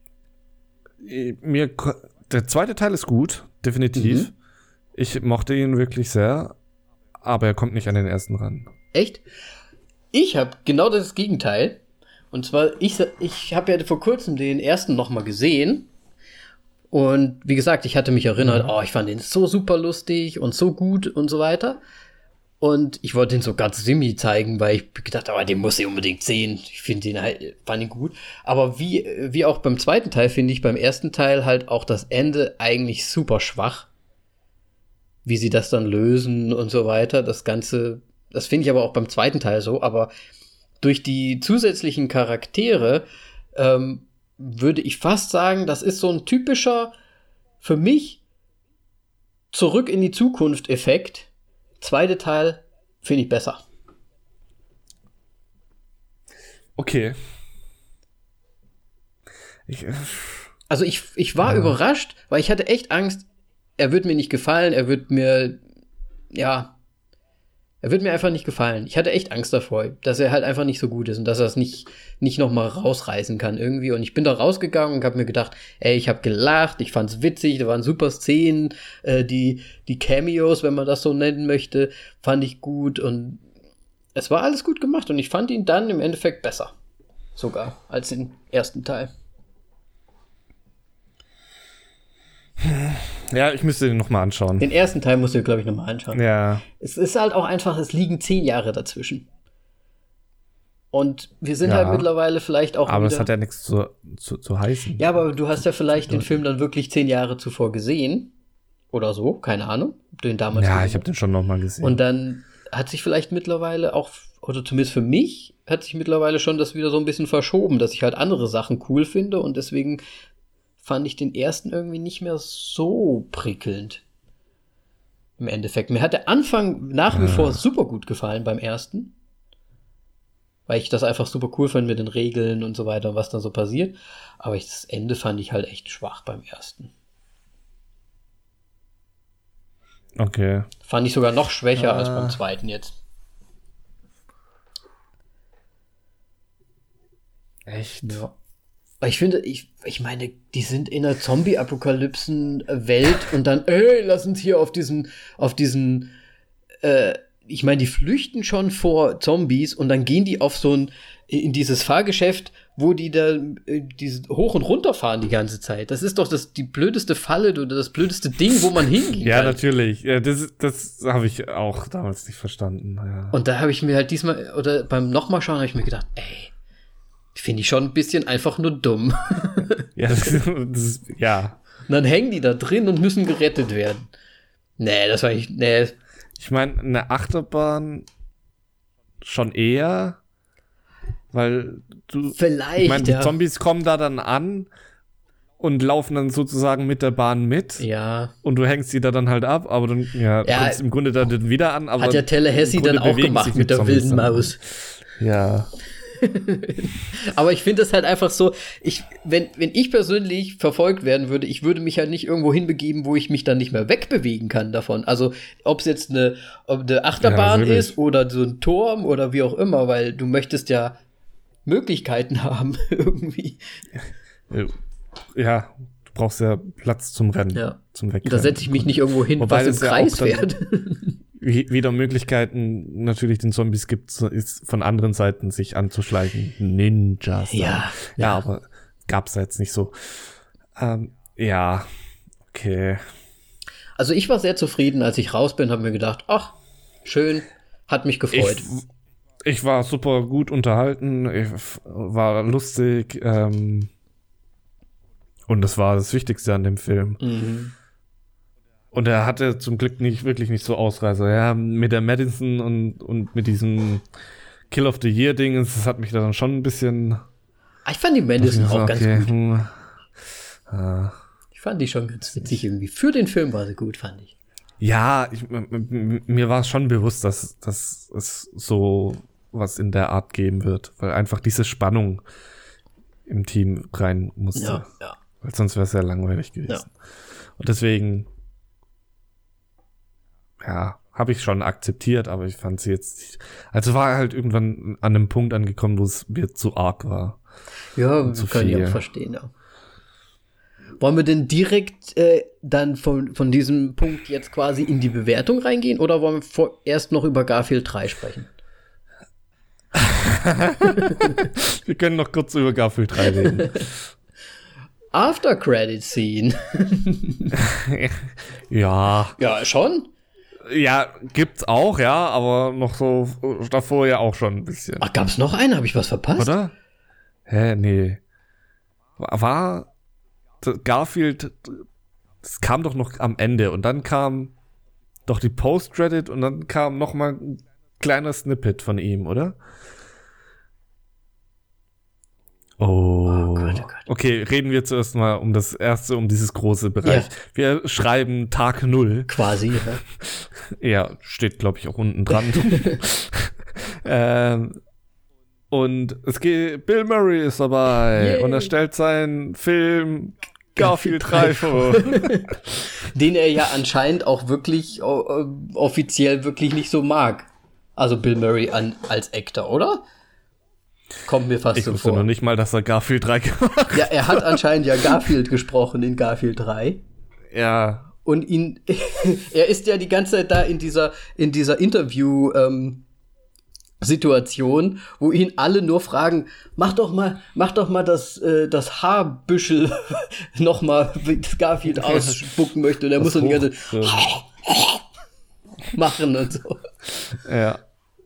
äh, mir ko- der zweite Teil ist gut, definitiv. Mhm. Ich mochte ihn wirklich sehr, aber er kommt nicht an den ersten ran. Echt? Ich habe genau das Gegenteil. Und zwar, ich, ich habe ja vor kurzem den ersten noch mal gesehen. Und wie gesagt, ich hatte mich erinnert, oh, ich fand den so super lustig und so gut und so weiter. Und ich wollte den so ganz Simi zeigen, weil ich gedacht habe, den muss ich unbedingt sehen. Ich finde den halt, fand ihn gut. Aber wie, wie auch beim zweiten Teil, finde ich beim ersten Teil halt auch das Ende eigentlich super schwach. Wie sie das dann lösen und so weiter. Das Ganze, das finde ich aber auch beim zweiten Teil so. Aber durch die zusätzlichen Charaktere ähm, würde ich fast sagen, das ist so ein typischer, für mich, Zurück in die Zukunft-Effekt. Zweite Teil finde ich besser. Okay. Ich, äh, Also ich, ich war Ja. überrascht, weil ich hatte echt Angst, er wird mir nicht gefallen, er wird mir, ja, er wird mir einfach nicht gefallen. Ich hatte echt Angst davor, dass er halt einfach nicht so gut ist und dass er es nicht, nicht noch mal rausreißen kann irgendwie. Und ich bin da rausgegangen und habe mir gedacht, ey, ich habe gelacht, ich fand's witzig, da waren super Szenen, äh, die, die Cameos, wenn man das so nennen möchte, fand ich gut und es war alles gut gemacht und ich fand ihn dann im Endeffekt besser. Sogar als den ersten Teil. ja, ich müsste den noch mal anschauen. Den ersten Teil musst du, glaube ich, nochmal anschauen. Ja, Es ist halt auch einfach, es liegen zehn Jahre dazwischen. Und wir sind Ja. halt mittlerweile vielleicht auch aber wieder... es hat ja nichts zu, zu, zu heißen. ja, aber du hast ja vielleicht den Film dann wirklich zehn Jahre zuvor gesehen. Oder so, keine Ahnung. Ob du den damals Ja, gesehen ich habe den schon noch mal gesehen. Und dann hat sich vielleicht mittlerweile auch, oder zumindest für mich, hat sich mittlerweile schon das wieder so ein bisschen verschoben, dass ich halt andere Sachen cool finde und deswegen fand ich den ersten irgendwie nicht mehr so prickelnd. Im Endeffekt. Mir hat der Anfang nach wie ja. vor super gut gefallen beim ersten. Weil ich das einfach super cool fand mit den Regeln und so weiter und was da so passiert. Aber ich, das Ende fand ich halt echt schwach beim ersten. Okay. Fand ich sogar noch schwächer ah. als beim zweiten jetzt. Echt? Ja. Weil ich finde, ich, ich meine, die sind in einer Zombie-Apokalypsen-Welt und dann, ey, lass uns hier auf diesen, auf diesen, äh, ich meine, die flüchten schon vor Zombies und dann gehen die auf so ein, in dieses Fahrgeschäft, wo die da äh, diese hoch und runter fahren die ganze Zeit. Das ist doch das, die blödeste Falle oder das blödeste Ding, wo man hingehen ja, kann. Ja, natürlich. Ja, das das habe ich auch damals nicht verstanden. Ja. Und da habe ich mir halt diesmal, oder beim nochmal schauen, habe ich mir gedacht, ey, finde ich schon ein bisschen einfach nur dumm. ja, das, das ist, ja. Und dann hängen die da drin und müssen gerettet werden. Nee, das war ich, nee. Ich meine, eine Achterbahn schon eher, weil du, vielleicht, ich meine, die ja. Zombies kommen da dann an und laufen dann sozusagen mit der Bahn mit. Ja. Und du hängst die da dann halt ab, aber dann, ja, ja kommst im Grunde dann wieder an. Aber hat ja Tallahassee dann auch gemacht mit der wilden Maus. Ja. Aber ich finde es halt einfach so, ich, wenn, wenn ich persönlich verfolgt werden würde, ich würde mich halt nicht irgendwo hinbegeben, wo ich mich dann nicht mehr wegbewegen kann davon. Also, ob es jetzt eine, ob eine Achterbahn ja, ist oder so ein Turm oder wie auch immer, weil du möchtest ja Möglichkeiten haben, irgendwie. Ja, du brauchst ja Platz zum Rennen, ja. zum Wegrennen. Da setze ich mich nicht irgendwo hin, Wobei was im Kreis fährt. Wieder Möglichkeiten natürlich den Zombies gibt, ist von anderen Seiten sich anzuschleichen. Ninjas. Ja, ja, ja, aber gab's da jetzt nicht so. Ähm, ja, okay. Also ich war sehr zufrieden, als ich raus bin, habe mir gedacht, ach, schön, hat mich gefreut. Ich, ich war super gut unterhalten, ich war lustig ähm, und das war das Wichtigste an dem Film. Mhm. Und er hatte zum Glück nicht wirklich nicht so Ausreißer. Ja, mit der Madison und, und mit diesem Kill of the Year Ding, das hat mich dann schon ein bisschen. Ich fand die Madison auch ganz okay, gut. Hm, äh, ich fand die schon ganz witzig irgendwie. Für den Film war sie gut, fand ich. Ja, ich, mir war es schon bewusst, dass, dass es so was in der Art geben wird, weil einfach diese Spannung im Team rein musste. Ja, ja. Weil sonst wäre es sehr langweilig gewesen. Ja. Und deswegen ja, habe ich schon akzeptiert, aber ich fand sie jetzt nicht, also war halt irgendwann an einem Punkt angekommen, wo es mir zu arg war. Ja, wir können ja auch verstehen, ja. Wollen wir denn direkt äh, dann von, von diesem Punkt jetzt quasi in die Bewertung reingehen oder wollen wir vorerst noch über Garfield drei sprechen? Wir können noch kurz über Garfield drei reden. After Credit Scene. Ja. Ja, schon? Ja, gibt's auch, ja, aber noch so davor ja auch schon ein bisschen. Ach, gab's noch einen? Habe ich was verpasst? Oder? Hä, nee. War Garfield, das kam doch noch am Ende und dann kam doch die Post-Credit und dann kam noch mal ein kleiner Snippet von ihm, oder? Oh, oh Gott, oh Gott. Okay, reden wir zuerst mal um das erste, um dieses große Bereich. Ja. Wir schreiben Tag null. Quasi, ja. Ja, steht, glaube ich, auch unten dran. ähm, und es geht, Bill Murray ist dabei Yay. Und er stellt seinen Film Garfield drei vor. Den er ja anscheinend auch wirklich o- offiziell wirklich nicht so mag. Also Bill Murray an, als Actor, oder? Kommt mir fast ich so vor. Ich wusste noch nicht mal, dass er Garfield drei gemacht hat. Ja, er hat anscheinend ja Garfield gesprochen in Garfield drei. Ja. Und ihn, er ist ja die ganze Zeit da in dieser, in dieser Interview, ähm, Situation, wo ihn alle nur fragen, mach doch mal, mach doch mal das, äh, das Haarbüschel noch mal, wie das Garfield ausspucken möchte. Und er muss dann die ganze machen und so. Ja.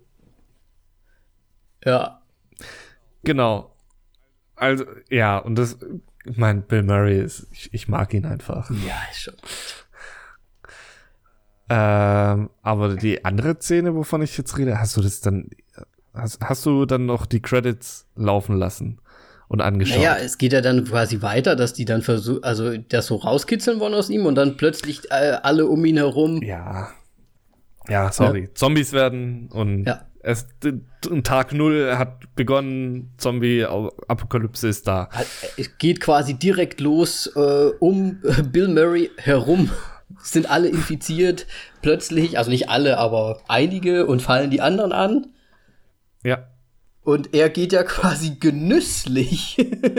Ja. Genau. Also, ja, und das, ich meine, Bill Murray ist, ich, ich mag ihn einfach. Ja, ist schon. Ähm, aber die andere Szene, wovon ich jetzt rede, hast du das dann, hast, hast du dann noch die Credits laufen lassen und angeschaut? Naja, es geht ja dann quasi weiter, dass die dann versuchen, also das so rauskitzeln wollen aus ihm und dann plötzlich äh, alle um ihn herum. Ja. Ja, sorry. Ja. Zombies werden und ja. es, Tag Null hat begonnen, Zombie-Apokalypse ist da. Es geht quasi direkt los äh, um Bill Murray herum. Sind alle infiziert, plötzlich, also nicht alle, aber einige und fallen die anderen an. Ja. Und er geht ja quasi genüsslich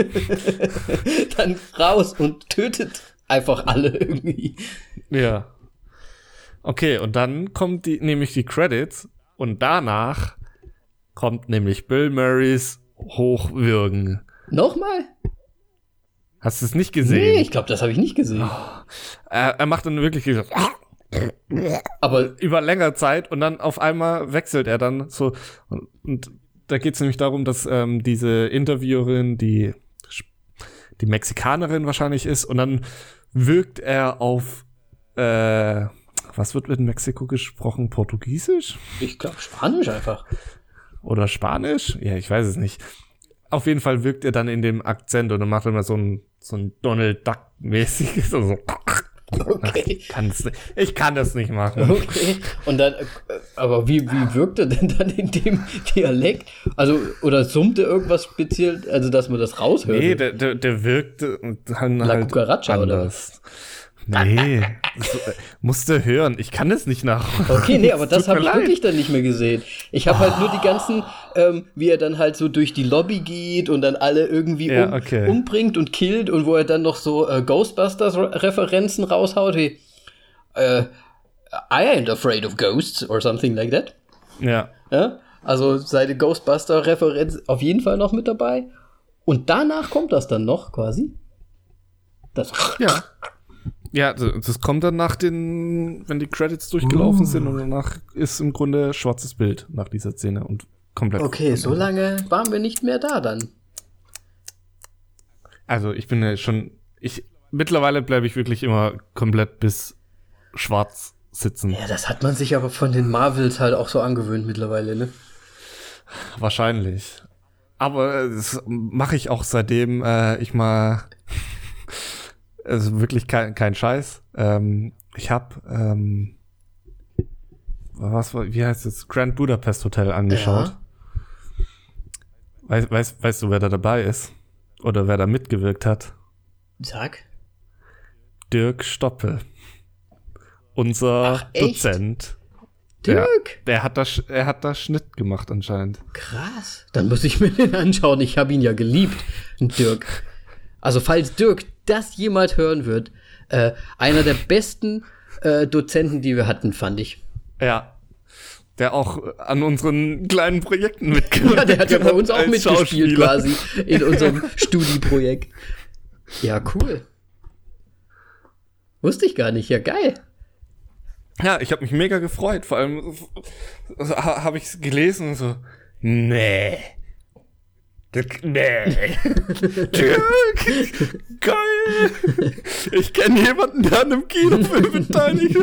dann raus und tötet einfach alle irgendwie. Ja. Okay, und dann kommt die, nämlich die Credits und danach kommt nämlich Bill Murrays Hochwürgen. Nochmal? Hast du es nicht gesehen? Nee, ich glaube, das habe ich nicht gesehen. Oh. Er, er macht dann wirklich so aber über längere Zeit und dann auf einmal wechselt er dann so. Und, und da geht es nämlich darum, dass ähm, diese Interviewerin, die, die Mexikanerin wahrscheinlich ist, und dann wirkt er auf äh, was wird in Mexiko gesprochen? Portugiesisch? Ich glaube Spanisch einfach. Oder Spanisch? Ja, ich weiß es nicht. Auf jeden Fall wirkt er dann in dem Akzent und dann macht er immer so ein, so ein Donald Duck-mäßiges. So, so. Okay. Ich, kann's nicht, ich kann das nicht machen. Okay. Und dann, aber wie, wie wirkt er denn dann in dem Dialekt? Also, oder summt er irgendwas speziell, also dass man das raushört? Nee, der, der, der wirkt dann La halt Cucaracha, anders. Oder? Nee, das, äh, musste hören. Ich kann es nicht nachmachen. Okay, nee, aber das Tut habe mir ich leid. wirklich dann nicht mehr gesehen. Ich habe oh. halt nur die ganzen, ähm, wie er dann halt so durch die Lobby geht und dann alle irgendwie Ja, um, okay. umbringt und killt und wo er dann noch so äh, Ghostbusters-Referenzen raushaut, wie äh, I ain't afraid of ghosts or something like that. Ja. Ja? Also seine Ghostbuster-Referenz auf jeden Fall noch mit dabei. Und danach kommt das dann noch quasi. Das Ja. Ja, das kommt dann nach den, wenn die Credits durchgelaufen uh. sind und danach ist im Grunde schwarzes Bild nach dieser Szene und komplett. Okay, so lange waren wir nicht mehr da dann. Also ich bin ja schon, ich, mittlerweile bleibe ich wirklich immer komplett bis schwarz sitzen. Ja, das hat man sich aber von den Marvels halt auch so angewöhnt mittlerweile, ne? Wahrscheinlich. Aber das mache ich auch seitdem äh, ich mal also wirklich kein, kein Scheiß. Ähm, ich habe, ähm, was war, wie heißt es, Grand Budapest Hotel angeschaut. Ja. Weißt, weißt, weißt du, wer da dabei ist? Oder wer da mitgewirkt hat? Sag. Dirk Stoppel. Unser Ach, echt? Dozent. Dirk? Ja, der hat da, er hat da Schnitt gemacht anscheinend. Krass. Dann muss ich mir den anschauen. Ich habe ihn ja geliebt, Dirk. Also falls Dirk das jemals hören wird, äh, einer der besten äh, Dozenten, die wir hatten, fand ich. Ja, der auch an unseren kleinen Projekten mitgewirkt hat. Ja, der hat ja bei uns auch mitgespielt quasi in unserem Studi-Projekt. Ja, cool. Wusste ich gar nicht. Ja, geil. Ja, ich habe mich mega gefreut. Vor allem ha, habe ich es gelesen und so, nee. Nee. Geil. Ich kenne jemanden, der an einem Kinofilm beteiligt.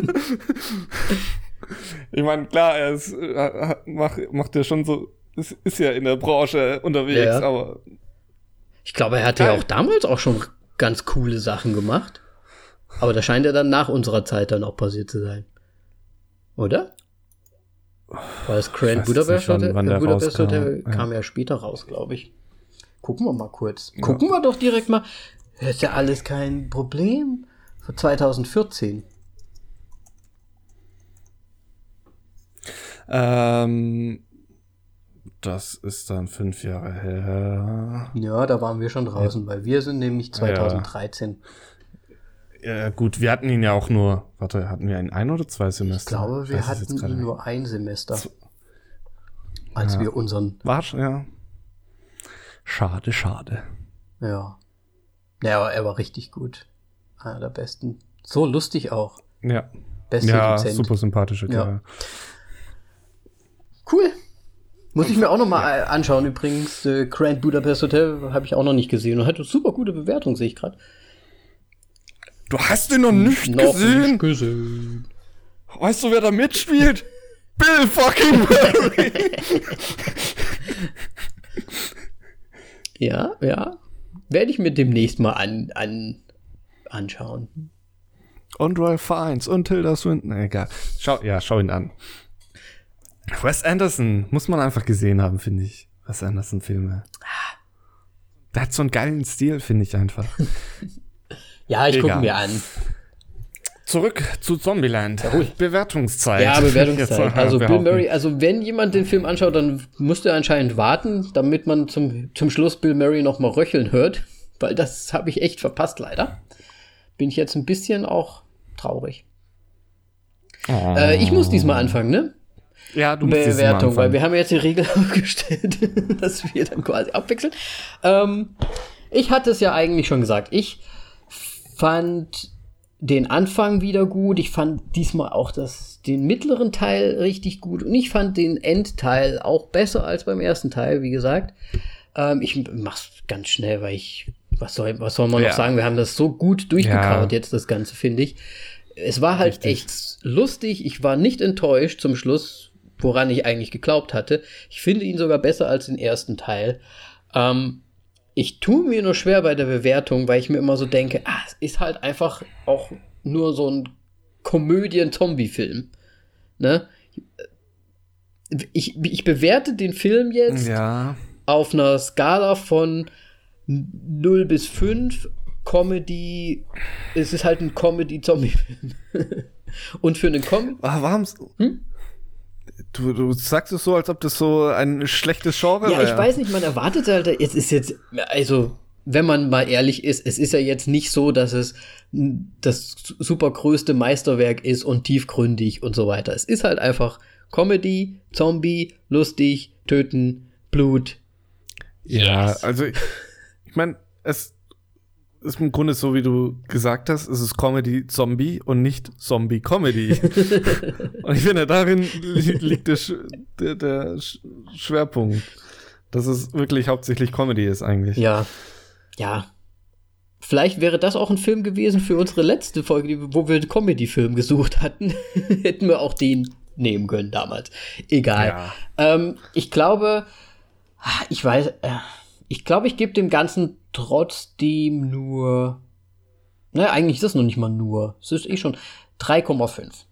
Ich meine, klar, er ist, macht, macht ja schon so, ist, ist ja in der Branche unterwegs, ja. Aber ich glaube, er hatte geil. Ja auch damals auch schon ganz coole Sachen gemacht. Aber das scheint ja dann nach unserer Zeit dann auch passiert zu sein. Oder? Weil das Grand Budapest Hotel, Budapest Hotel ja. kam ja später raus, glaube ich. Gucken wir mal kurz. Ja. Gucken wir doch direkt mal. Das ist ja alles kein Problem. Für zwanzig vierzehn. Ähm, das ist dann fünf Jahre her. Ja, da waren wir schon draußen, ja. Weil wir sind nämlich zwanzig dreizehn. Ja. Ja, gut, wir hatten ihn ja auch nur, warte, hatten wir ihn ein oder zwei Semester? Ich glaube, wir hatten ihn nur ein Semester. Z- als ja. wir unseren... War schon, ja. Schade, schade. Ja. Ja, aber er war richtig gut. Einer der besten. So lustig auch. Ja. Beste ja, Dozent. super sympathische Kerl. Ja. Cool. Muss ich mir auch noch mal ja. anschauen. Übrigens, äh, Grand Budapest Hotel habe ich auch noch nicht gesehen und hatte super gute Bewertung, sehe ich gerade. Du hast ihn noch nicht noch gesehen? Nicht gesehen. Weißt du, wer da mitspielt? Bill fucking Murray! Ja, ja. Werde ich mir demnächst mal an, an, anschauen. Und Ralph Fiennes und Tilda Swinton. Egal. Schau, ja, schau ihn an. Wes Anderson muss man einfach gesehen haben, finde ich. Wes Anderson-Filme. Der hat so einen geilen Stil, finde ich einfach. Ja, ich gucke mir an. Zurück zu Zombieland. Jawohl. Bewertungszeit. Ja, Bewertungszeit. Also Bill behaupten. Murray, also wenn jemand den Film anschaut, dann musst du anscheinend warten, damit man zum, zum Schluss Bill Murray noch mal röcheln hört. Weil das habe ich echt verpasst, leider. Bin ich jetzt ein bisschen auch traurig. Oh. Äh, ich muss diesmal anfangen, ne? Ja, du musst diesmal Bewertung, weil anfangen. wir haben jetzt die Regel aufgestellt, dass wir dann quasi abwechseln. Ähm, ich hatte es ja eigentlich schon gesagt. Ich fand den Anfang wieder gut. Ich fand diesmal auch das, den mittleren Teil richtig gut. Und ich fand den Endteil auch besser als beim ersten Teil, wie gesagt. Ähm, ich mach's ganz schnell, weil ich, was soll, was soll man Ja. noch sagen? Wir haben das so gut durchgekaut Ja. jetzt, das Ganze, finde ich. Es war halt Richtig. echt lustig. Ich war nicht enttäuscht zum Schluss, woran ich eigentlich geglaubt hatte. Ich finde ihn sogar besser als den ersten Teil. Ähm, ich tue mir nur schwer bei der Bewertung, weil ich mir immer so denke, ah, es ist halt einfach auch nur so ein Komödien-Zombie-Film. Ne? Ich, ich bewerte den Film jetzt Ja. auf einer Skala von null bis fünf. Comedy, es ist halt ein Comedy-Zombie-Film. Und für einen Comedy. Ah, warum? Hm? Du, du sagst es so, als ob das so ein schlechtes Genre Ja, wäre. ich weiß nicht, man erwartet halt, es ist jetzt, also, wenn man mal ehrlich ist, es ist ja jetzt nicht so, dass es das super größte Meisterwerk ist und tiefgründig und so weiter. Es ist halt einfach Comedy, Zombie, lustig, töten, Blut. Ja, Yes. also ich, ich meine, es ist im Grunde so, wie du gesagt hast, es ist Comedy-Zombie und nicht Zombie-Comedy. Und ich finde, darin li liegt der, Sch der, der Sch Schwerpunkt, dass es wirklich hauptsächlich Comedy ist eigentlich. Ja, ja. Vielleicht wäre das auch ein Film gewesen für unsere letzte Folge, wo wir einen Comedy-Film gesucht hatten. Hätten wir auch den nehmen können damals. Egal. Ja. Ähm, ich glaube, ich weiß, äh, ich glaube, ich gebe dem Ganzen trotzdem nur, naja, eigentlich ist das noch nicht mal nur, es ist eh schon drei Komma fünf.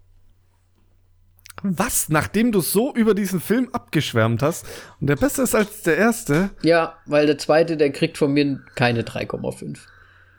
Was? Nachdem du so über diesen Film abgeschwärmt hast und der besser ist als der erste? Ja, weil der zweite, der kriegt von mir keine drei Komma fünf.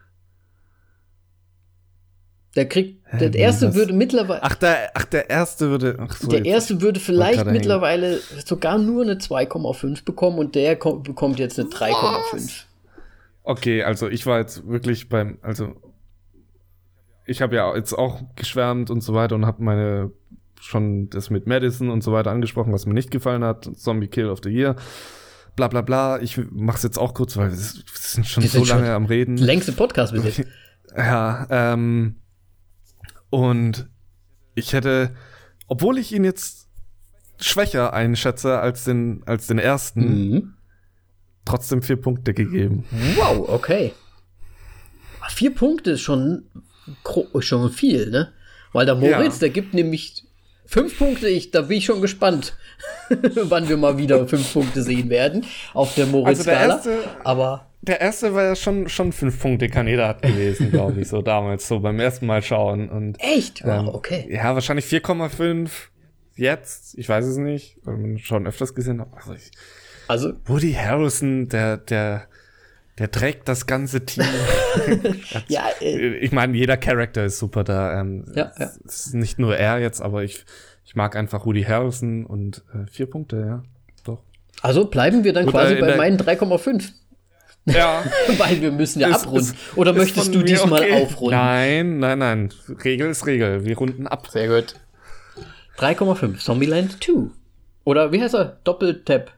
Der kriegt, Hä, der wie erste das? würde mittlerweile, Ach, der, ach, der erste würde. Ach so, der jetzt- erste würde vielleicht gerade mittlerweile sogar nur eine zwei Komma fünf bekommen und der ko- bekommt jetzt eine drei Komma fünf. Okay, also ich war jetzt wirklich beim, also ich habe ja jetzt auch geschwärmt und so weiter und habe meine schon das mit Madison und so weiter angesprochen, was mir nicht gefallen hat, Zombie Kill of the Year, bla bla bla. Ich mach's jetzt auch kurz, weil wir sind schon Wir so sind schon lange am Reden. Längste Podcast bis jetzt. Ja, ähm, und ich hätte, obwohl ich ihn jetzt schwächer einschätze als den, als den ersten, Mhm. trotzdem vier Punkte gegeben. Wow, okay. Vier Punkte ist schon, gro- schon viel, ne? Weil der Moritz, Ja. der gibt nämlich fünf Punkte. Ich, da bin ich schon gespannt, wann wir mal wieder fünf Punkte sehen werden auf der Moritz-Skala. Also der erste- Aber Der erste war ja schon, schon fünf-Punkte-Kandidat gewesen, glaube ich, so damals, so beim ersten Mal schauen. Und, echt? Wow, ähm, okay. Ja, wahrscheinlich vier Komma fünf jetzt, ich weiß es nicht, weil man schon öfters gesehen hat. Also ich, Also, Woody Harrelson, der, der, der trägt das ganze Team. ja, äh, Ich meine, jeder Charakter ist super da. Ähm, Ja, ja. Es ist nicht nur er jetzt, aber ich, ich mag einfach Woody Harrelson und äh, vier Punkte, ja, doch. also bleiben wir dann Gut, quasi äh, in bei der- meinen drei Komma fünf. Ja. Weil wir müssen ja Ist- abrunden. ist- Oder ist möchtest von du mir diesmal okay. aufrunden? Nein, nein, nein. Regel ist Regel. Wir runden ab. Sehr gut. drei Komma fünf. Zombieland zwei. Oder wie heißt er? Doppeltap.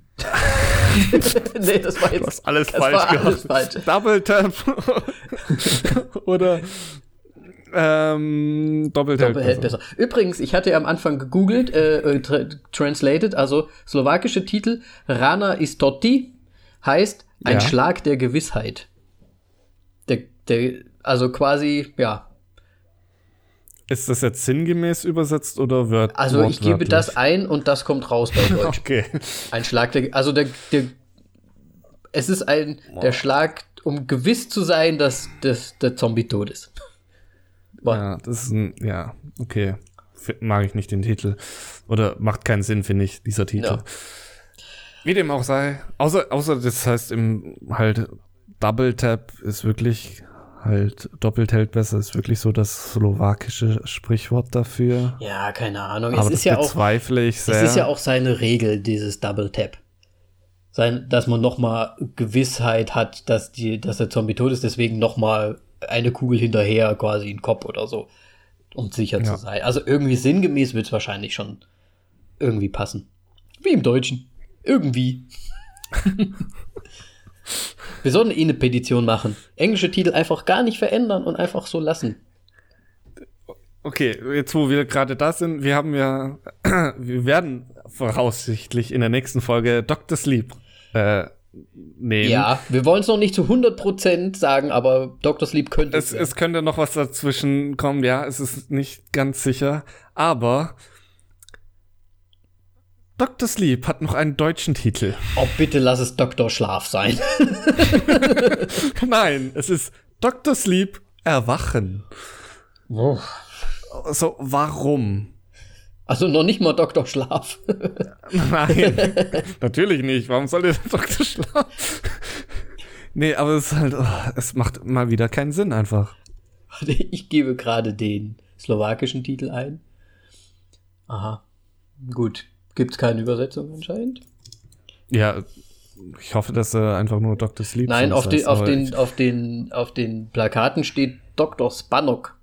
Nee, das war jetzt Du hast alles das falsch war alles gehabt. falsch. Double Tap. Oder ähm, Doppeltap. Doppelhält besser. Übrigens, ich hatte ja am Anfang gegoogelt, äh, äh, tra translated, also slowakische Titel, Rana Istoty heißt ein Ja. Schlag der Gewissheit. Der, der, also quasi, ja, Ist das jetzt sinngemäß übersetzt oder wird Also ich gebe das ein und das kommt raus bei Deutsch. Okay. Ein Schlag, der, also der, der es ist ein, Boah. der Schlag, um gewiss zu sein, dass, dass der Zombie tot ist. Boah. Ja, das ist ein, ja, okay. Mag ich nicht den Titel. Oder macht keinen Sinn, finde ich, dieser Titel. Ja. Wie dem auch sei. Außer, außer das heißt im halt Double Tap ist wirklich halt doppelt hält besser, ist wirklich so das slowakische Sprichwort dafür. Ja, keine Ahnung. Aber es das ist ja bezweifle auch, ich sehr. Es ist ja auch seine Regel, dieses Double Tap. Sein, dass man nochmal Gewissheit hat, dass, die, dass der Zombie tot ist, deswegen nochmal eine Kugel hinterher, quasi in den Kopf oder so, um sicher ja. zu sein. Also irgendwie sinngemäß wird es wahrscheinlich schon irgendwie passen. Wie im Deutschen. Irgendwie. Wir sollten eh eine Petition machen. Englische Titel einfach gar nicht verändern und einfach so lassen. Okay, jetzt wo wir gerade da sind, wir haben ja, wir werden voraussichtlich in der nächsten Folge Doktor Sleep äh, nehmen. Ja, wir wollen es noch nicht zu hundert Prozent sagen, aber Doktor Sleep könnte es Es könnte noch was dazwischen kommen, ja, es ist nicht ganz sicher, aber Doktor Sleep hat noch einen deutschen Titel. Oh, bitte lass es Doktor Schlaf sein. Nein, es ist Doktor Sleep Erwachen. Oh. So, warum? Also noch nicht mal Doktor Schlaf. Nein, natürlich nicht. Warum soll der Doktor Schlaf? Nee, aber es ist halt, oh, es macht mal wieder keinen Sinn einfach. Ich gebe gerade den slowakischen Titel ein. Aha, gut. Gibt es keine Übersetzung anscheinend? Ja, ich hoffe, dass er einfach nur Doktor Sleep Nein, auf, heißt, den, auf, den, auf, den, auf den Plakaten steht Doktor Spanok.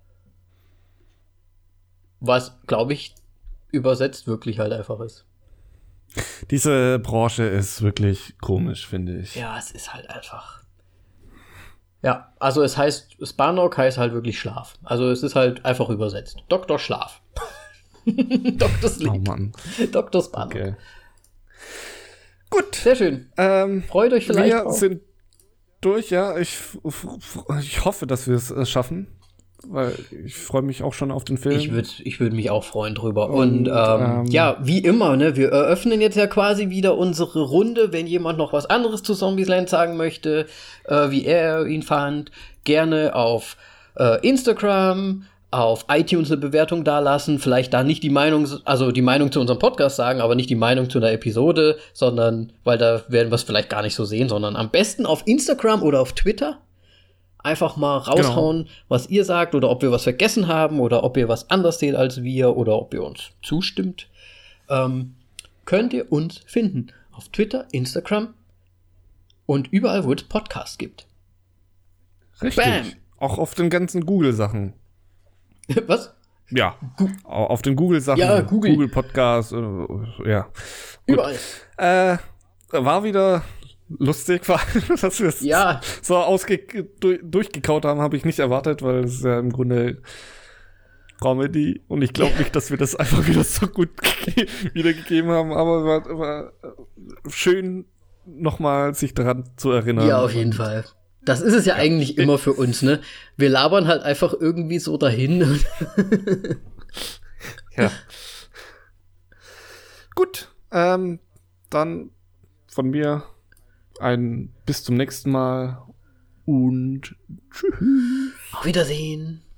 Was, glaube ich, übersetzt wirklich halt einfach ist. Diese Branche ist wirklich komisch, finde ich. Ja, es ist halt einfach. Ja, also es heißt, Spanok heißt halt wirklich Schlaf. Also es ist halt einfach übersetzt. Doktor Schlaf. Doktor Sleep. Oh Mann. Doktor Spanok. Okay. Gut. Sehr schön. Ähm, Freut euch vielleicht Wir drauf. sind durch, ja. Ich, ich hoffe, dass wir es schaffen. Weil ich freue mich auch schon auf den Film. Ich würde ich würd mich auch freuen drüber. Und, Und ähm, ähm, ja, wie immer, ne, wir eröffnen jetzt ja quasi wieder unsere Runde. Wenn jemand noch was anderes zu Zombieland sagen möchte, äh, wie er ihn fand, gerne auf äh, Instagram, auf iTunes eine Bewertung dalassen. Vielleicht da nicht die Meinung, also die Meinung zu unserem Podcast sagen, aber nicht die Meinung zu einer Episode, sondern, weil da werden wir es vielleicht gar nicht so sehen, sondern am besten auf Instagram oder auf Twitter. Einfach mal raushauen, genau, was ihr sagt oder ob wir was vergessen haben oder ob ihr was anders seht als wir oder ob ihr uns zustimmt. Ähm, könnt ihr uns finden auf Twitter, Instagram und überall, wo es Podcasts gibt. Richtig. Bam. Auch auf den ganzen Google-Sachen. Was? Ja, Gu- auf den Google-Sachen. Ja, Google. Google Podcast, äh, ja. Gut. Überall. Äh, war wieder lustig, vor allem, dass wir es ja. so ausge- durch- durchgekaut haben, habe ich nicht erwartet, weil es ist ja im Grunde Comedy und ich glaube nicht, dass wir das einfach wieder so gut ge- wiedergegeben haben, aber war, war schön, nochmal sich daran zu erinnern. Ja, auf jeden Fall. Das ist es ja, ja eigentlich immer für uns, ne? Wir labern halt einfach irgendwie so dahin. Ja. Gut, ähm, dann von mir ein bis zum nächsten Mal und tschüss. Auf Wiedersehen.